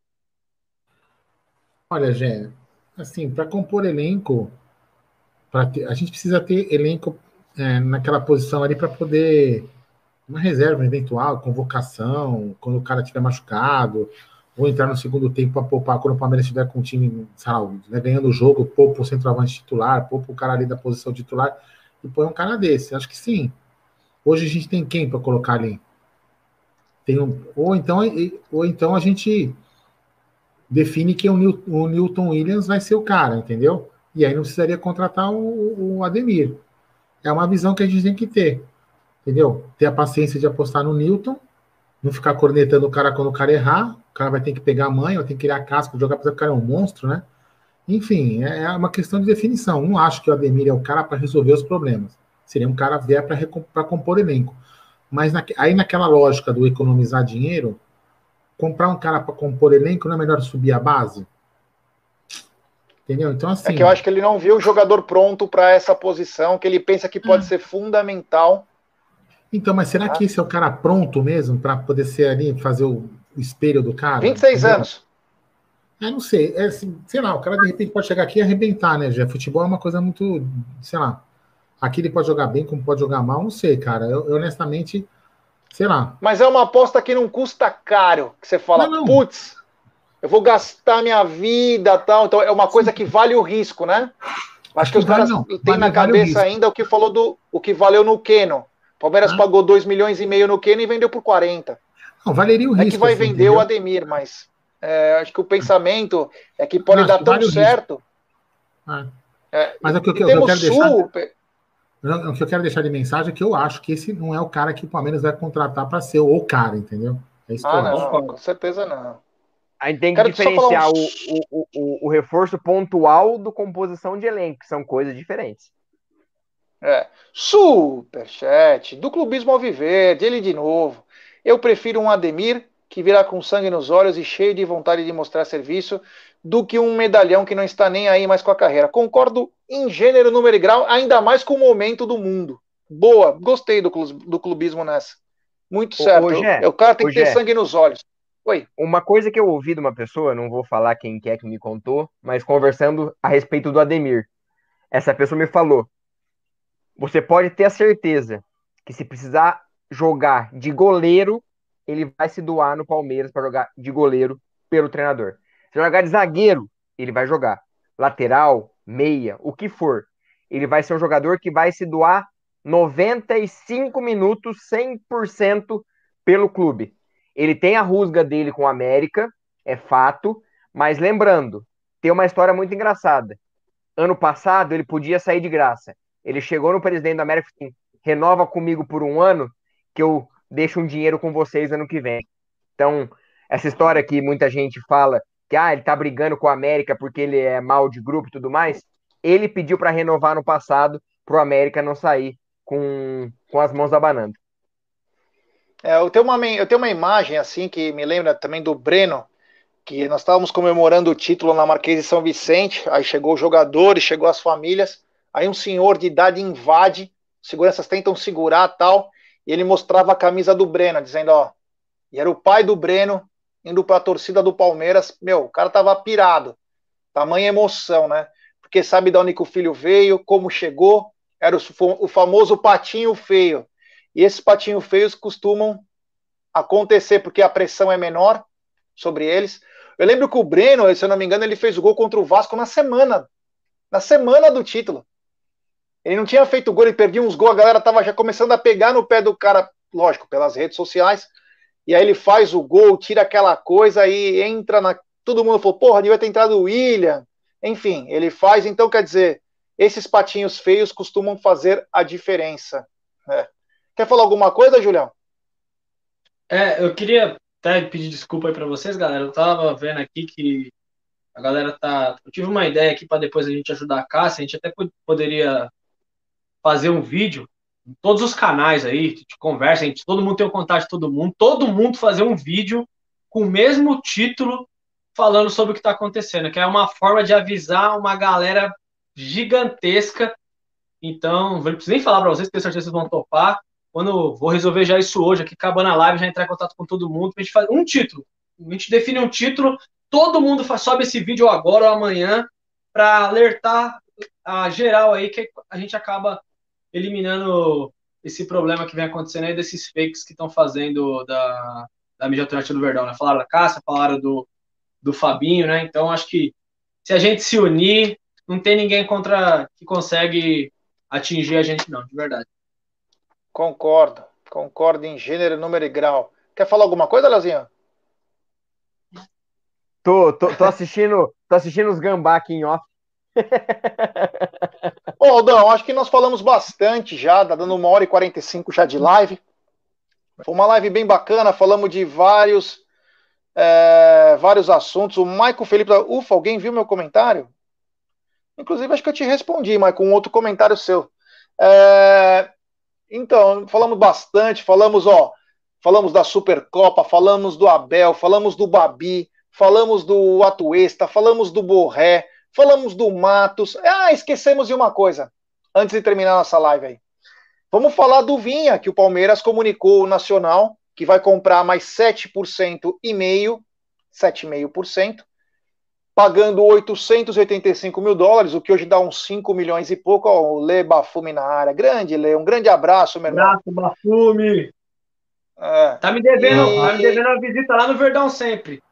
Olha, Gé, assim, para compor elenco, pra ter, a gente precisa ter elenco é, naquela posição ali para poder uma reserva eventual, convocação, quando o cara estiver machucado, ou entrar no segundo tempo para poupar, quando o Palmeiras estiver com o time, sabe, né, ganhando o jogo, poupa o centroavante titular, poupa o cara ali da posição titular e põe um cara desse. Acho que sim. Hoje a gente tem quem para colocar ali? Tem um, ou, então, ou então a gente define que o Newton, o Newton Williams vai ser o cara, entendeu? E aí não precisaria contratar o, o Ademir. É uma visão que a gente tem que ter, entendeu? Ter a paciência de apostar no Newton, não ficar cornetando o cara quando o cara errar, o cara vai ter que pegar a manha, vai ter que criar casca, jogar para o cara é um monstro, né? Enfim, é uma questão de definição. Não acho que o Ademir é o cara para resolver os problemas. Seria um cara vier para compor elenco. Mas na, aí naquela lógica do economizar dinheiro, comprar um cara para compor elenco não é melhor subir a base? Entendeu? Então, assim... É que eu acho que ele não viu o jogador pronto para essa posição, que ele pensa que pode ah. ser fundamental. Então, mas será ah. que esse é o cara pronto mesmo para poder ser ali, fazer o, o espelho do cara? vinte e seis entendeu? Anos. É, não sei. É, assim, sei lá, o cara de repente pode chegar aqui e arrebentar, né, Jé? Futebol é uma coisa muito, sei lá. Aqui ele pode jogar bem, como pode jogar mal, não sei, cara. Eu, eu honestamente, sei lá. Mas é uma aposta que não custa caro, que você fala, putz, eu vou gastar minha vida tal. Então é uma coisa que vale o risco, né? Acho que os caras têm na cabeça ainda o que falou do o que valeu no Keno. Palmeiras ah. pagou dois milhões e meio no Keno e vendeu por quarenta. Não, valeria o risco. É que vai assim, vender entendeu? o Ademir, mas é, acho que o pensamento é que pode dar tão vale certo. Ah. É, mas o que, eu, eu quero Sul... deixar, o que eu quero deixar de mensagem é que eu acho que esse não é o cara que o Palmeiras vai contratar para ser o cara, entendeu? É isso que ah, eu não, acho. com certeza não. A gente tem que Quero diferenciar um... o, o, o, o reforço pontual do composição de elenco, que são coisas diferentes. É. Superchat, do Clubismo Alviverde, ele de novo. Eu prefiro um Ademir que virá com sangue nos olhos e cheio de vontade de mostrar serviço do que um medalhão que não está nem aí mais com a carreira. Concordo em gênero, número e grau, ainda mais com o momento do mundo. Boa, gostei do, do clubismo nessa. Muito certo. Ô, Gé, o cara tem que ter Gé. sangue nos olhos. Oi. Uma coisa que eu ouvi de uma pessoa, não vou falar quem que é que me contou, mas conversando a respeito do Ademir. Essa pessoa me falou: você pode ter a certeza que se precisar jogar de goleiro, ele vai se doar no Palmeiras para jogar de goleiro pelo treinador. Se jogar de zagueiro, ele vai jogar. Lateral, meia, o que for. Ele vai ser um jogador que vai se doar noventa e cinco minutos, cem por cento pelo clube. Ele tem a rusga dele com o América, é fato, mas lembrando, tem uma história muito engraçada. Ano passado, ele podia sair de graça. Ele chegou no presidente da América e disse: renova comigo por um ano, que eu deixo um dinheiro com vocês ano que vem. Então, essa história que muita gente fala que ah, ele tá brigando com a América porque ele é mal de grupo e tudo mais, ele pediu para renovar no passado pro América não sair com, com as mãos abanando. É, eu, tenho uma, eu tenho uma imagem assim que me lembra também do Breno, que nós estávamos comemorando o título na Marquês de São Vicente, aí chegou os jogadores, chegou as famílias, aí um senhor de idade invade, seguranças tentam segurar tal, e ele mostrava a camisa do Breno, dizendo, ó, e era o pai do Breno indo para a torcida do Palmeiras. Meu, o cara tava pirado, tamanha emoção, né? Porque sabe de onde que o filho veio, como chegou, era o, o famoso patinho feio. E esses patinhos feios costumam acontecer porque a pressão é menor sobre eles. Eu lembro que o Breno, se eu não me engano, ele fez o gol contra o Vasco na semana, na semana do título. Ele não tinha feito gol, ele perdia uns gols, a galera tava já começando a pegar no pé do cara, lógico, pelas redes sociais, e aí ele faz o gol, tira aquela coisa e entra na... Todo mundo falou, porra, devia ter entrado o William. Enfim, ele faz, então quer dizer, esses patinhos feios costumam fazer a diferença. É. Quer falar alguma coisa, Julião? É, eu queria até pedir desculpa aí pra vocês, galera. Eu tava vendo aqui que a galera tá... Eu tive uma ideia aqui para depois a gente ajudar a Cássia, a gente até poderia fazer um vídeo em todos os canais aí, de conversa, a gente, todo mundo tem o contato de todo mundo, todo mundo fazer um vídeo com o mesmo título falando sobre o que está acontecendo, que é uma forma de avisar uma galera gigantesca. Então, não preciso nem falar para vocês, tenho certeza que vocês vão topar. Quando vou resolver já isso hoje, aqui acabando a live, já entrar em contato com todo mundo, a gente faz um título, a gente define um título, todo mundo faz, sobe esse vídeo agora ou amanhã para alertar a geral aí que a gente acaba eliminando esse problema que vem acontecendo aí desses fakes que estão fazendo da, da mídia alternativa do Verdão, né? Falaram da Cássia, falaram do, do Fabinho, né? Então, acho que se a gente se unir, não tem ninguém contra que consegue atingir a gente, não, de verdade. Concordo, concordo em gênero, número e grau. Quer falar alguma coisa, Leozinho? Tô, tô, tô assistindo, tô assistindo os gambá aqui em off. Ô, Aldão, acho que nós falamos bastante já, tá dando uma hora e quarenta e cinco já de live. Foi uma live bem bacana, falamos de vários, é, vários assuntos. O Maico Felipe, ufa, alguém viu meu comentário? Inclusive, acho que eu te respondi, Maico, um outro comentário seu. É, então, falamos bastante, falamos, ó, falamos da Supercopa, falamos do Abel, falamos do Babi, falamos do Atuesta, falamos do Borré, falamos do Matos. Ah, esquecemos de uma coisa, antes de terminar nossa live aí. Vamos falar do Vinha, que o Palmeiras comunicou o Nacional, que vai comprar mais sete por cento e meio, sete vírgula cinco por cento, pagando oitocentos e oitenta e cinco mil dólares, o que hoje dá uns cinco milhões e pouco. Ó, o Lê Bafume na área. Grande, Lê, um grande abraço, meu irmão. Abraço, Bafume. É. Tá me devendo, e... tá me devendo uma visita lá no Verdão sempre.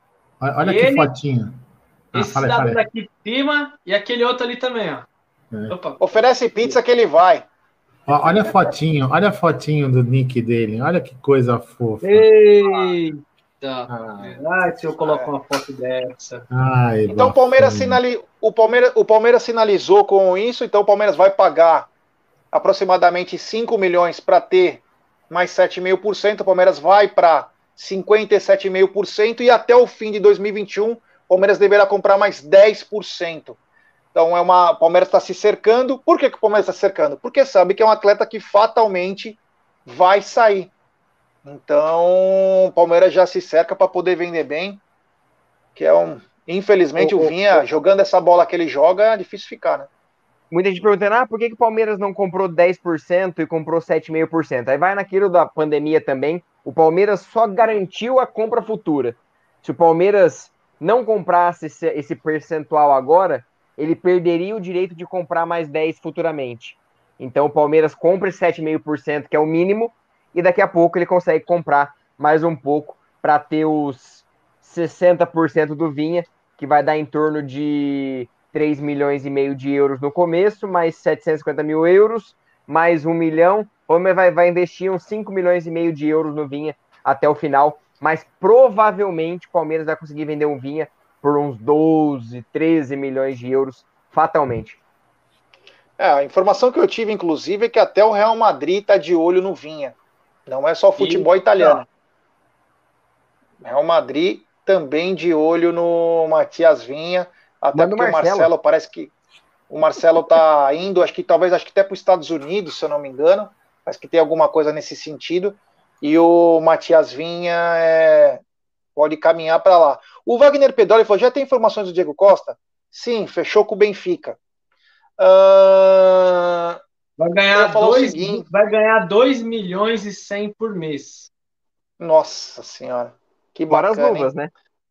Olha, olha que Ele, fotinho. Ah, esse fala aí, cidadão fala aí. daqui de cima e aquele outro ali também, ó. É. Opa. Oferece pizza que ele vai. Ó, olha a fotinho, olha a fotinho do nick dele. Olha que coisa fofa. Eita! Ah, Ai, se eu colocar uma foto dessa. ai, Então o Palmeiras, bafana. sinali... o, Palmeiras, o Palmeiras sinalizou com isso, então o Palmeiras vai pagar aproximadamente cinco milhões para ter mais sete vírgula cinco por cento, o Palmeiras vai para cinquenta e sete vírgula cinco por cento e até o fim de dois mil e vinte e um o Palmeiras deverá comprar mais dez por cento. Então é uma, o Palmeiras está se cercando. Por que, que o Palmeiras está se cercando? Porque sabe que é um atleta que fatalmente vai sair. Então o Palmeiras já se cerca para poder vender bem, que é um... Infelizmente, O- o o- Vinha, jogando essa bola que ele joga, é difícil ficar, né? Muita gente perguntando, ah, por que, que o Palmeiras não comprou dez por cento e comprou sete vírgula cinco por cento? Aí vai naquilo da pandemia também. O Palmeiras só garantiu a compra futura. Se o Palmeiras não comprasse esse, esse percentual agora, ele perderia o direito de comprar mais dez futuramente. Então o Palmeiras compra esse sete vírgula cinco por cento, que é o mínimo, e daqui a pouco ele consegue comprar mais um pouco para ter os sessenta por cento do Vinha, que vai dar em torno de três milhões e meio de euros no começo, mais setecentos e cinquenta mil euros, mais um milhão. O Palmeiras vai, vai investir uns cinco milhões e meio de euros no Vinha até o final, mas provavelmente o Palmeiras vai conseguir vender um Vinha por uns doze, treze milhões de euros, fatalmente. É, a informação que eu tive, inclusive, é que até o Real Madrid está de olho no Vinha. Não é só o futebol E, italiano. Real Madrid também de olho no Matias Vinha, até Manda o porque o Marcelo. Marcelo parece que o Marcelo tá indo, acho que talvez acho que até para os Estados Unidos, se eu não me engano, mas que tem alguma coisa nesse sentido. E o Matias Vinha é, pode caminhar para lá. O Wagner Pedoli falou: já tem informações do Diego Costa? Sim, fechou com o Benfica. Ah, vai eu ia ganhar falar o dois, seguinte. vai ganhar dois milhões e cem por mês. Nossa senhora, que Fora as bacana, luvas, hein? né?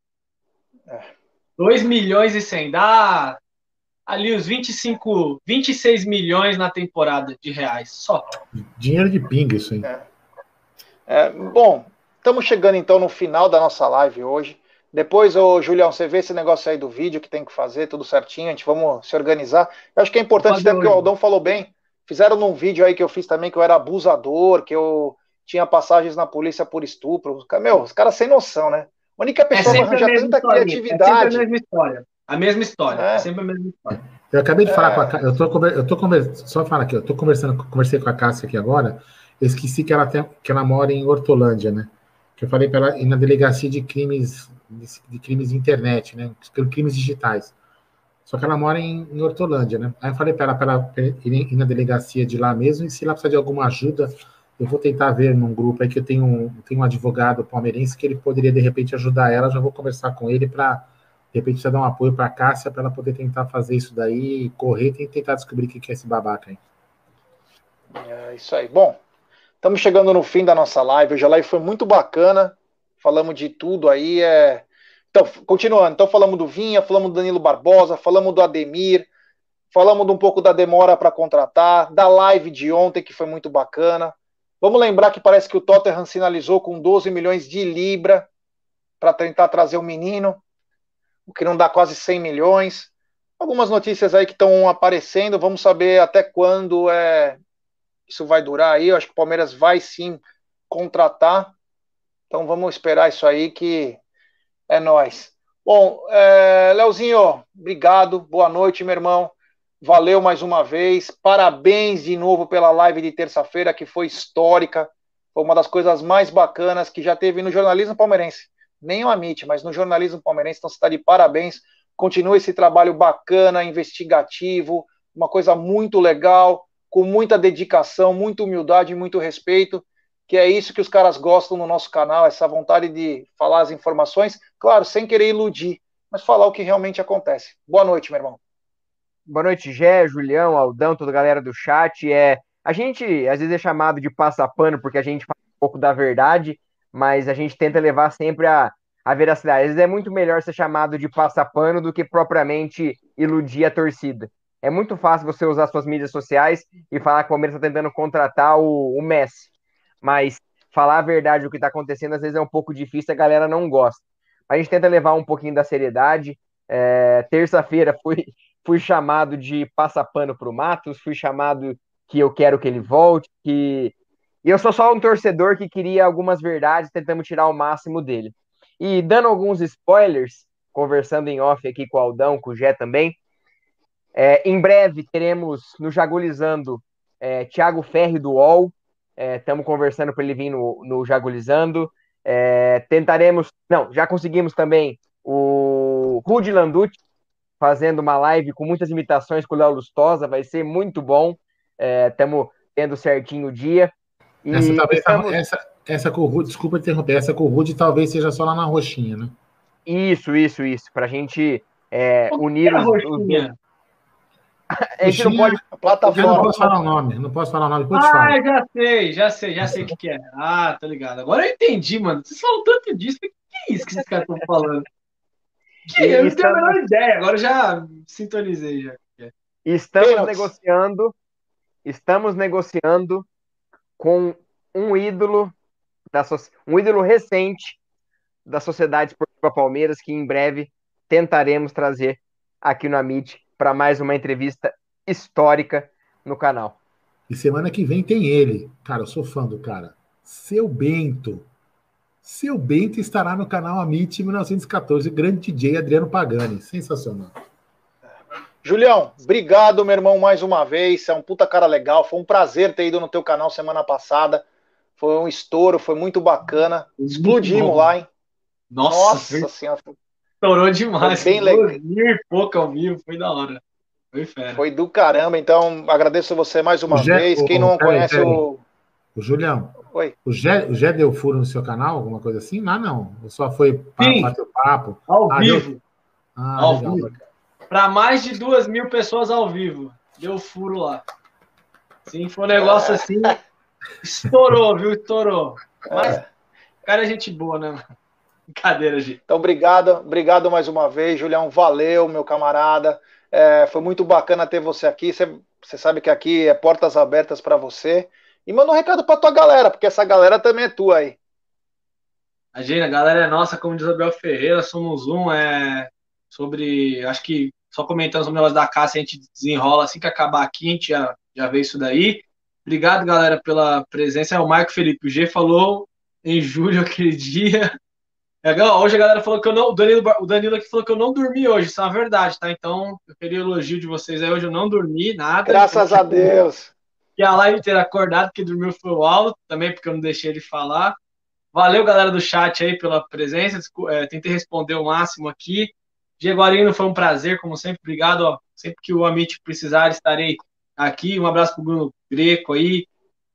dois milhões e cem. Dá ali os vinte e cinco, vinte e seis milhões na temporada de reais. Só. Dinheiro de pinga, isso aí. É. É, bom, estamos chegando então no final da nossa live hoje. Depois, ô Julião, você vê esse negócio aí do vídeo que tem que fazer, tudo certinho, a gente vamos se organizar. Eu acho que é importante, até porque o Aldão falou bem. Fizeram num vídeo aí que eu fiz também que eu era abusador, que eu tinha passagens na polícia por estupro. Meu, os caras sem noção, né? A única É pessoa vai sempre a arranjar mesma tanta história. É sempre a criatividade. mesma história. A mesma história. É É. sempre a mesma história. Eu acabei de falar É. com a Cássia. Eu tô, conver- eu tô conversando. Só falar aqui, eu tô conversando, conversei com a Cássia aqui agora. Eu esqueci que ela, tem, que ela mora em Hortolândia, né? Que eu falei para ela ir na delegacia de crimes de, de crimes de internet, né? Crimes digitais. Só que ela mora em, em Hortolândia, né? Aí eu falei para ela, para ela ir, ir na delegacia de lá mesmo, e se ela precisar de alguma ajuda, eu vou tentar ver num grupo aí que eu tenho um, tenho um advogado palmeirense que ele poderia, de repente, ajudar ela. Já vou conversar com ele para, de repente, você dar um apoio para a Cássia, para ela poder tentar fazer isso daí, correr e tentar descobrir o que é esse babaca aí. É isso aí. Bom, estamos chegando no fim da nossa live. Hoje a live foi muito bacana. Falamos de tudo aí. É... Então, continuando. Então, falamos do Vinha, falamos do Danilo Barbosa, falamos do Ademir, falamos de um pouco da demora para contratar, da live de ontem, que foi muito bacana. Vamos lembrar que parece que o Tottenham sinalizou com doze milhões de libra para tentar trazer o menino, o que não dá quase cem milhões. Algumas notícias aí que estão aparecendo. Vamos saber até quando é... isso vai durar aí. Eu acho que o Palmeiras vai sim contratar. Então vamos esperar isso aí, que é nóis. Bom, é, Leozinho, obrigado. Boa noite, meu irmão. Valeu mais uma vez. Parabéns de novo pela live de terça-feira, que foi histórica. Foi uma das coisas mais bacanas que já teve no jornalismo palmeirense. Nem o Amit, mas no jornalismo palmeirense. Então você está de parabéns. Continua esse trabalho bacana, investigativo, uma coisa muito legal, com muita dedicação, muita humildade e muito respeito, que é isso que os caras gostam no nosso canal, essa vontade de falar as informações, claro, sem querer iludir, mas falar o que realmente acontece. Boa noite, meu irmão. Boa noite, Gé, Julião, Aldão, toda a galera do chat. É, a gente às vezes é chamado de passapano porque a gente fala um pouco da verdade, mas a gente tenta levar sempre a, a veracidade. Às vezes é muito melhor ser chamado de passapano do que propriamente iludir a torcida. É muito fácil você usar suas mídias sociais e falar que o Palmeiras está tentando contratar o, o Messi, mas falar a verdade do que está acontecendo às vezes é um pouco difícil, a galera não gosta. a gente tenta levar um pouquinho da seriedade. É, terça-feira fui, fui chamado de passapano pro Matos, fui chamado que eu quero que ele volte, que... E eu sou só um torcedor que queria algumas verdades, tentamos tirar o máximo dele. E dando alguns spoilers, conversando em off aqui com o Aldão, com o Gé também, é, em breve teremos no Jagulizando é, Thiago Ferri do U O L, estamos é, conversando para ele vir no, no Jagulizando, é, tentaremos, não, já conseguimos também o Rudy Landucci fazendo uma live com muitas imitações com o Léo Lustosa, vai ser muito bom, estamos é, tendo certinho o dia. E essa, talvez, estamos... essa, essa com o Rudy, desculpa interromper, essa com o Rudy talvez seja só lá na roxinha, né? Isso, isso, isso, para a gente é, unir os, os... A gente não pode. Plataforma. Eu não posso falar o nome, não posso falar o nome, depois ah, te falo. já sei, já sei, já sei o que, que é. Ah, tá ligado. Agora eu entendi, mano. Vocês falam tanto disso, o que é isso que esses caras estão falando? Que eu não tenho a menor ideia, agora eu já sintonizei já. Estamos Deus. negociando, estamos negociando com um ídolo da so... um ídolo recente da Sociedade Esportiva Palmeiras, que em breve tentaremos trazer aqui no Amit para mais uma entrevista histórica no canal. E semana que vem tem ele. Cara, eu sou fã do cara. Seu Bento. Seu Bento estará no canal Amit mil novecentos e quatorze. Grande D J Adriano Pagani. Sensacional. Julião, obrigado, meu irmão, mais uma vez. Você é um puta cara legal. Foi um prazer ter ido no teu canal semana passada. Foi um estouro, foi muito bacana. Explodimos lá, hein? Nossa, Nossa senhora. Estourou demais. Foi bem legal. Mil e pouco ao vivo, foi da hora. Foi fera. Foi do caramba, então agradeço você mais uma Gé, vez. o, Quem não peraí, conhece peraí. o... O Julião. Oi. O Gé, o Gé deu furo no seu canal? Alguma coisa assim? Lá não. Só foi para bater o papo. Ao ah, vivo. Deu... Ah, ao legal. vivo. Para mais de duas mil pessoas ao vivo. Deu furo lá. Sim, foi um negócio assim. Estourou, viu? Estourou. Mas, é. cara, é gente boa, né? Brincadeira, gente. Então, obrigado. Obrigado mais uma vez, Julião. Valeu, meu camarada. É, foi muito bacana ter você aqui. Você, você sabe que aqui é portas abertas para você. E manda um recado para tua galera, porque essa galera também é tua aí. Imagina, a galera é nossa, como diz o Abel Ferreira, somos um. É, sobre, acho que só comentando sobre o negócio da Cássia, a gente desenrola assim que acabar aqui, a gente já, já vê isso daí. Obrigado, galera, pela presença. É o Marco Felipe. O G falou em julho aquele dia. É, hoje a galera falou que eu não. O Danilo, o Danilo aqui falou que eu não dormi hoje. Isso é uma verdade, tá? Então, eu queria elogio de vocês aí. Hoje eu não dormi, nada. Graças a Deus. E a live ter acordado, que dormiu foi o Aldo, também porque eu não deixei ele falar. Valeu, galera do chat aí, pela presença. É, tentei responder o máximo aqui. Diego Arino, foi um prazer, como sempre. Obrigado. Ó. Sempre que o Amit precisar, estarei aqui. Um abraço pro Bruno Greco aí.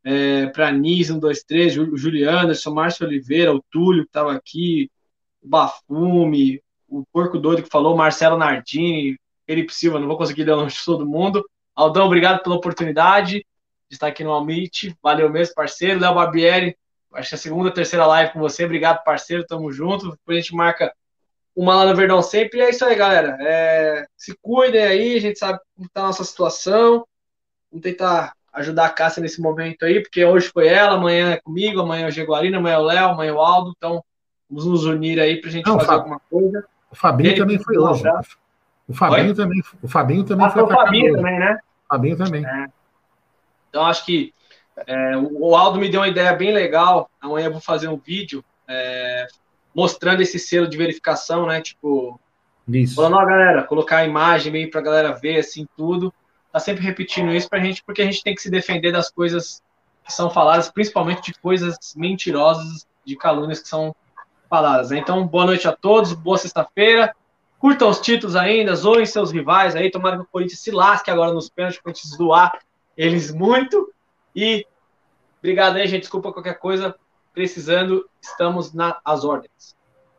É, para Nis, um, dois, três, o Juliano, Anderson, Márcio Oliveira, o Túlio, que estava aqui, o Bafume, o Porco Doido que falou, Marcelo Nardini, Felipe Silva, não vou conseguir ler o nome de todo mundo. Aldão, obrigado pela oportunidade de estar aqui no Amit. Valeu mesmo, parceiro. Léo Barbieri, acho que é a segunda, terceira live com você. Obrigado, parceiro. Tamo junto. Depois a gente marca uma lá no Verdão sempre. E é isso aí, galera. É, se cuidem aí, a gente sabe como tá a nossa situação. Vamos tentar ajudar a Cássia nesse momento aí, porque hoje foi ela, amanhã é comigo, amanhã é o Jaguarino, amanhã é o Léo, amanhã é o Aldo, então vamos nos unir aí pra gente Não, fazer alguma coisa. O Fabinho Ele também foi hoje. O Fabinho Oi? também, o Fabinho também ah, foi o Fabinho hoje. também, né? O Fabinho também. É. Então acho que é, o Aldo me deu uma ideia bem legal, amanhã eu vou fazer um vídeo é, mostrando esse selo de verificação, né, tipo, isso. Falando, ó, galera, colocar a imagem meio pra galera ver, assim, tudo. Tá sempre repetindo isso pra gente, porque a gente tem que se defender das coisas que são faladas, principalmente de coisas mentirosas, de calúnias que são faladas. Né? Então, boa noite a todos, boa sexta-feira. Curtam os títulos ainda, zoem seus rivais aí, tomara que o Corinthians se lasque agora nos pênaltis, o Corinthians zoar eles muito. E obrigado aí, gente, desculpa qualquer coisa, precisando, estamos nas ordens.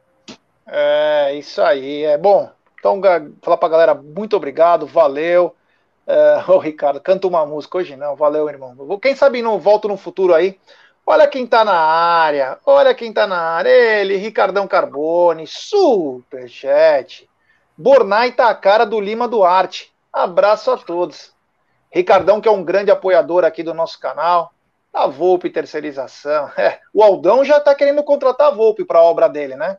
É, isso aí, é bom. Então, falar pra galera, muito obrigado, valeu. É, ô, Ricardo, canta uma música hoje não, valeu, irmão. Quem sabe não volto no futuro aí. Olha quem tá na área, olha quem tá na área, ele, Ricardão Carbone, superchat. Bornai tá a cara do Lima Duarte. Abraço a todos. Ricardão, que é um grande apoiador aqui do nosso canal. A Volpe Terceirização. É, o Aldão já tá querendo contratar a Volpe pra obra dele, né?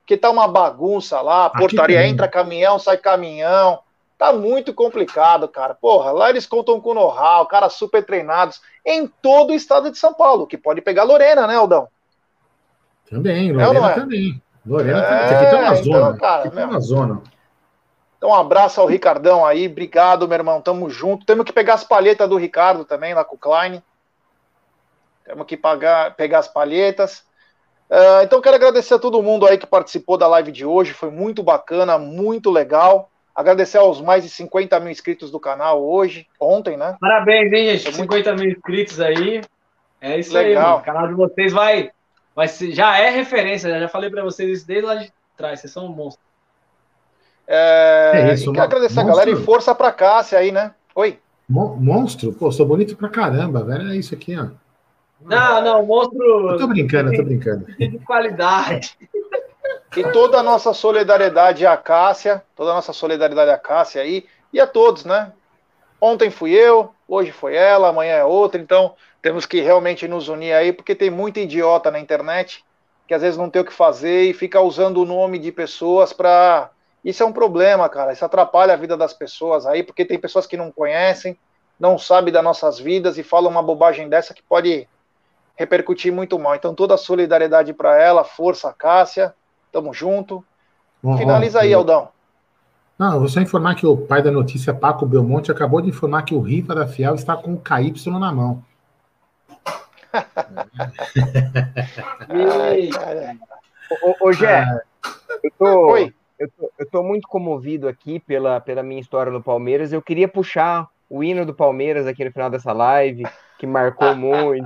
porque tá uma bagunça lá, a portaria também. entra caminhão, sai caminhão. Tá muito complicado, cara. Porra, lá eles contam com know-how, caras super treinados em todo o estado de São Paulo, que pode pegar Lorena, né, Aldão? Também, É ou Lorena não é? também. Lorena É, também. Isso aqui tá uma então, zona. cara, Aqui tá meu. uma zona. Então, um abraço ao Ricardão aí. Obrigado, meu irmão. Tamo junto. Temos que pegar as palhetas do Ricardo também, lá com o Klein. Temos que pagar, pegar as palhetas. Uh, então, quero agradecer a todo mundo aí que participou da live de hoje. Foi muito bacana, muito legal. Agradecer aos mais de cinquenta mil inscritos do canal hoje, ontem, né? Parabéns, hein, gente? Foi muito- cinquenta mil inscritos aí. É isso aí, Legal. mano. O canal de vocês vai, vai ser, já é referência. Já falei pra vocês isso desde lá de trás. Vocês são um monstro. É, É isso, e quero agradecer a monstro. galera e força pra Cássia aí, né? Oi. Mon- Monstro? Pô, sou bonito pra caramba, velho. É isso aqui, ó. Não, não, monstro. Eu tô brincando, eu tô brincando. De qualidade. E toda a nossa solidariedade à Cássia, toda a nossa solidariedade à Cássia aí, e a todos, né? Ontem fui eu, hoje foi ela, amanhã é outra, então temos que realmente nos unir aí, porque tem muita idiota na internet que às vezes não tem o que fazer e fica usando o nome de pessoas para... Isso é um problema, cara, isso atrapalha a vida das pessoas aí, porque tem pessoas que não conhecem, não sabem das nossas vidas e falam uma bobagem dessa que pode repercutir muito mal. Então toda a solidariedade para ela, força, Cássia. Tamo junto. Ó, Finaliza ó, aí, eu- Aldão. Não, eu vou só informar que o pai da notícia, Paco Belmonte, acabou de informar que o Riva da Fiel está com o K Y na mão. Ai, E... cara. Ô, ô, Gé, eu tô, Oi. eu, tô, eu tô muito comovido aqui pela, pela minha história no Palmeiras. Eu queria puxar o hino do Palmeiras aqui no final dessa live, que marcou muito.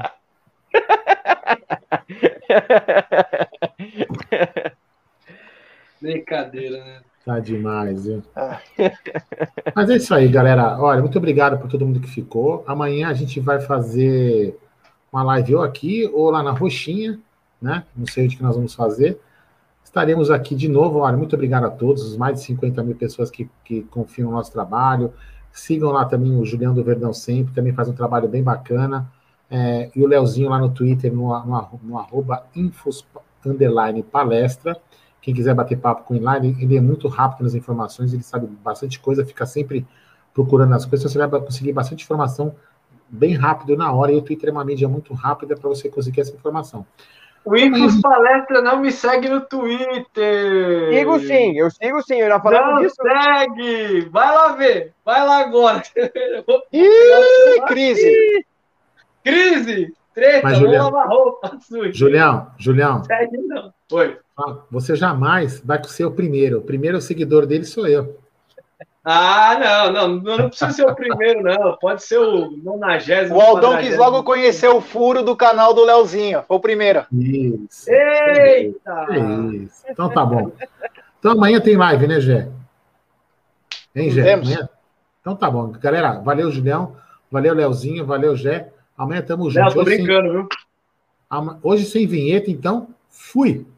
Brincadeira, né? Tá demais, viu? Ah. Mas é isso aí, galera. Olha, muito obrigado por todo mundo que ficou. Amanhã a gente vai fazer uma live ou aqui ou lá na Roxinha, né? Não sei onde que nós vamos fazer. Estaremos aqui de novo. Olha, muito obrigado a todos, os mais de cinquenta mil pessoas que, que confiam no nosso trabalho. Sigam lá também o Julião do Verdão Sempre, também faz um trabalho bem bacana. É, e o Leozinho lá no Twitter, no, no, no arroba infos underline palestra. Quem quiser bater papo com ele lá, ele, ele é muito rápido nas informações, ele sabe bastante coisa, fica sempre procurando as coisas, você vai conseguir bastante informação bem rápido na hora, e o Twitter é uma mídia muito rápida para você conseguir essa informação. O Infos Palestra não me segue no Twitter. Sigo sim, eu sigo sim, eu já falamos Não disso. segue! Vai lá ver, vai lá agora. Ih, crise. Crise! Treta, Mas, vamos Julião, lavar roupa suja. Julião, Julião, Segue não. Oi. você jamais vai ser o primeiro. O primeiro seguidor dele sou eu. Ah, não, não, não precisa ser o primeiro, não. Pode ser o nonagésimo. O Aldão quis logo conhecer o furo do canal do Leozinho. Foi o primeiro. Isso. Eita! É isso. Então tá bom. Então amanhã tem live, né, Gé? Hein, Gé? Temos. Amanhã? Então tá bom. Galera, valeu, Julião. Valeu, Leozinho. Valeu, Gé. Amanhã tamo Não, junto. tô Hoje sem- brincando, viu? Ama- Hoje sem vinheta, então, fui!